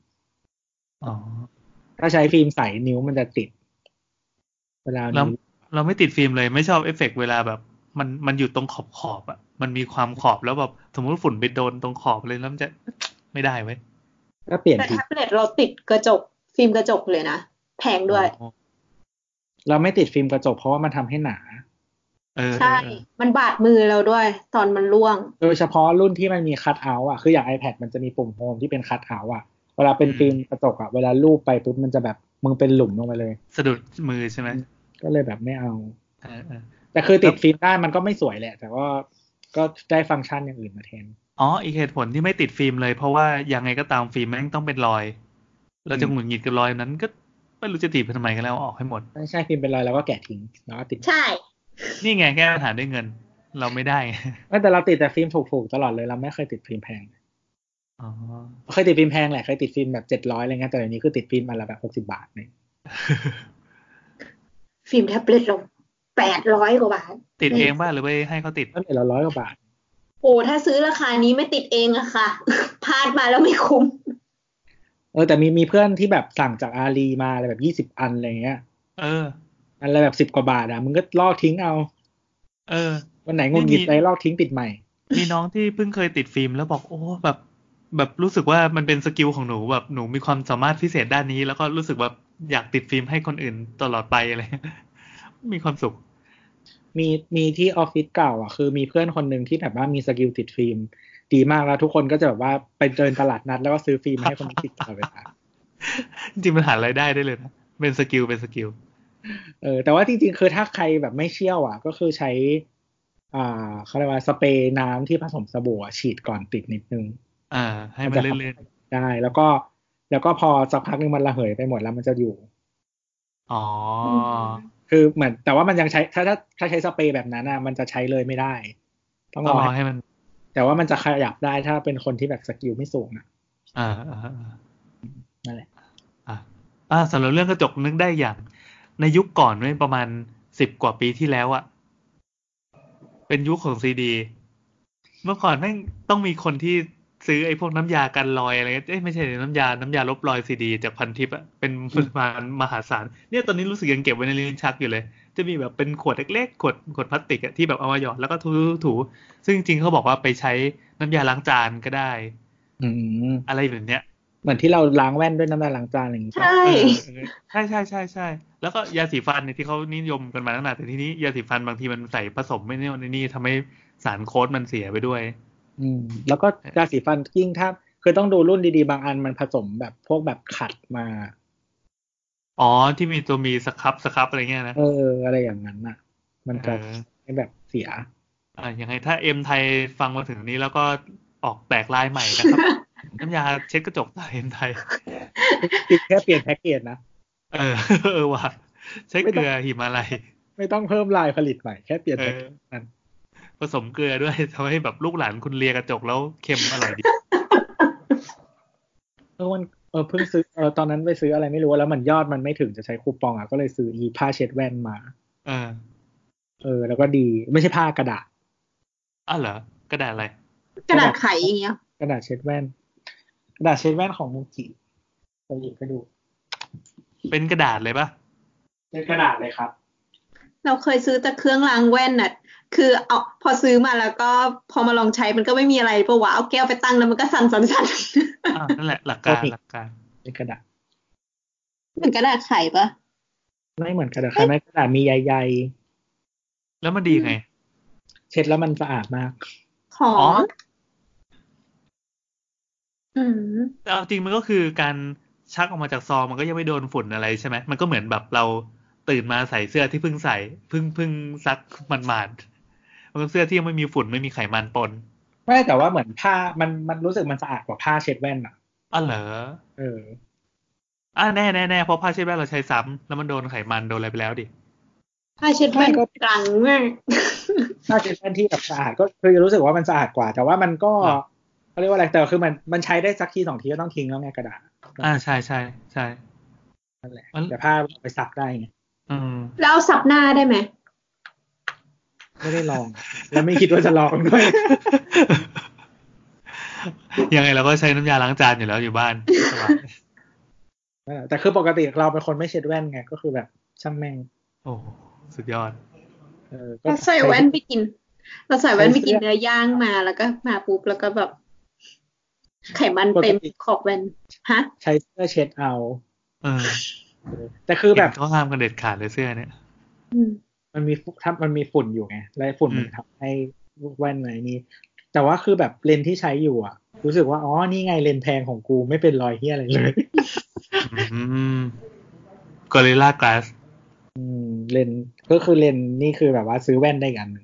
Speaker 2: ถ้าใช้ฟิล์มใสนิ้วมันจะติดเวลา
Speaker 3: เราไม่ติดฟิล์มเลยไม่ชอบเอฟเฟกต์เวลาแบบมันอยู่ตรงขอบอ่ะมันมีความขอบแล้วแบบสมมติฝุ่นไปโดนตรงขอบเลยแล้วมันจะไม่ได้เว้ย
Speaker 2: ก็เปลี่ยน
Speaker 4: แต่แท็บเล็ตเราติดกระจกฟิล์มกระจกเลยนะแพงด้วย
Speaker 2: เราไม่ติดฟิล์มกระจกเพราะว่ามันทำให้หนา
Speaker 4: ใช่มันบาดมือเราด้วยตอนมันร่วง
Speaker 2: โดยเฉพาะรุ่นที่มันมีคัทเอาท์อ่ะคืออย่าง iPad มันจะมีปุ่มโฮมที่เป็นคัทเอาท์อ่ะเวลาเป็นฟิล์มกระจกอ่ะเวลาลูบไปปุ๊บมันจะแบบมึงเป็นหลุมลงไปเลย
Speaker 3: สะดุดมือใช่ไหม
Speaker 2: ก็เลยแบบไม่เอาแต่คือติดฟิล์มได้มันก็ไม่สวยแหละแต่ว่าก็ได้ฟังก์ชันอย่างอื่นมาแทน
Speaker 3: อีกเหตุผลที่ไม่ติดฟิล์มเลยเพราะว่ายังไงก็ตามฟิล์มแม่งต้องเป็นรอยเราจะหงุดหงิดกับรอยนั้นก็ไม่รู้จะติดไปทำไมกันแล้วออกให้หมด
Speaker 2: ใช่ฟิล์มเป็นรอยแล้วก็แกะทิ้งแล้วก็ติด
Speaker 4: ใช่
Speaker 3: นี่ไงแก้ปัญหาด้วยเงินเราไม่ได้
Speaker 2: แต่เราติดแต่ฟิล์มถูกๆตลอดเลยเราไม่เคยติดฟิล์มแพงเคยติดฟิล์มแพงแหละเคยติดฟิล์มแบบ700อะไรเงี้ยแต่เดี๋ยวนี้คือติดฟิล์มมาละแบบ60 บาทเนี่ย
Speaker 4: ฟิล์มแท็บเล็ตลง800 กว่าบาท
Speaker 3: ติดเองบ้างหรือไปให้เขาติด
Speaker 2: ตั้งแต่ละ100 กว่าบาท
Speaker 4: ถ้าซื้อราคานี้ไม่ติดเองอะค่ะพลาดมาแล้วไม่คุ้ม
Speaker 2: แต่มีเพื่อนที่แบบสั่งจากอาลีมาอะไรแบบ20 อันอะไรเงี้ยอันละแบบ10 กว่าบาทมึงก็ลอกทิ้งเอาวันไหนงุนหงิดใจลอกทิ้งติดใหม่
Speaker 3: มีน้องที่เพิ่งเคยติดฟิล์มแล้วบอกโอ้แบบรู้สึกว่ามันเป็นสกิลของหนูแบบหนูมีความสามารถพิเศษด้านนี้แล้วก็รู้สึกแบบอยากติดฟิล์มให้คนอื่นตลอดไปอะไรมีความสุข
Speaker 2: มีที่ออฟฟิศเก่าคือมีเพื่อนคนหนึ่งที่แบบว่ามีสกิลติดฟิล์มดีมากแล้วทุกคนก็จะแบบว่าไปเดินตลาดนัดแล้วก็ซื้อฟิล์มให้คนติดตลอดเวลา
Speaker 3: จริงๆมันหารายได้ได้เลยนะเป็นสกิล
Speaker 2: แต่ว่าจริงๆคือถ้าใครแบบไม่เชี่ยวก็คือใช้เขาเรียกว่าสเปรย์น้ำที่ผสมสบู่ฉีดก่อนติดนิดนึง
Speaker 3: ให้มันเลื่อน
Speaker 2: ๆได้แล้วก็พอสักพักนึงมันระเหยไปหมดแล้วมันจะอยู่คือเหมือนแต่ว่ามันยังใช้ถ้าใช้สเปรย์แบบนั้นมันจะใช้เลยไม่ได้
Speaker 3: ต้องรอให้มัน
Speaker 2: แต่ว่ามันจะขยับได้ถ้าเป็นคนที่แบบสกิลไม่สูงนั่นแหละ
Speaker 3: สำหรับเรื่องกระจกนึกได้อย่างในยุคก่อนประมาณ10 กว่าปีที่แล้วเป็นยุคของซีดีเมื่อก่อนแม่งต้องมีคนที่ซื้อไอ้พวกน้ำยากันรอยอะไรไม่ใช่น้ำยาลบรอยซีดีจากพันทิปเป็นปริมาณมหาศาลเนี่ยตอนนี้รู้สึกยังเก็บไว้ในลิ้นชักอยู่เลยจะมีแบบเป็นขวดเล็กๆขวดพลาสติกที่แบบเอามาหยอดแล้วก็ถูซึ่งจริงๆเขาบอกว่าไปใช้น้ำยาล้างจานก็ได้อะไรแบบเนี้ย
Speaker 2: เหมือนที่เราล้างแว่นด้วยน้ำยาล้างจานอะไรอย่างงี้
Speaker 4: ใช่
Speaker 3: ใช่แล้วก็ยาสีฟันเนี่ยที่เขานิยมกันมาตั้งนานแต่ทีนี้ยาสีฟันบางทีมันใส่ผสมไม่ในนี่ทำให้สารโค้ดมันเสียไปด้วย
Speaker 2: แล้วก็ยาสีฟันยิ่งถ้าคือต้องดูรุ่นดีๆบางอันมันผสมแบบพวกแบบขัดมา
Speaker 3: ที่มีตัวมีสครับอะไรเงี้ยนะ
Speaker 2: อะไรอย่างนั้นมันจะให้แบบเสีย
Speaker 3: ยังไงถ้าเอ็มไทยฟังมาถึงนี้แล้วก็ออกแตกลายใหม่นะครับ น้ำยาเช็ดกระจกตาเอ็มไทย
Speaker 2: แค่เปลี่ยนแพ็กเกจนะ
Speaker 3: ว่ะใช้เกลือหิมาลัย
Speaker 2: ไม่ต้องเพิ่มลายผลิตใหม่แค่เปลี่ยนแพ็กเกจนั้น
Speaker 3: ผสมเกลือด้วยทำให้แบบลูกหลานคุณเลียกระจกแล้วเค็มอร่อยดี
Speaker 2: มันเพิ่งซื้อตอนนั้นไปซื้ออะไรไม่รู้แล้วมันยอดมันไม่ถึงจะใช้คูปองก็เลยซื้อผ้าเช็ดแว่นมาแล้วก็ดีไม่ใช่ผ้ากระดาษ
Speaker 3: เหรอกระดาษอะไร
Speaker 4: กระดาษไขอย่างเงี้ย
Speaker 2: กระดาษเช็ดแว่นกระดาษเช็ดแว่นของมูจิไปหยิบไปดู
Speaker 3: เป็นกระดาษเลยปะ
Speaker 2: เป็นกระดาษเลยครับ
Speaker 4: เราเคยซื้อแต่เครื่องล้างแว่นน่ะคือเอาพอซื้อมาแล้วก็พอมาลองใช้มันก็ไม่มีอะไรเพราะว่าเอาแก้วไปตั้งแล้วมันก็สั่น
Speaker 3: นั่นแหละหลักการ
Speaker 2: เป็นกระดาษ
Speaker 4: เหมือนกระดาษไขปะ
Speaker 2: ไม่เหมือนกระดาษไขไม่กระดาษมีใย
Speaker 3: ๆแล้วมันดีไง
Speaker 2: เช็ดแล้วมันสะอาดมาก
Speaker 4: หอม
Speaker 3: แต่เอาจริงมันก็คือการชักออกมาจากซองมันก็ยังไม่โดนฝุ่นอะไรใช่ไหมมันก็เหมือนแบบเราตื่นมาใส่เสื้อที่เพิ่งใส่เพิ่งซักมันก็เสื้อที่ยังไม่มีฝุ่นไม่มีไขมันปน
Speaker 2: ไม่แต่ว่าเหมือนผ้ามันรู้สึกมันสะอาดกว่าผ้าเช็ดแว่นอ่ะ
Speaker 3: เหรอแน่เพราะผ้าเช็ดแว่นเราใช้ซ้ำแล้วมันโดนไขมันโดนอะไรไปแล้วดิ
Speaker 4: ผ้าเช็ดแว่นก็รังมาก
Speaker 2: ผ้าเช็ดแว่นที่แบบสะอาดก็คือรู้สึกว่ามันสะอาดกว่าแต่ว่ามันก็เขาเรียกว่าอะไรแต่คือมันใช้ได้สักที2ทีก็ต้องทิ้งแล้วไงกระดาษ
Speaker 3: ใช่
Speaker 2: นั่นแหละแต่ผ้าไปซักได้ไง
Speaker 4: แล้วซับหน้าได้ไหม
Speaker 2: ไม่ได้ลองแล้วไม่คิดว่าจะลองด้วย
Speaker 3: ยังไงเราก็ใช้น้ำยาล้างจานอยู่แล้วอยู่บ้าน
Speaker 2: แต่คือปกติเราเป็นคนไม่เช็ดแว่นไงก็คือแบบช่างแม่ง
Speaker 3: โอ้สุดยอด
Speaker 4: เราใส่แว่นไปกินเนื้อย่างมาแล้วก็มาปุ๊บแล้วก็แบบไขมันเต็มขอบแว่นฮะ
Speaker 2: ใช้เสื้อเช็ดเอาแต่คือแบบ
Speaker 3: เขาห้ามกันเด็ดขาดเลยเสื้อเนี่ย
Speaker 2: มันมีฝุ่นอยู่ไงแล้วฝุ่นมันทำให้แว่นอะไรนี้แต่ว่าคือแบบเลนส์ที่ใช้อยู่อ่ะรู้สึกว่าอ๋อนี่ไงเลนส์แพงของกูไม่เป็นรอยเหี้ยอะไรเลย
Speaker 3: Gorilla Glass
Speaker 2: เลนส์ก็คือเลนส์นี่คือแบบว่าซื้อแว่นได้กัน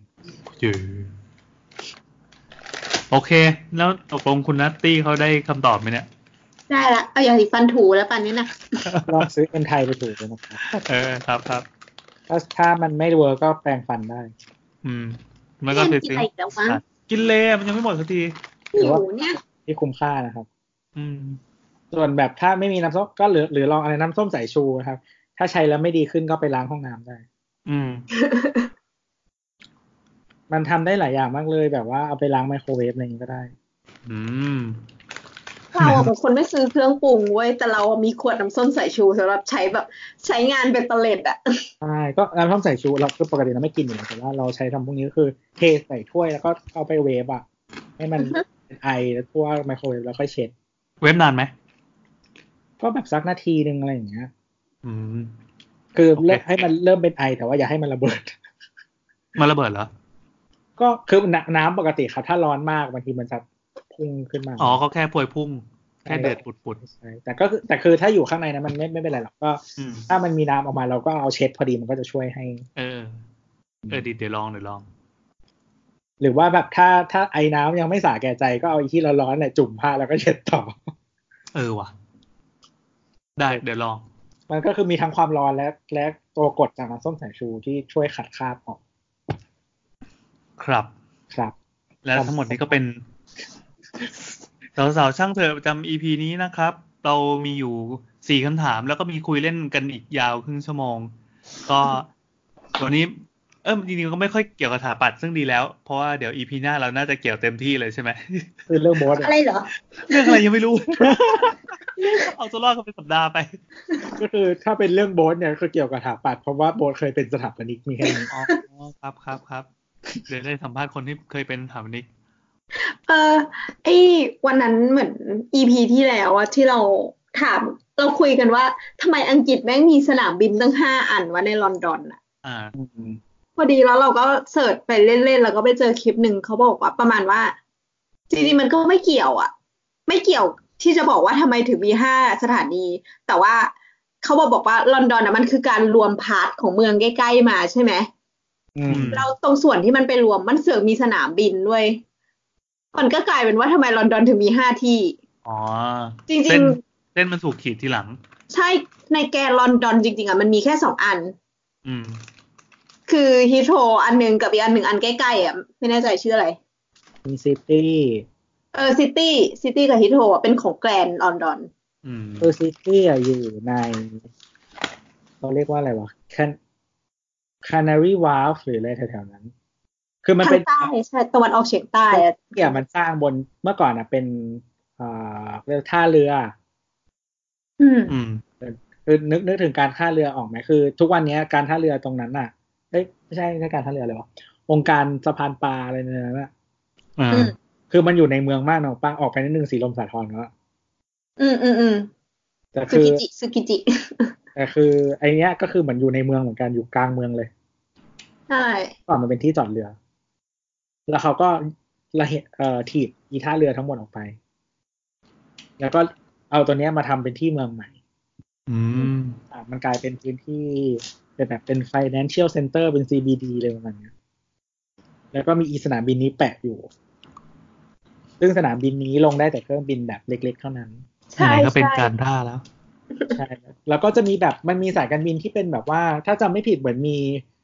Speaker 3: โอเคแล้วตกลงคุณนัตตี้เขาได้คำตอบไหมเนี่ย
Speaker 4: ได้ละเอาอย่างสีฟันถูแล้วปันนี้นะ
Speaker 2: ลองซื้อเป็นไทยไปถูเลยนะครับ
Speaker 3: ครับ
Speaker 2: ถ้ามันไม่เวิร์กก็แปรงฟันได้
Speaker 3: มันก็ซื้อกินเลยมันยังไม่หมดสักที
Speaker 4: หิวเนี่ย
Speaker 2: ที่คุ้มค่านะครับส่วนแบบถ้าไม่มีน้ำส้มก็หรือลองอะไรน้ำส้มสายชูนะครับถ้าใช้แล้วไม่ดีขึ้นก็ไปล้างห้องน้ำได้มันทำได้หลายอย่างมากเลยแบบว่าเอาไปล้างไมโครเวฟอะไรอย่างนี้ก็ได้
Speaker 4: เราเป็นคนไม่ซื้อเครื่องปรุงเว้ยแต่เรามีขวดน้ำส้มสายชูสำหรับใช้แบบใช้งานเป็นตะเล็ดอ่ะ
Speaker 2: ใช่ก็น้ำส้มสายชูเราก็ปกติเราไม่กินอยู่แล้วแต่ว่าเราใช้ทำพวกนี้ก็คือเทใส่ถ้วยแล้วก็เอาไปเวฟอ่ะให้มันเป็นไอแล้วทั่วไมโครเวฟแล้วค่อยเช็ด
Speaker 3: เวฟนานไหม
Speaker 2: ก็แบบสักนาทีนึงอะไรอย่างเงี้ยคือให้มันเริ่มเป็นไอแต่ว่าอย่าให้มันระเบิด
Speaker 3: เหรอ
Speaker 2: ก็คือน้ำปกติครับถ้าร้อนมากบางทีมันจะพุ่งขึ้นมา
Speaker 3: ก็แค่พวยพุ่งแค่เดือดปุด
Speaker 2: ๆใช่แต่คือถ้าอยู่ข้างในนะมันไม่เป็นไรหรอกก็ถ้ามันมีน้ำออกมาเราก็เอาเช็ดพอดีมันก็จะช่วยให้
Speaker 3: ดีเดี๋ยวลอง
Speaker 2: หรือว่าแบบถ้าไอ้น้ำยังไม่สาแก่ใจก็เอาอีที่ร้อนๆเนี่ยจุ่มผ้าแล้วก็เช็ดต่อ
Speaker 3: ว่ะได้เดี๋ยวลอง
Speaker 2: มันก็คือมีทั้งความร้อนและตัวกรดจากน้ำส้มสายชูที่ช่วยขัดคราบออก
Speaker 3: ครับและทั้งหมดนี้ก็เป็นสาวๆช่างเถอะประจำ EP นี้นะครับเรามีอยู่4คำถามแล้วก็มีคุยเล่นกันอีกยาวครึ่งชั่วโมงก็วันนี้จริงๆก็ไม่ค่อยเกี่ยวกับสถาปัตย์ซึ่งดีแล้วเพราะว่าเดี๋ยว EP หน้าเราน่าจะเกี่ยวเต็มที่เลยใช่ไหม
Speaker 2: คือเรื่องโบส
Speaker 4: อะไรเหรอ
Speaker 3: เรื่องอะไรยังไม่รู้เอาตัวรอดกันเป็นสัปดาห์ไป
Speaker 2: ก็คือถ้าเป็นเรื่องโบสเนี่ยคือเกี่ยวกับสถาปัตย์เพราะว่าโบสเคยเป็นสถาปนิกมีแค่นี้
Speaker 3: ครับเดี๋ยวได้สัมภาษณ์คนที่เคยเป็นสถาปนิก
Speaker 4: ไอ้วันนั้นเหมือน EP ที่แล้วอะที่เราถามเราคุยกันว่าทำไมอังกฤษแม่งมีสนามบินตั้ง5 อันวะในลอนดอนอะพอดีแล้วเราก็เสิร์ชไปเล่นๆแล้วก็ไปเจอคลิปหนึ่งเขาบอกว่าประมาณว่าจริงๆมันก็ไม่เกี่ยวอะไม่เกี่ยวที่จะบอกว่าทำไมถึงมี5 สถานีแต่ว่าเขาบอกว่าลอนดอนอะมันคือการรวมพาร์ทของเมืองใกล้ๆมาใช่ไหมเราตรงส่วนที่มันไปรวมมันเสือกมีสนามบินด้วยมันก็กลายเป็นว่าทำไมลอนดอนถึงมี5 ที่จริง
Speaker 3: ๆเส้นมันถูกขีดทีหลัง
Speaker 4: ใช่ในแกนลอนดอนจริงๆอ่ะมันมีแค่2 อันคือฮีโธรอันนึงกับอีกอันหนึ่งอันใกล้ๆอ่ะไม่แน่ใจชื่ออะไร
Speaker 2: มีซิตี้
Speaker 4: ซิตี้กับฮีโธรเป็นของแกรนด์ลอนดอน
Speaker 2: ซิตี้อ่ะอยู่ในเขาเรียกว่าอะไรวะCanary Wharf หรืออะไรแถวๆนั้นคือมันเป็น
Speaker 4: ใต้ใช่ตะวันออกเฉียงใต้อ่ะ
Speaker 2: เนี่ยมันสร้างบนเมื่อก่อนอ่ะเป็นท่าเรือคือนึกถึงการท่าเรือออกไหมคือทุกวันนี้การท่าเรือตรงนั้นน่ะไม่ใช่การท่าเรือเลยวะองค์การสะพานปลาอะไรนั่นน่ะคือมันอยู่ในเมืองมากเนาะป้าออกไปนิดนึงสีลมสาทรก็แต่คือ
Speaker 4: ซึกิจิ
Speaker 2: แต่คือไอเนี้ยก็คือเหมือนอยู่ในเมืองเหมือนกันอยู่กลางเมืองเลย
Speaker 4: ใช่
Speaker 2: ก่อนมันเป็นที่จอดเรือแล้วเขาก็ถีบอีท่าเรือทั้งหมดออกไปแล้วก็เอาตัวเนี้ยมาทำเป็นที่เมืองใหม่มันกลายเป็นพื้นที่เป็นแบบเป็น financial center เป็น CBD เลยประมาณนี้แล้วก็มีสนามบินนี้แปะอยู่ซึ่งสนามบินนี้ลงได้แต่เครื่องบินแบบเล็กๆเท่านั้น
Speaker 3: ใช่ก็เป็นการท่าแล้ว
Speaker 2: ใช่แล้วก็จะมีแบบมันมีสายการบินที่เป็นแบบว่าถ้าจำไม่ผิดเหมือนมี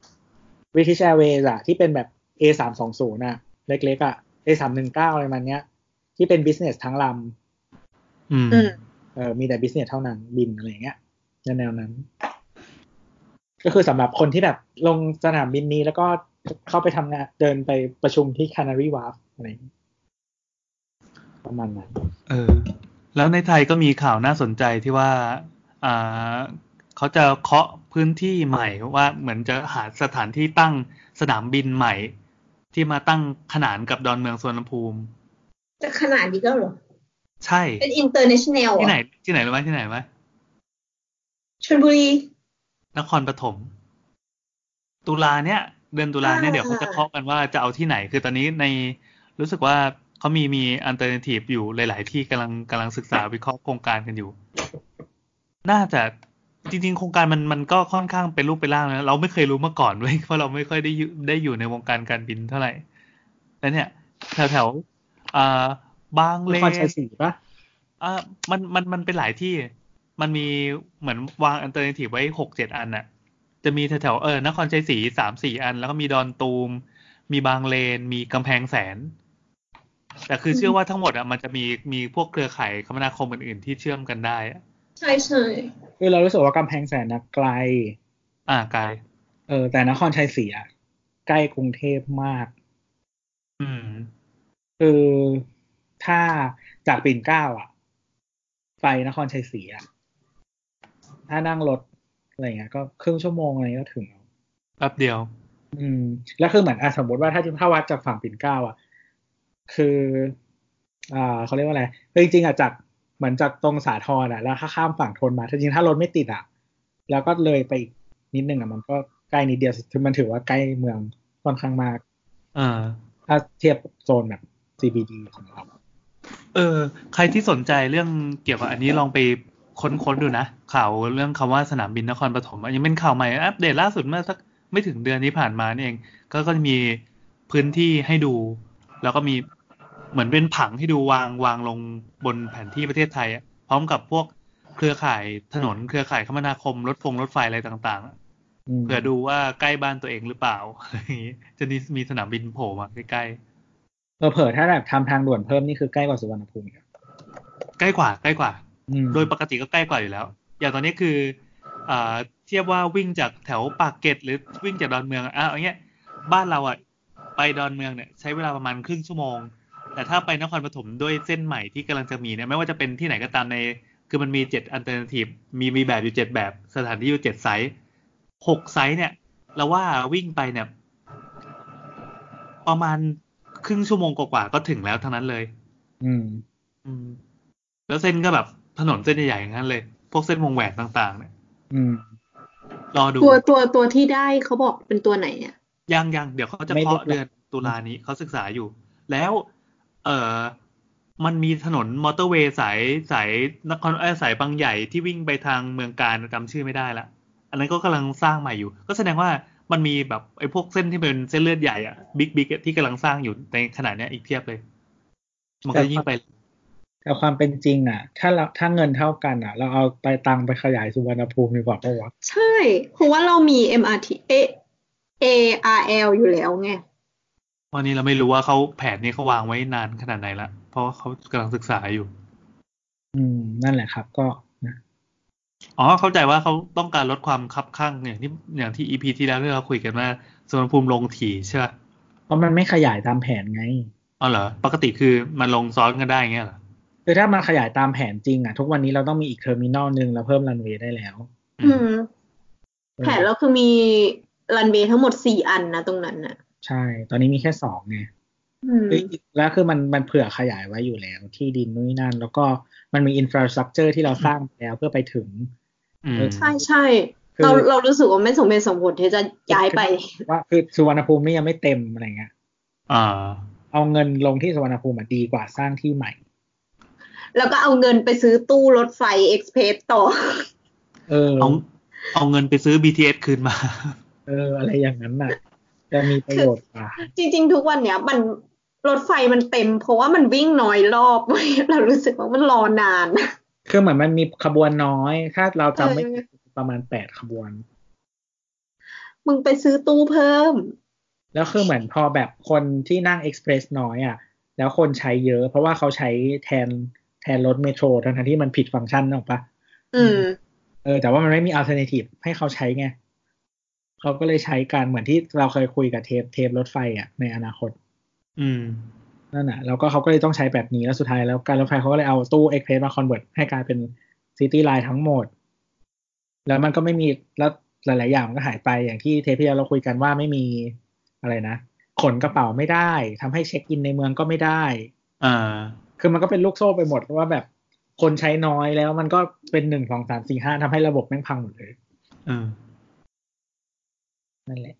Speaker 2: British Airways อะที่เป็นแบบ A320 น่ะเล็กๆอะ A319 อะไรมันเนี้ยที่เป็น business ทั้งลำมีแต่ business เท่านั้นบินอะไรอย่างเงี้ยแนวนั้นก็คือสำหรับคนที่แบบลงสนามบินนี้แล้วก็เข้าไปทำงานเดินไปประชุมที่ Canary Wharf อะไรประมาณนั้น
Speaker 3: แล้วในไทยก็มีข่าวน่าสนใจที่ว่าเขาจะเคาะพื้นที่ใหม่ว่าเหมือนจะหาสถานที่ตั้งสนามบินใหม่ที่มาตั้งขนานกับดอนเมืองสุวรรณภูมิ
Speaker 4: จะขนาดนี้ก็เหรอ
Speaker 3: ใช่
Speaker 4: เป็น international
Speaker 3: ที่ไหนรู้ไหมที่ไหนไหม
Speaker 4: ชลบุรี
Speaker 3: นครปฐมตุลาเนี่ยเดือนตุลาเนี่ยเดี๋ยวเขาจะเคาะกันว่าจะเอาที่ไหนคือตอนนี้ในรู้สึกว่าเขามีอัลเทอร์เนทีฟอยู่หลายๆที่กำลังศึกษาวิเคราะห์โครงการกันอยู่น่าจะจริงๆโครงการมันก็ค่อนข้างเป็นรูปเป็นร่างนะเราไม่เคยรู้มาก่อนเว้ยเพราะเราไม่ค่อยได้อยู่ในวงการการบินเท่าไหร่แล้วเนี่ยแถวบางเลน
Speaker 2: นครชัยศรีป่ะ
Speaker 3: มันเป็นหลายที่มันมีเหมือนวางอัลเทอร์เนทีฟไว้ 6-7 อันน่ะจะมีแถวนครชัยศรี 3-4 อันแล้วก็มีดอนตูมมีบางเลนมีกำแพงแสนแต่คือเชื่อว่าทั้งหมดอ่ะมันจะมีพวกเครือข่ายคมนาคมอื่นๆที่เชื่อมกันได้
Speaker 4: ใช่
Speaker 2: คือเรารู้สึกว่ากำแพงแสนนะไกล
Speaker 3: ไกล
Speaker 2: แต่นครชัยศรีอ่ะใกล้กรุงเทพมากคือถ้าจากปิ่นเกล้าอ่ะไปนครชัยศรีอ่ะถ้านั่งรถอะไรเงี้ยก็ครึ่งชั่วโมงอะไรก็ถึง
Speaker 3: แป๊บเดียว
Speaker 2: แล้วคือเหมือนสมมติว่าถ้าวัดจากฝั่งปิ่นเกล้าอ่ะคือเขาเรียกว่าอะไรคือจริงๆอ่ะจากเหมือนจากตรงสาทรอ่ะแล้วถ้าข้ามฝั่งธนมาจริงๆถ้ารถไม่ติดอ่ะแล้วก็เลยไปอีกนิดนึงอ่ะมันก็ใกล้นิดเดียวมันถือว่าใกล้เมืองค่อนข้างมากถ้าเทียบโซนแบบ CBD ของเรา
Speaker 3: ใครที่สนใจเรื่องเกี่ยวกับอันนี้ลองไปค้นดูนะข่าวเรื่องคำว่าสนามบินนครปฐมยังเป็นข่าวใหม่อัปเดตล่าสุดเมื่อสักไม่ถึงเดือนที่ผ่านมานี่เองก็จะมีพื้นที่ให้ดูแล้วก็มีเหมือนเป็นผังให้ดูวางลงบนแผนที่ประเทศไทยพร้อมกับพวกเครือข่ายถนนเครือข่ายคมนาคมรถไฟอะไรต่างๆเผื่อดูว่าใกล้บ้านตัวเองหรือเปล่าจะมีสนามบินโผล่มาใกล้
Speaker 2: ๆเผลอถ้าแบบทำทางด่วนเพิ่มนี่คือใกล้กว่าสุวรรณภูมิ
Speaker 3: ใกล้กว่าโดยปกติก็ใกล้กว่าอยู่แล้วอย่างตอนนี้คือเทียบว่าวิ่งจากแถวปากเกร็ดหรือวิ่งจากดอนเมืองอย่างเงี้ยบ้านเราไปดอนเมืองเนี่ยใช้เวลาประมาณครึ่งชั่วโมงแต่ถ้าไปนครปฐมด้วยเส้นใหม่ที่กำลังจะมีเนี่ยไม่ว่าจะเป็นที่ไหนก็ตามคือมันมี7อัลเทอร์เนทีฟมีแบบอยู่7แบบสถานที่อยู่7ไซส์6ไซส์เนี่ยเราว่าวิ่งไปเนี่ยประมาณครึ่งชั่วโมงกว่าก็ถึงแล้วทั้งนั้นเลยแล้วเส้นก็แบบถนนเส้นใหญ่ๆอย่างนั้นเลยพวกเส้นวงแหวนต่างๆเนี่ยรอดู
Speaker 4: ตัวที่ได้เขาบอกเป็นตัวไหนเนี่ย
Speaker 3: ยังเดี๋ยวเขาจะเคาะเดือนตุลานี้เขาศึกษาอยู่แล้วมันมีถนนมอเตอร์เวย์สายนครสายบางใหญ่ที่วิ่งไปทางเมืองการจำชื่อไม่ได้ละอันนั้นก็กำลังสร้างใหม่อยู่ก็แสดงว่ามันมีแบบไอ้พวกเส้นที่เป็นเส้นเลือดใหญ่บิ๊กที่กำลังสร้างอยู่ในขณะนี้อีกเพียบเลยมันก็ยิ่งไป
Speaker 2: แต่ความเป็นจริงถ้าเงินเท่ากันเราเอาไปตังไปขยายสุวรรณภูมิดีกว่าป่ะวะ
Speaker 4: ใช่เพราะว่าเรามี MRT ARL อยู่แล้วไง
Speaker 3: วันนี้เราไม่รู้ว่าแผนนี้เขาวางไว้นานขนาดไหนละเพราะเขากำลังศึกษาอยู่
Speaker 2: นั่นแหละครับก็นะ
Speaker 3: เข้าใจว่าเขาต้องการลดความคับคั่งอย่างที่ EP ที่แล้วที่เราคุยกันว่าสุวรรณภูมิลงถี่ใช่ป่ะ
Speaker 2: เพราะมันไม่ขยายตามแผนไง
Speaker 3: เหรอปกติคือมันลงซ้อนกันได้เงี้ยเหรอ
Speaker 2: คือถ้ามันขยายตามแผนจริงทุกวันนี้เราต้องมีอีกเทอร์มินอลนึงแล้วเพิ่มรันเวย์ได้แล้ว
Speaker 4: แผนเราคือมีรันเวย์ทั้งหมด4 อันนะตรงนั้นน่ะ
Speaker 2: ใช่ตอนนี้มีแค่2ไงแล้วคือมันเผื่อขยายไว้อยู่แล้วที่ดินนู่นนั่นแล้วก็มันมีอินฟราสตรัคเจอร์ที่เราสร้างแล้วเพื่อไปถึง
Speaker 4: ใช่เรารู้สึกว่าไม่สมเหตุสมผลที่จะย้ายไป
Speaker 2: ว่าคือสุวรรณภูมินี่ยังไม่เต็มอะไรเงี้ยเอาเงินลงที่สุวรรณภูมิดีกว่าสร้างที่ใหม่
Speaker 4: แล้วก็เอาเงินไปซื้อตู้รถไฟเอ็กซ์เพรสต่อ
Speaker 3: เอาเงินไปซื้อ BTS คืนมา
Speaker 2: อะไรอย่างนั้นน่ะจะมีประโยชน์กว่า
Speaker 4: จริงๆทุกวันเนี้ยมันรถไฟมันเต็มเพราะว่ามันวิ่งน้อยรอบเรารู้สึกว่ามันรอนาน
Speaker 2: คือเหมือนมันมีขบวนน้อยถ้าเราจำไม่ประมาณ8 ขบวน
Speaker 4: มึงไปซื้อตู้เพิ่ม
Speaker 2: แล้วคือเหมือนพอแบบคนที่นั่งเอ็กซ์เพรสน้อยอ่ะแล้วคนใช้เยอะเพราะว่าเขาใช้แทนรถเมโทรทั้งที่มันผิดฟังก์ชันหรอกปะแต่ว่ามันไม่มีอัลเทอร์เนทีฟให้เขาใช้ไงเขาก็เลยใช้การเหมือนที่เราเคยคุยกับเทปรถไฟอ่ะในอนาคตนั่นน่ะแล้วก็เขาก็เลยต้องใช้แบบนี้แล้วสุดท้ายแล้วการรถไฟเขาก็เลยเอาตู้เอ็กซ์เพรสมาคอนเวิร์ตให้กลายเป็นซิตี้ไลน์ทั้งหมดแล้วมันก็ไม่มีแล้วหลายๆอย่างมันก็หายไปอย่างที่เทปที่เราคุยกันว่าไม่มีอะไรนะขนกระเป๋าไม่ได้ทำให้เช็คอินในเมืองก็ไม่ได้คือมันก็เป็นลูกโซ่ไปหมดว่าแบบคนใช้น้อยแล้วมันก็เป็น1 2 3 4 5ทำให้ระบบแม่งพังหมดเลยนั่นแหละ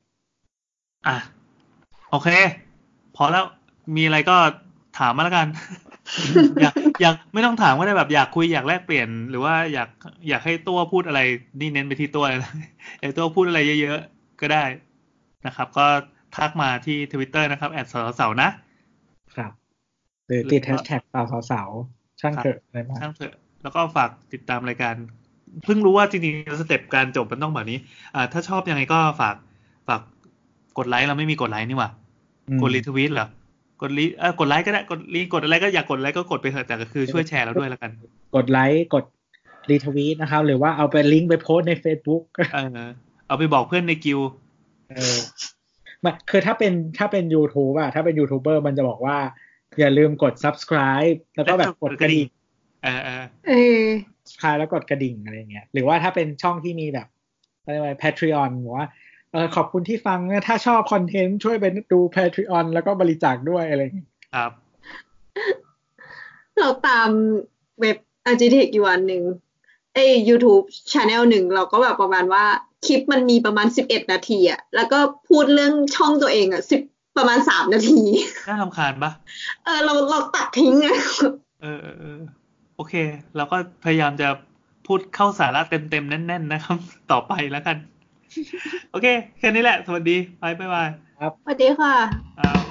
Speaker 3: โอเคพอแล้วมีอะไรก็ถามมาแล้วกัน อยากไม่ต้องถามก็ได้แบบอยากคุยอยากแลกเปลี่ยนหรือว่าอยากให้ตัวพูดอะไรนี่เน้นไปที่ตัวเลยนะไอ้ตัวพูดอะไรเยอะๆก็ได้นะครับก็ทักมาที่ Twitter นะครับ@สาว
Speaker 2: นะครับหรือติดแฮชแท็กสาวช่างเถอะอะไรบ้าง
Speaker 3: ช่างเถอะแล้วก็ฝากติดตามรายการเพิ่งรู้ว่าจริงๆสเต็ปการจบมันต้องแบบนี้ถ้าชอบยังไงก็ฝากกดไลค์เราไม่มีกดไลค์นี่หว่ากดรีทวีตเหรอกดไลค์ก็ได้กดอะไรก็อยากกดไลค์ก็กดไปเถอะแต่ก็คือช่วยแชร์เราด้วยแล้วกัน
Speaker 2: กดไลค์กดรีทวีตนะครับหรือว่าเอาไปลิงก์ไปโพสใน Facebook
Speaker 3: เอาไปบอกเพื่อนในกิล
Speaker 2: คือถ้าเป็น YouTube อ่ะถ้าเป็นยูทูบเบอร์มันจะบอกว่าอย่าลืมกด Subscribe แล้วก็แบบกดกระดิ่งsubscribe แล้วกดกระดิ่งอะไรเงี้ยหรือว่าถ้าเป็นช่องที่มีแบบอะไร Patreon บอกว่าขอบคุณที่ฟังนะถ้าชอบคอนเทนต์ช่วยไปดู Patreon แล้วก็บริจาคด้วยอะไรอย่างเงี้ย
Speaker 3: ครับ
Speaker 4: เราตามเว็บ Agitech อยู่อันนึงYouTube Channel 1เราก็แบบประมาณว่าคลิปมันมีประมาณ11 นาทีอ่ะแล้วก็พูดเรื่องช่องตัวเองอ่ะประมาณ3 นาที
Speaker 3: น่ารำคาญปะ
Speaker 4: เราตัดทิ้งอ่ะ
Speaker 3: โอเคเราก็พยายามจะพูดเข้าสาระเต็มๆแน่นๆนะครับต่อไปแล้วกันโอเคแค่นี้แหละสวัสดีบาย
Speaker 2: ครับ
Speaker 4: สวัสดีค่ะ